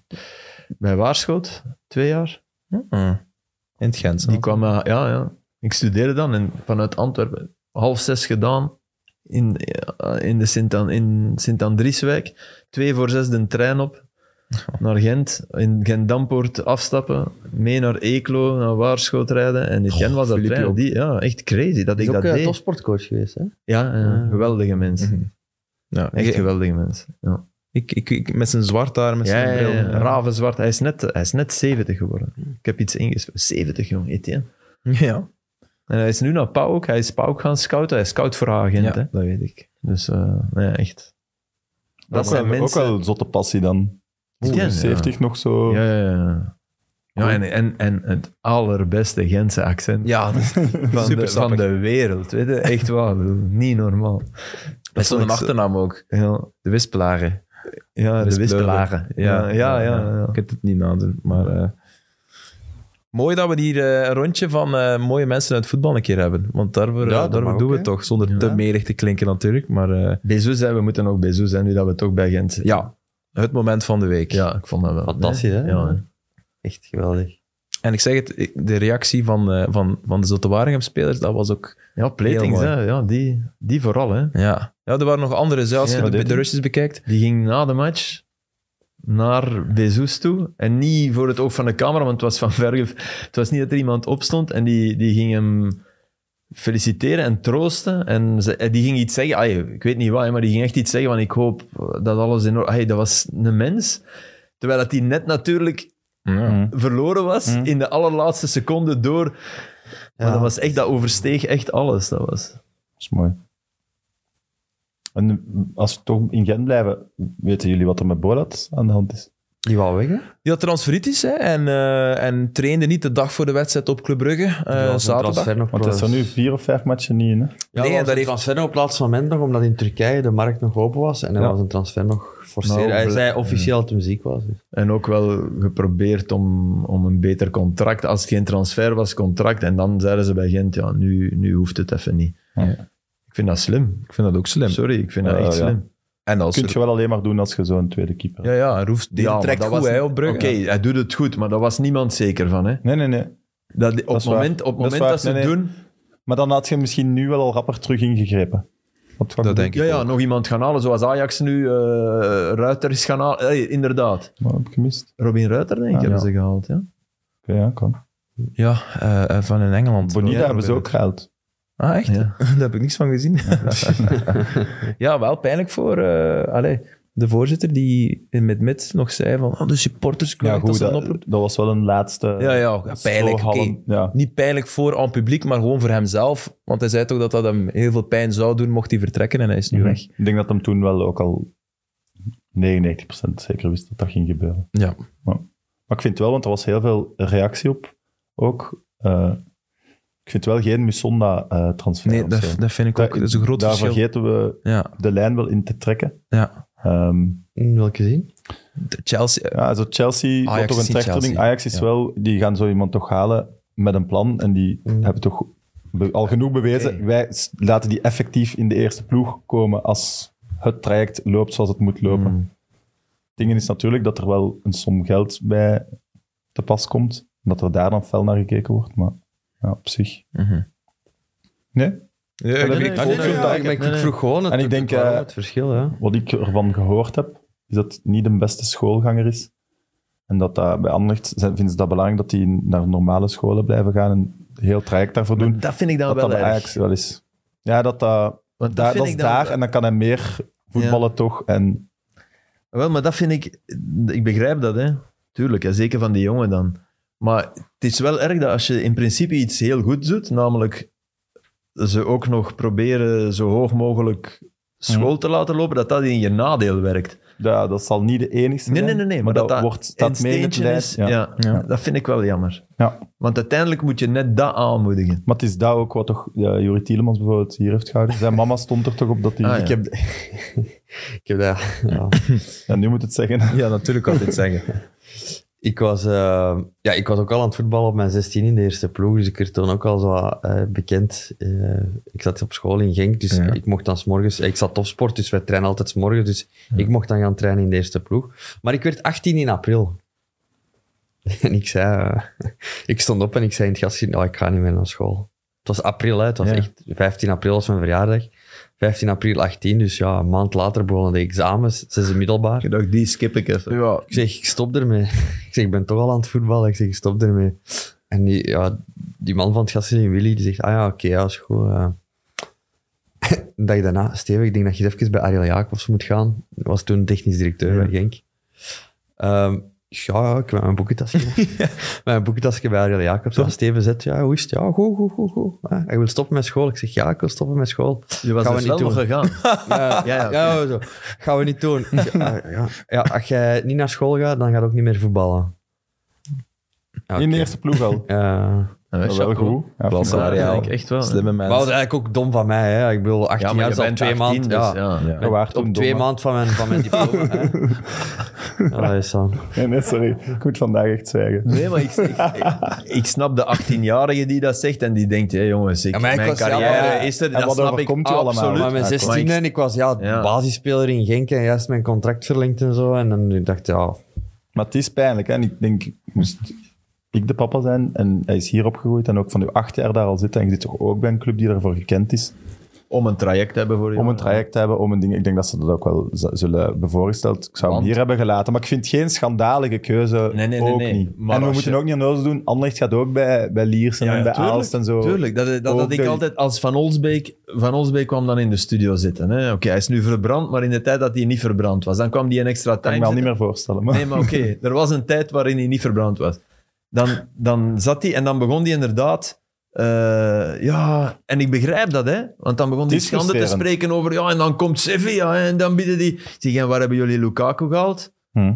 bij Waarschoot, twee jaar. Mhm. In het Gent. Die kwam, eh, ja, ja. Ik studeerde dan en vanuit Antwerpen half zes gedaan in, eh, in de Sint- in Sint-Andrieswijk. Twee voor zes de trein op naar Gent. In Gent-Dampoort afstappen. Mee naar Eeklo, naar Waarschoot rijden. En Etienne was dat Filipje trainer. ook. Die, ja, echt crazy dat Hij ik is ook dat eh, deed. topsportcoach geweest, hè? Ja, ja, Ah. geweldige mens. Mhm. Ja, Echt ik, geweldige mens. Ja. ik, ik, ik- met zijn zwart haar, met Ja, zijn ja, bril. ja. Ja. Ravenzwart. Hij is, net, hij is net zeventig geworden. Ik heb iets ingespeeld. zeventig, jong, Etienne. Ja, En hij is nu naar PAOK. Hij is PAOK gaan scouten. Hij is scout voor agent. ja Hè. dat weet ik. Dus uh, ja, echt. Dat ook, zijn wel, mensen... ook wel zotte passie dan. Ja, ja. zeventig nog zo. Ja, ja, ja. Ja, en, en, en het allerbeste Gentse accent Ja, dat is van, super de, van sappig. de wereld. Weet je? Echt waar. Niet normaal. Met zo'n vond ik zo- achternaam ook. Ja, De Wispelaren. ja de Wispelaren. Ja, Ja, ja, ja. ja. Ik kan het niet nadoen, maar... eh, mooi dat we hier eh, een rondje van eh, mooie mensen uit voetbal een keer hebben. Want daarvoor, Ja, eh, dat daarvoor mag doen we ook, het hè. toch, zonder Ja. te merig te klinken natuurlijk. Maar eh, Bezos zijn, we moeten ook Bezos zijn, nu dat we toch bij Gent zitten. ja, het moment van de week. Ja, ik vond dat wel. Fantastisch, hè? Ja, hè. Echt geweldig. En ik zeg het, ik- de reactie van, eh, van, van de Zulte Waregem-spelers, dat was ook... ja Platings, Heel mooi. hè. Ja, die, die vooral. Hè. Ja, ja er waren nog andere. Zelfs als Ja, je de, dit- de Russisch bekijkt. Die ging na de match naar Bezos toe. En niet voor het oog van de camera, want het was van ver. Het was niet dat er iemand opstond en die, die ging hem feliciteren en troosten. En ze, die ging iets zeggen. Ay, ik weet niet wat, hè, maar die ging echt iets zeggen van ik hoop dat alles in orde... Ay, dat was een mens. Terwijl dat die net natuurlijk Ja. Mm. verloren was Mm. in de allerlaatste seconde door. Maar Ja. dat was echt, dat oversteeg echt alles. Dat was... Dat is mooi. En als we toch in Gent blijven, weten jullie wat er met Bolat aan de hand is? Die wou weg, hè? Die had transferitis hè, en, eh, en trainde niet de dag voor de wedstrijd op Club Brugge. eh, Die was een zaterdag. transfer nog Want er is er nu vier of vijf matchen niet in. Hè? Ja, Nee, nee, en daar heeft- transfer nog op het laatste moment nog, omdat in Turkije de markt nog open was. En hij Ja. was een transfer nog geforceerd. Nou, hij bl- zei officieel dat hij ziek was. Dus. En ook wel geprobeerd om, om een beter contract. Als het geen transfer was, contract. En dan zeiden ze bij Gent, ja, nu, nu hoeft het even niet. Ja. Ik vind dat slim. Ik vind dat ook slim. Sorry, ik vind dat Ja, echt ja. slim. En als Dat kun je wel alleen maar doen als je zo'n tweede keeper Ja, hebt. ja, Roef die Ja, maar trekt dat goed was- hè, op Brugge. Oké, hij doet het goed, maar daar was niemand zeker van. Hè? Nee, nee, nee. Dat, op Dat het is waar. moment, op het Dat is moment dat, waar. ze Nee, het nee. doen... Maar dan had je misschien nu wel al rapper terug ingegrepen. Wat Dat denk ik Ja, ja, ook. nog iemand gaan halen, zoals Ajax nu uh, Ruiter is gaan halen. Hey, inderdaad. Maar heb ik gemist. Robin Ruiter, denk ik, Ah, hebben ja. ze gehaald. Ja? Oké, ja, kan. Ja, eh, eh, van in Engeland. Bonita Ja, hebben ze ook gehaald. Ah, echt? Ja. Daar heb ik niks van gezien. Ja, wel pijnlijk voor eh, allee, de voorzitter die in mid-mid nog zei van oh, de supporters Ja, dat goed, ze een dat, oproep. dat was wel een laatste... Ja, ja, ja, pijnlijk. strohalm. Oké. Ja. Niet pijnlijk voor aan het publiek, maar gewoon voor hemzelf. Want hij zei toch dat dat hem heel veel pijn zou doen mocht hij vertrekken en hij is nu Mhm. weg. Ik denk dat hem toen wel ook al negenennegentig procent zeker wist dat dat ging gebeuren. Ja. Maar ik vind wel, want er was heel veel reactie op ook. eh, ik vind wel geen Musonda-transfer. Nee, dat, dat vind ik ook. Dat is een groot daar verschil. vergeten we Ja, de lijn wel in te trekken. ja. Um, In welke zin? De Chelsea... ja, zo Chelsea, Ajax wat toch een is trechterding. Chelsea. Ajax is Ja. wel, die gaan zo iemand toch halen met een plan. En die Mm. hebben toch be- al genoeg bewezen. Oké. Wij s- laten die effectief in de eerste ploeg komen als het traject loopt zoals het moet lopen. Mm. Het ding is natuurlijk dat er wel een som geld bij te pas komt. Dat er daar dan fel naar gekeken wordt. Maar ja, op zich. Mhm. Nee? Ja, heb ik- ik ik ook vond- zo'n Ja, dag. ik, ik Nee, nee. vroeg gewoon het, En ik denk, waarom eh, het verschil, ja. Wat ik ervan gehoord heb, is dat het niet de beste schoolganger is. En dat dat bij Anderlecht zijn- vinden ze dat belangrijk dat die naar normale scholen blijven gaan en heel traject daarvoor doen. Dat vind ik dan Dat wel dat bij erg. Ajax wel is. Ja, dat, dat, Want daar, vind dat is ik dan- daar en dan kan hij meer voetballen toch. En Wel, maar dat vind ik... Ik begrijp dat, hè. Tuurlijk, hè. Zeker van die jongen dan. Maar het is wel erg dat als je in principe iets heel goed doet, namelijk ze ook nog proberen zo hoog mogelijk school te laten lopen, dat dat in je nadeel werkt. ja, dat zal niet de enigste Nee, zijn. nee, nee. nee Maar, maar dat, dat, wordt, staat een mee in het steentje lijst. is... Ja. Ja. Ja. dat vind ik wel jammer. Ja. Want uiteindelijk moet je net dat aanmoedigen. Maar het is dat ook wat toch ja, Juri Tielemans bijvoorbeeld hier heeft gehouden. Zijn mama stond er toch op dat hij... Ah, ja. Ik heb, ik heb dat... Ja. Ja, nu moet het zeggen. Ja, natuurlijk kan ik dit zeggen. Ik was, eh, ja, ik was ook al aan het voetballen op mijn zestien in de eerste ploeg, dus ik werd toen ook al zo eh, bekend. Eh, ik zat op school in Genk, dus Ja. ik mocht dan 's morgens... Ik zat topsport, dus wij trainen altijd 's morgens, dus ik mocht dan gaan trainen in de eerste ploeg. Maar ik werd achttien in april. En ik zei... eh, ik stond op en ik zei in het gastje, nou, ik ga niet meer naar school. Het was april, hè, het was Ja. echt... vijftien april was mijn verjaardag. vijftien april achttien, dus ja, een maand later begonnen de examens, zesde middelbaar. Ik dacht, die skip ik even. Ja, Ik zeg, ik stop ermee. Ik zeg, ik ben toch al aan het voetballen. Ik zeg, ik stop ermee. En die, ja, die man van het gastgezin, Willy, die zegt, ah ja, oké, ja, is goed. Uh. Een dag daarna, Steven, ik denk dat je even bij Ariel Jacobs moet gaan. Dat was toen technisch directeur bij Genk. Um, ja, ja, ik heb mijn boekentasje. Mijn boekentasje bij Ariel Jacobs. Ja, Steven zet, ja, hoe is het? Ja, goed, goed, goed, goed. Ja, hij wil stoppen met school. Ik zeg, ja, ik wil stoppen met school. Je was Gaan we dus niet wel nog doen. gegaan. Ja, Ja, ja, oké. ja, zo. Gaan we niet doen. Ja, ja. Ja, als jij niet naar school gaat, dan ga je ook niet meer voetballen. Ja, In de oké. eerste ploeg al. Ja. Ja, Dat is wel chapeau. goed. Ja, Klas, vind ik Ja, wel. Ariel. denk ik echt wel. Slimme Maar dat mensen. was eigenlijk ook dom van mij. Hè. Ik bedoel, achttien Ja, maar jaar je is al bent twee achttien, maanden. dus Ja. ja. Ja. We waren toen Op twee dom, hè. maanden van mijn, van mijn diploma. Hè. Ja, dat is zo. Nee, nee, sorry. Ik moet vandaag echt zwijgen. Nee, maar ik, ik, ik, ik snap de achttienjarige die dat zegt en die denkt, hé jongens, ik, Ja, maar ik mijn was- ja, carrière maar- is er, En dat wat snap ik overkomt u allemaal? absoluut. Maar mijn Ja, zestien en ik was ja, Ja. basisspeler in Genk en juist mijn contract verlengd en zo. En dan ik dacht ja, Maar het is pijnlijk. Hè? En ik denk, moest ik de papa zijn en hij is hier opgegroeid en ook van uw acht jaar daar al zitten en je zit toch ook bij een club die daarvoor gekend is, Om een traject te hebben voor je. om een traject te hebben, om een ding. Ik denk dat ze dat ook wel z- zullen bevoorgesteld. Ik zou Want- hem hier hebben gelaten, maar ik vind het geen schandalige keuze. Nee, nee, nee, ook nee. niet. Maar En we als moeten je- ook niet onnozel doen. Anderlecht gaat ook bij, bij Liersen Ja, en ja, bij tuurlijk, Aalst en zo. Tuurlijk, dat, dat, dat Ook ik dat- altijd als Van Olsbeek... Van Olsbeek kwam dan in de studio zitten. hè. Oké, hij is nu verbrand, maar in de tijd dat hij niet verbrand was, dan kwam hij een extra kan time ik me al niet zitten. meer voorstellen. Maar. Nee, maar oké, er was een tijd waarin hij niet verbrand was. Dan, dan zat hij en dan begon hij inderdaad... eh, ja, en ik begrijp dat, hè. Want dan begon hij is schande te frustrerend. spreken over... Ja, en dan komt Sevilla hè, en dan bieden die... Ik zeg, en waar hebben jullie Lukaku gehaald? Hm.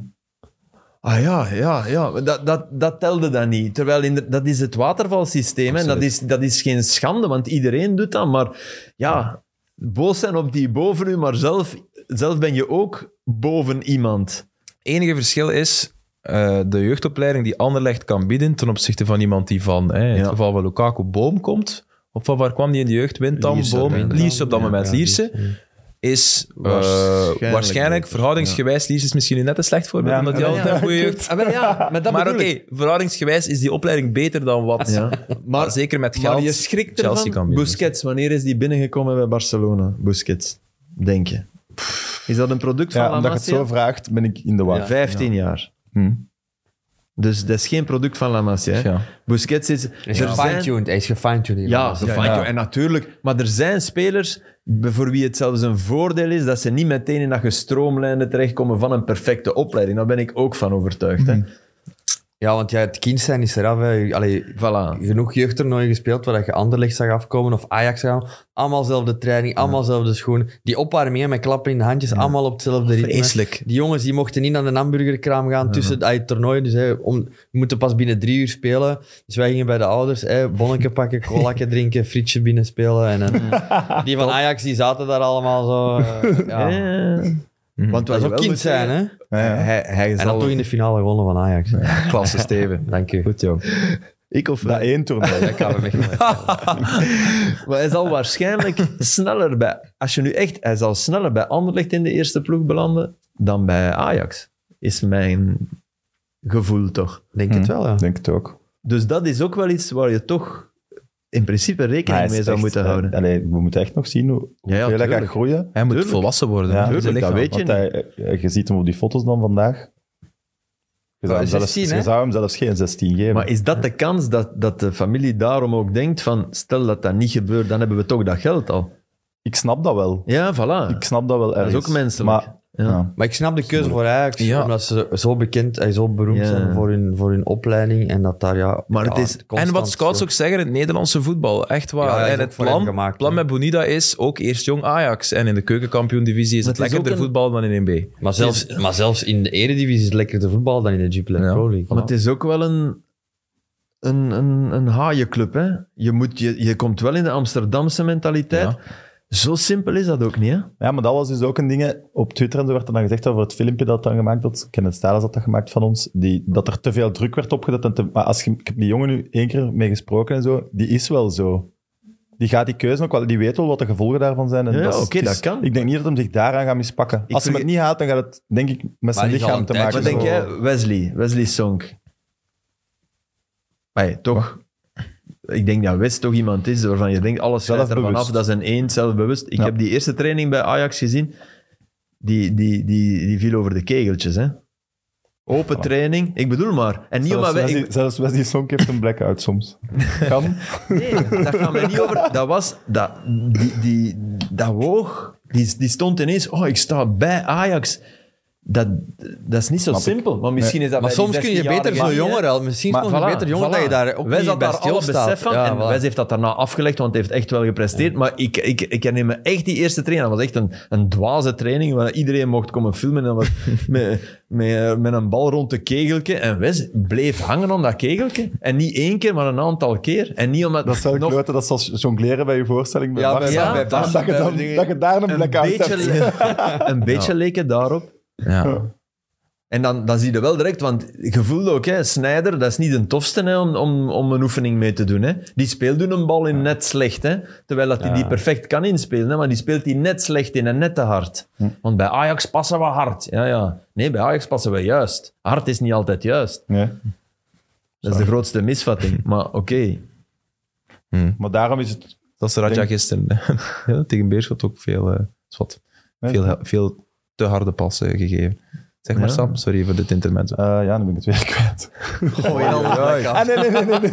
Ah ja, ja, ja. Maar Dat, dat, dat telde dan niet. Terwijl in de- dat is het watervalsysteem. hè. En dat is, dat is geen schande, want iedereen doet dat. Maar ja, boos zijn op die boven u, maar zelf, zelf ben je ook boven iemand. enige verschil is eh, de jeugdopleiding die Anderlecht kan bieden ten opzichte van iemand die van, hè, in het Ja. geval van Lukaku, Boom komt. Of van waar kwam die in de jeugd? Windam, Lierse, Boom, Windam. Lierse op dat Ja, moment. ja, Lierse Lierse. is eh, Waarschijnlijk waarschijnlijk, beter. verhoudingsgewijs, Lierse is misschien net een slecht voorbeeld, Ja, omdat hij ja, altijd ja. een goede jeugd... Ah, wel, ja, maar dat Maar oké, bedoel ik. verhoudingsgewijs is die opleiding beter dan wat, Ja. maar Maar, zeker met geld, maar je schrikt Chelsea ervan. kan bieden. Busquets, wanneer is die binnengekomen bij Barcelona? Busquets, denk je. Is dat een product van Ja, La omdat je het Masia? zo vraagt, ben ik in de war. Ja. vijftien jaar. Hm. Dus dat is geen product van La Masia. hè. Ja. Busquets is... hij is er zijn- gefine-tuned. Hij is gefine-tuned. Ja, Dat de is- fine-tune. ja. En natuurlijk, maar er zijn spelers voor wie het zelfs een voordeel is dat ze niet meteen in dat gestroomlijnde terechtkomen van een perfecte opleiding. Daar ben ik ook van overtuigd. Hè. Ja, want ja, het kind zijn is eraf. Hè. Allee, Voilà. genoeg jeugdtoernooien gespeeld waar je Anderlecht zag afkomen of Ajax zag afkomen. Allemaal dezelfde training, allemaal dezelfde schoenen. Die opwarmingen met klappen in de handjes, allemaal op hetzelfde ritme. Vreselijk. Die jongens die mochten niet naar de hamburgerkraam gaan tussen de toernooien. Dus hè, om, we moeten pas binnen drie uur spelen. Dus wij gingen bij de ouders hè, bonnetje pakken, colaatje drinken, frietje binnen spelen. En, dan, die van Ajax die zaten daar allemaal zo. eh, ja. Ja. Mhm. Want Dat wat is je ook wel kind moet zijn, zeggen, hè? Ja, ja. Hij, hij En zal... dan toch in de finale gewonnen van Ajax. Klasse, Steven. Dank u. Goed, jong. Ik of Dat één toernooi. Dat kan we weg. Maar hij zal waarschijnlijk sneller bij... Als je nu echt... Hij zal sneller bij Anderlecht in de eerste ploeg belanden dan bij Ajax. Is mijn gevoel toch. Denk het wel, ja. Ik denk het ook. Dus dat is ook wel iets waar je toch in principe Maar rekening hij mee is zou echt, moeten eh, houden. allee, we moeten echt nog zien hoe, Ja, ja, hoeveel hij gaat tuurlijk. groeien. Hij moet Tuurlijk. volwassen worden. Ja, hè, in zijn tuurlijk, dat lichaam. weet je Want hij, eh, je ziet hem op die foto's dan vandaag. Je zou, hem zelfs, zestien, hè? je zou hem zelfs geen zestien geven. Maar is dat de kans dat, dat de familie daarom ook denkt van stel dat dat niet gebeurt, dan hebben we toch dat geld al. Ik snap dat wel. Ja, voilà. Ik snap dat wel Dat is ergens. ook menselijk. Maar, Ja. ja. Maar ik snap de keuze voor Ajax, Ja. omdat ze zo bekend en zo beroemd Ja. zijn voor hun, voor hun opleiding. En dat daar, ja... Maar ja, het is- En wat scouts ook zeggen, het Nederlandse voetbal. Echt waar. Ja, dat is en ook het voor hem plan, gemaakt, plan hè. met Bonida is ook eerst jong Ajax. En in de keukenkampioen-divisie is Maar het het is lekkerder ook een- voetbal dan in één B. Maar zelfs, maar zelfs in de Eredivisie is het lekkerder voetbal dan in de Jupiler Ja. Pro League. Maar het is ook wel een, een, een, een haaienclub. Hè? Je, moet, je, je komt wel in de Amsterdamse mentaliteit. Ja. Zo simpel is dat ook niet. Hè? ja, maar dat was dus ook een ding. Op Twitter en zo werd er dan gezegd over het filmpje dat dan gemaakt werd. Kenneth Stadels had dat gemaakt van ons. Die, dat er te veel druk werd opgezet. En te, maar als je, ik heb die jongen nu één keer mee gesproken en zo. Die is wel zo. Die gaat die keuze ook wel. Die weet wel wat de gevolgen daarvan zijn. En Ja, dat is- oké, het is- dat kan. Ik denk niet dat hem zich daaraan gaat mispakken. Ik Als hij verge- het niet haalt, dan gaat het, denk ik, met zijn die zal lichaam een te tijdje maken. Wat denk zo. jij, Wesley? Wesley Sonk. Nee, toch? Ik denk dat West toch iemand is waarvan je denkt, alles gaat ervan Zelfbewust. af, dat is een één, zelfbewust. Ik Ja. heb die eerste training bij Ajax gezien, die, die, die, die viel over de kegeltjes. Hè? Open Voilà. training, ik bedoel maar. En niet Zelfs omdat wij... Wesley, zelfs Wesley Sonk heeft een blackout soms. Kan. Nee, daar gaan we niet over. Dat was... Dat, die, die, dat woog, die, die stond ineens... Oh, ik sta bij Ajax. Dat, dat is niet zo Snap ik. simpel. Maar misschien is dat Maar bij die soms kun je beter zestienjarigen zo niet, hè. jonger al. Misschien Maar is het Voilà, beter jonger voilà. dat je daar ook Wes niet had bij daar alle stilstaat. besef van. Ja, en voilà. Wes heeft dat daarna afgelegd, want hij heeft echt wel gepresteerd. Maar ik, ik, ik herinner me echt die eerste training. Dat was echt een, een dwaze training, waar iedereen mocht komen filmen. En dat was met, met, met een bal rond de kegeltje. En Wes bleef hangen aan dat kegeltje. En niet één keer, maar een aantal keer. En niet omdat... Dat zou ik nog kloten, dat is zoals jongleren bij je voorstelling. Bij Ja, Barca. bij- Ja, bij- dat, bij- je dan, bij- dat je daar een een blackout beetje, hebt. een beetje leek het daarop. Ja. En dan, dan zie je wel direct, want je voelt ook, hè, Sneijder, dat is niet de tofste hè, om, om, om een oefening mee te doen. Hè. Die speelt een bal in net slecht, hè, terwijl dat hij Ja. die perfect kan inspelen, hè, maar die speelt die net slecht in en net te hard. Hm. Want bij Ajax passen we hard. Ja, ja. Nee, bij Ajax passen we juist. Hard is niet altijd juist. Nee. Dat is de grootste misvatting. Maar oké. Maar daarom is het... Dat is Raja Denk- gisteren ja, tegen Beerschot ook veel, eh, is wat, Nee, veel, veel te harde passen gegeven. Zeg maar Ja. Sam, sorry voor dit intermezzo. eh, ja, nu ben ik het weer kwijt. Gooi je al een blackout. Ah, nee, nee, nee. nee, nee.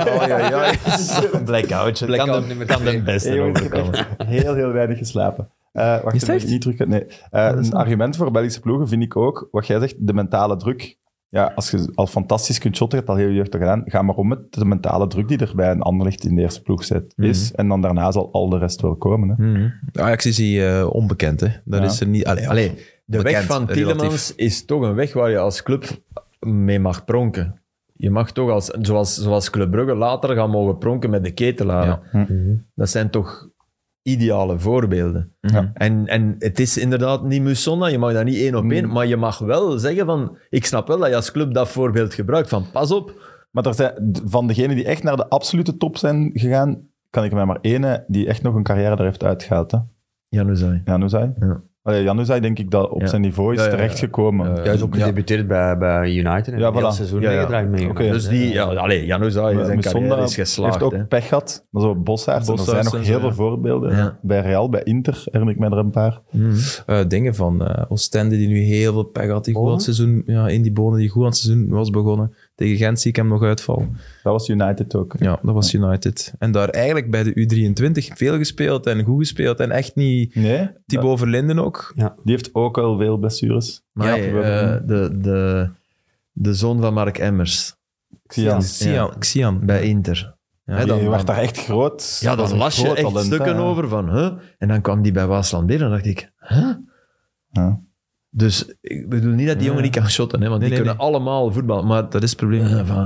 Een blackoutje. Blackout kan de, nummer kan de twee. beste Hey, jongens, ik heb overkomen. echt heel, heel weinig geslapen. Eh wacht, Is het even, echt? niet terug. Nee. Eh, een argument voor Belgische ploegen vind ik ook, wat jij zegt, de mentale druk. Ja, als je al fantastisch kunt shotten, je hebt al heel jeugdig gedaan, ga maar om met de mentale druk die er bij een Anderlecht in de eerste ploeg zit, is. En dan daarna zal al de rest wel komen. Hè. Mhm. Ajax is hier eh, onbekend, hè. Dat Ja. is er niet... Allee, Allee, de bekend, weg van relatief. Tielemans is toch een weg waar je als club mee mag pronken. Je mag toch, als, zoals, zoals Club Brugge, later gaan mogen pronken met de ketelaren. Ja. Dat zijn toch ideale voorbeelden. Mhm. En, en het is inderdaad niet Musonna, je mag dat niet één op één, Mm. maar je mag wel zeggen van... Ik snap wel dat je als club dat voorbeeld gebruikt, van pas op. Maar er zijn, van degenen die echt naar de absolute top zijn gegaan, kan ik mij maar ene die echt nog een carrière er heeft uitgehaald. Hè. Januzaj. Januzaj. Ja. Allee, Januzaj denk ik dat op Ja. zijn niveau is Ja, ja, ja. terechtgekomen. Ja, ja. Hij is ook gedebuteerd bij, bij United en Ja, ja, het voilà. seizoen Ja, ja. meegedraaid mee. Oké. Dus die, ja, allee, Januzaj, Maar zijn Musonda carrière is geslaagd. heeft ook hè. pech gehad. Maar zo Bossaerts, en er zijn Bossaerts nog en heel zo, veel ja. voorbeelden. Ja. Bij Real, bij Inter herinner ik me er een paar. Mhm. Eh, dingen van eh Oostende, die nu heel veel pech had. Die goed aan Bonen? het seizoen, ja, in die Bonen, die goed aan het seizoen was begonnen. Tegen Gent zie ik hem nog uitvallen. Dat was United ook. Ja, dat was United. En daar eigenlijk bij de U drieëntwintig veel gespeeld en goed gespeeld. En echt niet... Nee, Thibaut Verlinden ook. die heeft ook wel veel blessures. Maar Ja, hey, gebeurt eh, ook. de, de, de zoon van Mark Emmers Xian. Xian. Xian. bij Inter. Ja, Hè, Die dan- werd daar echt groot. Ja, Dat dan was las een je groot echt talent, stukken hè. over van, huh? En dan kwam die bij Waasland Beer en dan dacht ik, huh? Ja. Dus ik bedoel niet dat die Ja. jongen niet kan shotten, hè, want Nee, die nee, kunnen allemaal voetballen. Maar Dat is het probleem. eh, van,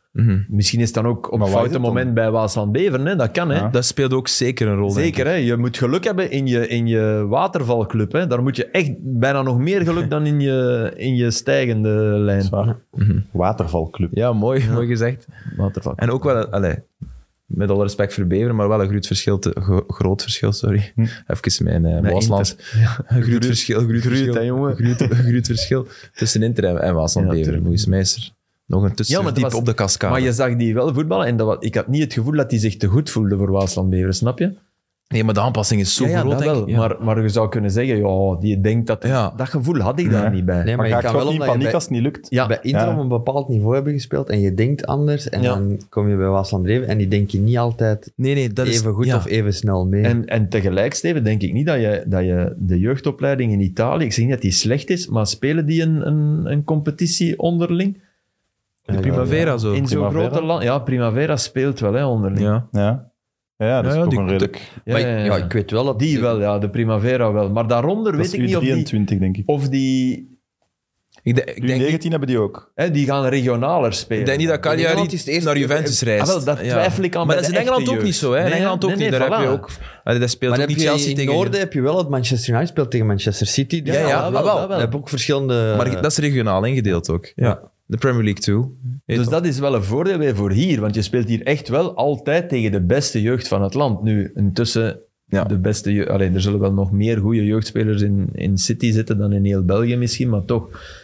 Mm-hmm. Misschien is het dan ook op Maar een waar is foute het dan? moment bij Waasland-Beveren. Hè? Dat kan, hè. Ja. Dat speelt ook zeker een rol, Zeker, hè. Je moet geluk hebben in je, in je watervalclub. Hè. Daar moet je echt bijna nog meer geluk dan in je, in je stijgende lijn. Zwaar. Mm-hmm. Watervalclub. Ja, mooi, mooi gezegd. Waterval. En ook wel, allee, met alle respect voor Beveren, maar wel een groot verschil, te, gro- groot verschil sorry. Hm. Even mijn uh, Met Waaslands. Een groot verschil, groot Gruut, verschil, hè, jongen. groot, groot verschil tussen Inter en, en Waasland-Beveren. tuurlijk. Volgens mij is er nog een Ja, tussendiep maar dat was- op de cascade. Maar je zag die wel voetballen en dat was, ik had niet het gevoel dat hij zich te goed voelde voor Waasland-Beveren, snap je? Nee, maar de aanpassing is zo ja, ja, groot, dat denk wel. ik. Ja. Maar, maar je zou kunnen zeggen, ja, die denkt dat... Ja. Dat gevoel had ik daar Nee. niet bij. Nee, Maar maar ga je ik kan toch wel niet in omdat je paniek bij, als het niet lukt? Ja, bij Inter Ja. op een bepaald niveau hebben gespeeld en je denkt anders en Ja. dan kom je bij Waasland-Beveren en die denk je niet altijd Nee, nee, dat is... even goed ja. of even snel mee. En, en tegelijk, Steven, denk ik niet dat je, dat je de jeugdopleiding in Italië... Ik zeg niet dat die slecht is, maar spelen die een, een, een competitie onderling? De Ja, Primavera zo. In zo'n Primavera? grote land... Ja, Primavera speelt wel, hè, onderling. Ja. Ja. Ja, dat is Ja, toch die- een redelijk... Ja, maar ja, ik- ja. ja, ik weet wel dat... Die wel, ja, de Primavera wel. Maar daaronder Dat weet is ik niet of U die... drieëntwintig, denk ik. Of die... Ik, denk- ik, denk niet, U negentien hebben die ook. Hè, die gaan regionaler spelen. ik denk niet dat In Engeland Cagliari is het eerst- naar Juventus reist. Ah, wel, dat twijfel ik aan Maar bij dat is in de Engeland echte ook niet jeugd. zo. Hè? In Nee, Engeland ook nee, niet. nee, Daar heb je voilà. ook... Allee, dat speelt Maar ook heb niet je Chelsea in tegen... het noorden heb je wel dat Manchester United speelt tegen Manchester City. Ja, ja, Ja, maar wel. dat wel. Je hebt ook verschillende... Maar dat is regionaal ingedeeld ook. Ja. De Premier League toe. Dus dat is wel een voordeel weer voor hier, want je speelt hier echt wel altijd tegen de beste jeugd van het land. Nu, intussen, Ja. de beste je- Allee, er zullen wel nog meer goede jeugdspelers in, in City zitten dan in heel België misschien, maar toch.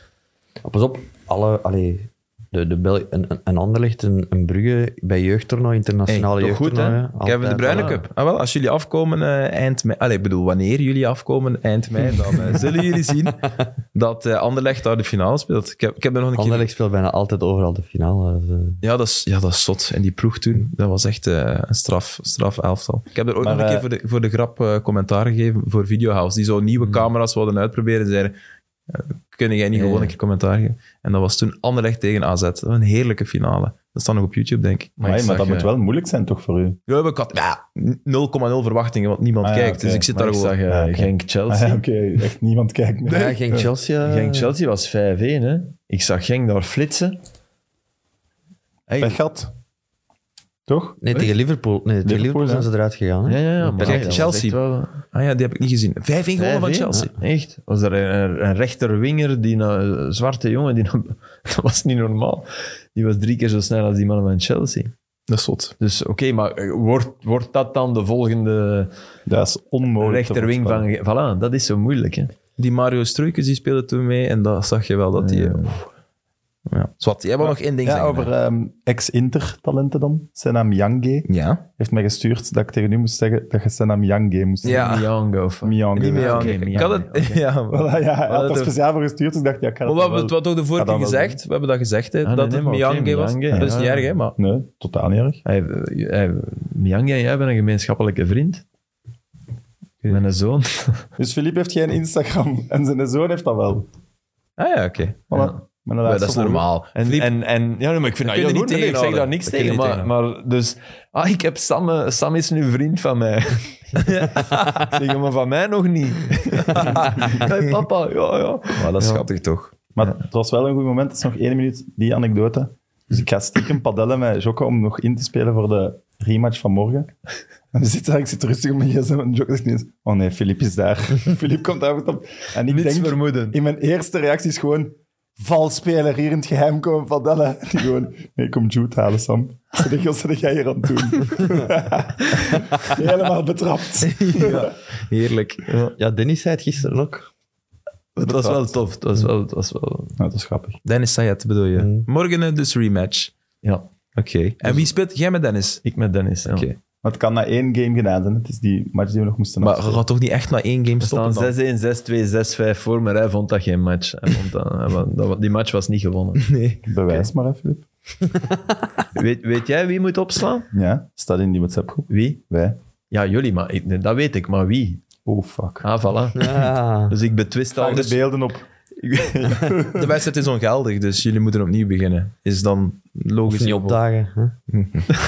Pas op, alle... Allee, de, de Bel een, een- een Anderlecht, een, een Brugge bij jeugdtoernooi, internationale Hey, toch goed, jeugdtoernooien. Kevin de Bruyne voilà. Cup. Ah, wel, als jullie afkomen eh, eind mei... Allee, ik bedoel, wanneer jullie afkomen eind mei, dan eh, zullen jullie zien dat eh Anderlecht daar de finale speelt. Ik heb, ik heb er nog een keer... Anderlecht speelt bijna altijd overal de finale. Dus, eh, Ja dat, is, ja, dat is zot. En die ploeg toen, dat was echt eh, een straf, straf elftal. Ik heb er ook Maar, nog een keer eh, voor de, voor de grap eh, commentaar gegeven voor Videohouse, die zo nieuwe camera's wilden uitproberen en zeiden, eh, kun jij niet Ja, gewoon ja. een keer commentaar geven? En dat was toen Anderlecht tegen A Z. Dat was een heerlijke finale. Dat staat nog op YouTube, denk ik. Maar, ik maar dat zag, moet eh, wel moeilijk zijn toch voor u? Ja, ik had ja, nul komma nul verwachtingen, want niemand Ah, ja, kijkt. oké. Dus ik zit Maar daar ik gewoon... zag eh, Ja, oké. Genk Ah, Chelsea. ja, Oké, echt niemand kijkt. Nee. Ja, Genk Chelsea. eh, Genk Chelsea was vijf-één, hè. Ik zag Genk daar flitsen. Hey, Pech gehad. Toch? Nee, tegen Liverpool. Nee, tegen Liverpool, Liverpool zijn ja. ze eruit gegaan. Hè? ja, ja, ja. Met Maar Kijk, dat was Chelsea. echt wel- Ah ja, die heb ik niet gezien. vijf één gewonnen van vijf-één, Chelsea. ja, echt. Was er een, een rechterwinger, die na- een zwarte jongen, die na- dat was niet normaal. Die was drie keer zo snel als die mannen van Chelsea. Dat is zot. Dus oké, maar eh, wordt, wordt dat dan de volgende Dat is onmogelijk. te rechterwing voorspellen. van... Voilà, dat is zo moeilijk, hè. Die Mario Struikens, die speelde toen mee en dat zag je wel dat die... Ja. eh, Ja. Zwat, jij wil nog één ding Ja, zeggen. over hè? ehm, ex-Inter-talenten dan. Senam Yange Ja. heeft mij gestuurd dat ik tegen u moest zeggen dat je Senam Yange moest zeggen. Ja. Miango of... Miange. Niet meer oké, aan. Miami, Ik had het... oké. Ja, maar- Voilà, ja, hij had dat er ook- speciaal voor gestuurd, dus ik dacht, ja, ik ga Maar dat we wel hebben het wat ook de vorige Ga keer dat wel gezegd. We hebben dat gezegd, hè, Ah, nee, dat nee, het maar oké, Miange was. Miange, Dat is niet ja. erg, hè, maar... doen. Nee, totaal niet erg. Hij, hij, Miangi en jij hebben een gemeenschappelijke vriend. Met een zoon. Dus Philippe heeft geen Instagram en zijn zoon heeft dat wel. Ah ja, oké. Voilà. Ja. Met een Ja, laatste dat is volger. normaal. En, Filip, en, en, ja, maar ik vind Dat dat kun je heel niet goed. Nee, ik zeg tegenhouden. daar niks Dat kun je tegen. niet Maar, maar dus... Ah, ik heb Sam... eh, Sam is nu vriend van mij. ik zeg, maar van mij nog niet. hey, papa, ja, ja. maar dat is Ja. schattig toch? Maar het was wel een goed moment. Het is nog één minuut, die anekdote. Dus ik ga stiekem padellen met Jocke om nog in te spelen voor de rematch van morgen. En dan zit, ik zit rustig op mijn gsm en Jocke zegt ineens, oh nee, Philippe is daar. Philippe komt daar op. En ik Niets denk, vermoeden. in mijn eerste reactie is gewoon, valspeler hier in het geheim komen padellen. En gewoon, nee, kom Jude halen, Sam. Wat zeg- wat jij hier aan het doen? Helemaal betrapt. Ja, heerlijk. Ja, Dennis zei het gisteren ook. Het was wel tof. Het was wel... Het was wel Nou, dat is grappig. Dennis Sayed bedoel je? Mm. Morgen eh, dus rematch. ja, Oké. En wie speelt? Jij met Dennis? ik met Dennis. Ja. Oké. Maar het kan na één game gedaan zijn. Het is die match die we nog moesten Maar je afspelen. gaat toch niet echt na één game We stoppen staan dan? zes-één, zes-twee, zes-vijf voor, maar hij vond dat geen match. Hij vond dat, hij vond- dat- die match was niet gewonnen. Nee. Bewijs maar, hè, Philippe. Weet, weet jij wie moet opslaan? Ja, staat in die WhatsApp-groep. Wie? Wij. Ja, jullie, maar ik, dat weet ik. Maar wie? Oh, fuck. Ah, voilà. Ja. Dus ik betwist al. Vang de Dus, beelden op. De wedstrijd is ongeldig, dus jullie moeten opnieuw beginnen. Is dan logisch. Of niet opdagen. Hè?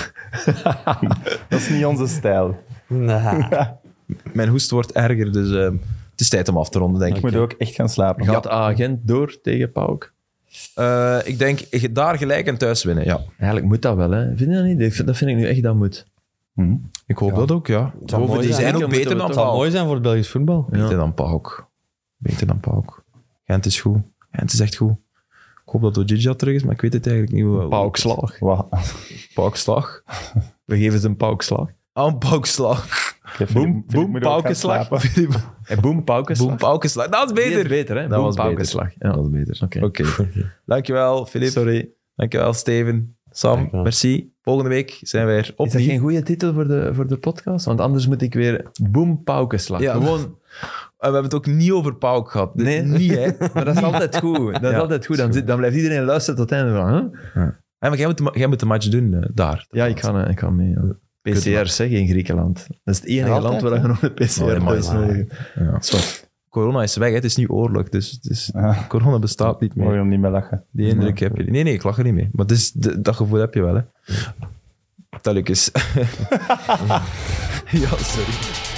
Dat is niet onze stijl. Nah. Mijn hoest wordt erger, dus eh, het is tijd om af te ronden, denk Ik ik. moet ook echt gaan slapen. gaat Agent door tegen Pauk? Uh, ik denk daar gelijk en thuis winnen, ja. Eigenlijk moet dat wel, hè. Vind je dat niet? Ik vind- Dat vind ik nu echt dat moet. Hm. Ik hoop dat ook, ja. zou Boven, mooi die zijn. zijn ook Zeker beter moeten we dan Het zou Pauk. mooi zijn voor het Belgisch voetbal. Beter dan Pauk. Beter dan Pauk. Gent is goed. Gent is echt goed. Ik hoop dat Ojidja terug is, maar ik weet het eigenlijk niet. Hoe, Paukslag. Wat? Paukslag. We geven ze een paukslag. Ah, een paukslag. Philippe- Boem, Philippe boem, moet ook gaan paukenslag. slapen. En boem, paukenslag. Boem, paukenslag. Dat is Die is beter. beter, hè? Dat Boem, was beter. paukenslag. Ja. Dat is beter. Oké. Oké. Dankjewel, Filip. Sorry. Dankjewel, Steven. Sam, Dankjewel. merci. Volgende week zijn we weer Is dat opnieuw. geen goede titel voor de, voor de podcast? Want anders moet ik weer boem, paukenslag. Ja. Gewoon, En we hebben het ook niet over Pauk gehad. Dit- Nee. Niet, hè. maar dat is altijd goed. Dat is Ja, altijd goed. Dan, zit, dan blijft iedereen luisteren tot het einde van, huh? Ja, maar jij moet, de, ma- jij moet de match doen, eh, daar. Ja, ik ga, eh, ik ga mee. Ja. P C R zeg in Griekenland. Dat is het enige Altijd, land waar je nog een P C Oh, ja, maar- R-test nodig hebt. Ja. Zwart. Corona is weg, hè. Het is nu oorlog, dus het is, Ja. corona bestaat niet Moet je meer. er niet mee lachen. Die indruk heb je. Nee, nee, ik lach er niet mee. Maar het is, de- dat gevoel heb je wel, hè. Telkens. Ja, sorry.